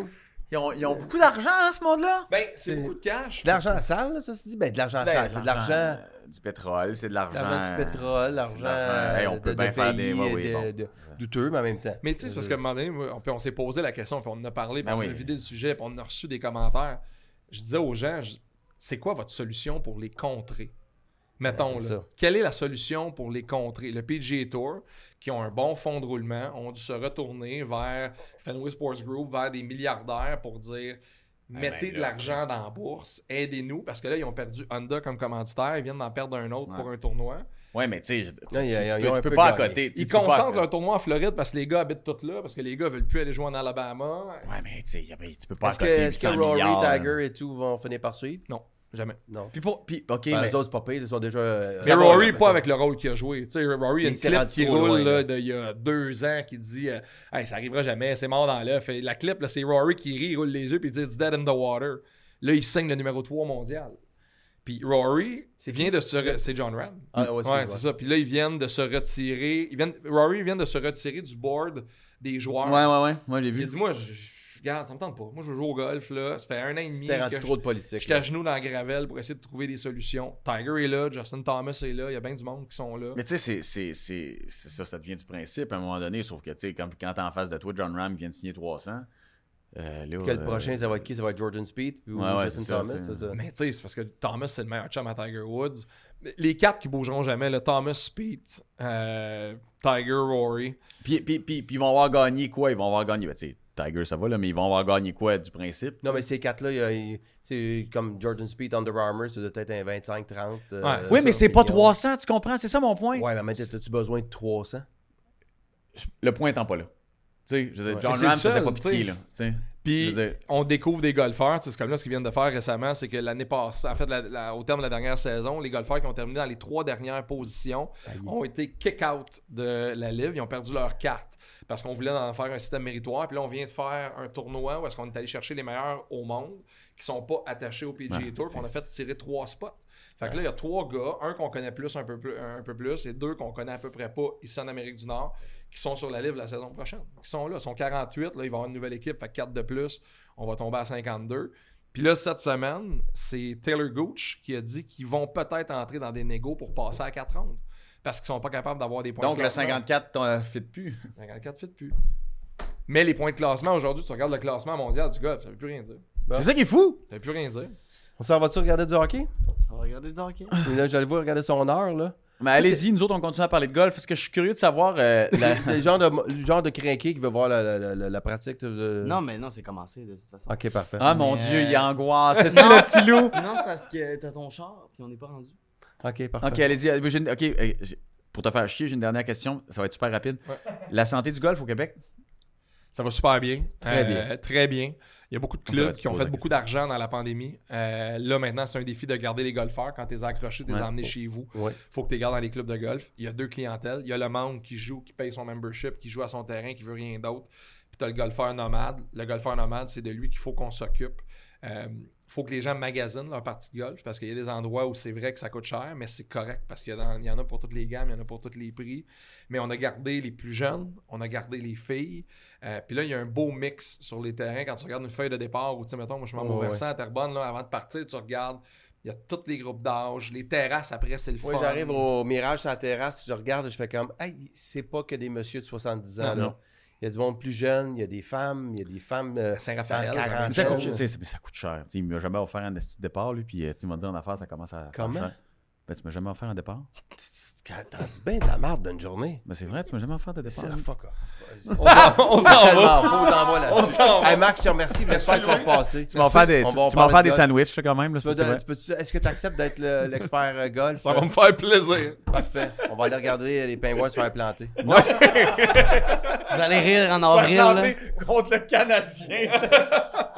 Ils ont, ils ont beaucoup d'argent, hein, ce monde-là? Ben, c'est C'est- beaucoup de cash. De l'argent sale, là, ça se dit? Ben, de l'argent Ben, sale. C'est de l'argent. euh, Du pétrole, c'est de l'argent. L'argent du pétrole, l'argent c'est de l'argent. Hey, on de, peut de bien faire pays des- ouais, oui, de- bon. de- douteux, mais en même temps. Mais tu sais, c'est parce qu'à un moment donné, moi, on, puis on s'est posé la question, puis on en a parlé, puis Ben on oui. a vidé le sujet, puis on a reçu des commentaires. Je disais aux gens, je- c'est quoi votre solution pour les contrer? Mettons, Ben, c'est là, ça. quelle est la solution pour les contrer? Le P G A Tour, qui ont un bon fonds de roulement, ont dû se retourner vers Fenway Sports Group, vers des milliardaires pour dire mettez ben de là, l'argent dans la bourse, aidez-nous, parce que là, ils ont perdu Honda comme commanditaire, ils viennent d'en perdre un autre Ouais. pour un tournoi. Ouais, mais tu sais, je- tu, Non, il y a- tu- ils ont- tu ils ont peux, un tu peux peu pas à gagné. côté. tu sais, Ils tu peux pas- concentrent leur tournoi en Floride parce que les gars habitent tous là, parce que les gars veulent plus aller jouer en Alabama. Ouais, mais tu sais, y a- tu peux pas Est-ce à que, côté est-ce que huit cents Rory, milliards, là. Tiger et tout vont finir par suivre? Non, jamais. Non. Puis, pour, puis OK, Ben, mais... les autres, c'est pas pire, ils sont déjà. euh, Mais ça va, Rory, là, pas mettons. avec le rôle qu'il a joué. Tu sais, Rory, il y a Il une s'est clip rendu qui trop roule loin, là, là. de, il y a deux ans qui dit euh, hey, ça arrivera jamais, c'est mort dans l'œuf. Et la clip, là, c'est Rory qui rit, il roule les yeux, puis il dit It's dead in the water. Là, il signe le numéro trois mondial. Puis Rory C'est vient qui? de se. re- C'est John Ram. Ah, ouais, c'est ouais, lui, c'est ouais. ça. Puis là, ils viennent de se retirer. Ils viennent... Rory vient de se retirer du board des joueurs. Ouais, ouais, ouais. Moi, j'ai Il vu. a dit Moi, je, je- regarde, ça me tente pas. Moi, je joue au golf, là. Ça fait un an et demi. C'était rendu que trop de politique. J'étais à là. genoux dans la gravelle pour essayer de trouver des solutions. Tiger est là, Justin Thomas est là, il y a bien du monde qui sont là. Mais tu sais, c'est, c'est, c'est, c'est ça, ça devient du principe à un moment donné, sauf que, tu sais, quand, quand t'es en face de toi, John Ram vient de signer trois cents, euh, là... Que le euh, prochain, ça va être qui? Ça va être Jordan Speed ou Ouais, ouais, Justin c'est ça, Thomas? tu sais. c'est ça? Mais tu sais, c'est parce que Thomas, c'est le meilleur chum à Tiger Woods. Les quatre qui bougeront jamais, le Thomas, Speed, euh, Tiger, Rory. Puis, puis, puis, puis ils vont avoir gagné quoi? Ils vont avoir gagné... Ben, tu sais, Tiger, ça va, là, mais ils vont avoir gagné quoi du principe? Non, mais ces quatre-là, il y a- il- tu sais, comme Jordan Speed, Under Armour, ça doit être un vingt-cinq trente. euh, Ouais, Oui, mais ça, c'est pas millions. trois cents, tu comprends? C'est ça mon point. Ouais, mais maintenant, as-tu besoin de trois cents? Le point étant pas là. Tu sais, je veux dire, Ouais. John Mais c'est Ram le seul, faisait pas tu sais. pitié, là. Tu sais. Puis Je veux dire- on découvre des golfeurs, tu sais, c'est comme là ce qu'ils viennent de faire récemment, c'est que l'année passée, en fait, la- la- au terme de la dernière saison, les golfeurs qui ont terminé dans les trois dernières positions ont été kick-out de la Live, ils ont perdu leur carte parce qu'on voulait en faire un système méritoire. Puis là, on vient de faire un tournoi où est-ce qu'on est allé chercher les meilleurs au monde qui sont pas attachés au P G A Ouais, Tour, puis on a fait tirer trois spots. Fait que là, il y a trois gars, un qu'on connaît plus un peu plus, un peu plus, et deux qu'on connaît à peu près pas ici en Amérique du Nord, qui sont sur la Live la saison prochaine. Qui sont là, ils sont quarante-huit, là, il va y avoir une nouvelle équipe, fait quatre de plus, on va tomber à cinquante-deux. Puis là, cette semaine, c'est Taylor Gooch qui a dit qu'ils vont peut-être entrer dans des négos pour passer à quatre rondes. Parce qu'ils sont pas capables d'avoir des points Donc, de le classement. cinquante-quatre, t'en fit plus. cinquante-quatre fit plus. Mais les points de classement, aujourd'hui, tu regardes le classement mondial du golf, ça veut plus rien dire. Bon. C'est ça qui est fou! Ça veut plus rien dire. On s'en va-tu regarder du hockey? On va regarder du hockey. Et là, j'allais voir regarder son heure, là. Mais allez-y, nous autres, on continue à parler de golf parce que je suis curieux de savoir. euh, la- Le genre de, le genre de crinqué qui veut voir la, la, la, la pratique. De... Non, mais non, c'est commencé de toute façon. Ok, parfait. Ah mon Mais, Dieu, il euh, angoisse. C'était-tu le petit loup? Non, c'est parce que t'as ton char, puis on n'est pas rendu. Ok, parfait. Ok, allez-y. euh, j'ai une- Ok, euh, j'ai- pour te faire chier, j'ai une dernière question. Ça va être super rapide. Ouais. La santé du golf au Québec? Ça va super bien. Très Euh, bien. Très bien. Il y a beaucoup de On devrait clubs te qui ont poser fait la beaucoup d'argent dans la pandémie. Euh, là, maintenant, c'est un défi de garder les golfeurs. Quand tu les as accrochés, tu les Ouais. as emmenés chez vous. Ouais. Faut que tu les gardes dans les clubs de golf. Il y a deux clientèles. Il y a le membre qui joue, qui paye son membership, qui joue à son terrain, qui veut rien d'autre. Puis tu as le golfeur nomade. Le golfeur nomade, c'est de lui qu'il faut qu'on s'occupe. Euh, faut que les gens magasinent leur partie de golf parce qu'il y a des endroits où c'est vrai que ça coûte cher, mais c'est correct parce qu'il y, a dans- il y en a pour toutes les gammes, il y en a pour tous les prix. Mais on a gardé les plus jeunes, on a gardé les filles. Euh, Puis là, il y a un beau mix sur les terrains. Quand tu regardes une feuille de départ, ou tu sais, mettons, moi je suis membre Ouais, au ouais. versant à Terrebonne, là, avant de partir, tu regardes, il y a tous les groupes d'âge, les terrasses après, c'est le Moi, fun. j'arrive au Mirage sur la terrasse, je regarde et je fais comme, hey, c'est pas que des messieurs de soixante-dix ans, Non, là. non. Il y a du monde plus jeune, il y a des femmes, il y a des femmes euh, Saint-Raphaël, dans ça quarante Mais ça, ans. coûte, c'est- c'est- mais ça coûte cher. Tu sais, il m'a jamais offert un esti de départ, lui, puis euh, tu m'as dit en affaire, ça commence à. Comment? faire cher. Ben, tu m'as jamais offert un départ? T'en dis bien de la merde d'une journée. Ben, c'est vrai, tu m'as jamais offert de départ. C'est lui. fuck off. On s'en on s'en va. Tellement, faut qu'on s'en va là. On s'en va. Hey, Max, je te remercie. J'espère que tu vas passer. Tu m'as offert des, On tu, va en tu m'as offert parler des de golf. sandwichs, là, quand même. Là, Tu ça, peux- c'est vrai. tu peux- Est-ce que tu acceptes d'être le- l'expert euh, golf? Ça va me faire plaisir. Parfait. On va aller regarder les pingouins se faire planter. Vous allez rire en avril, là. contre le Canadien.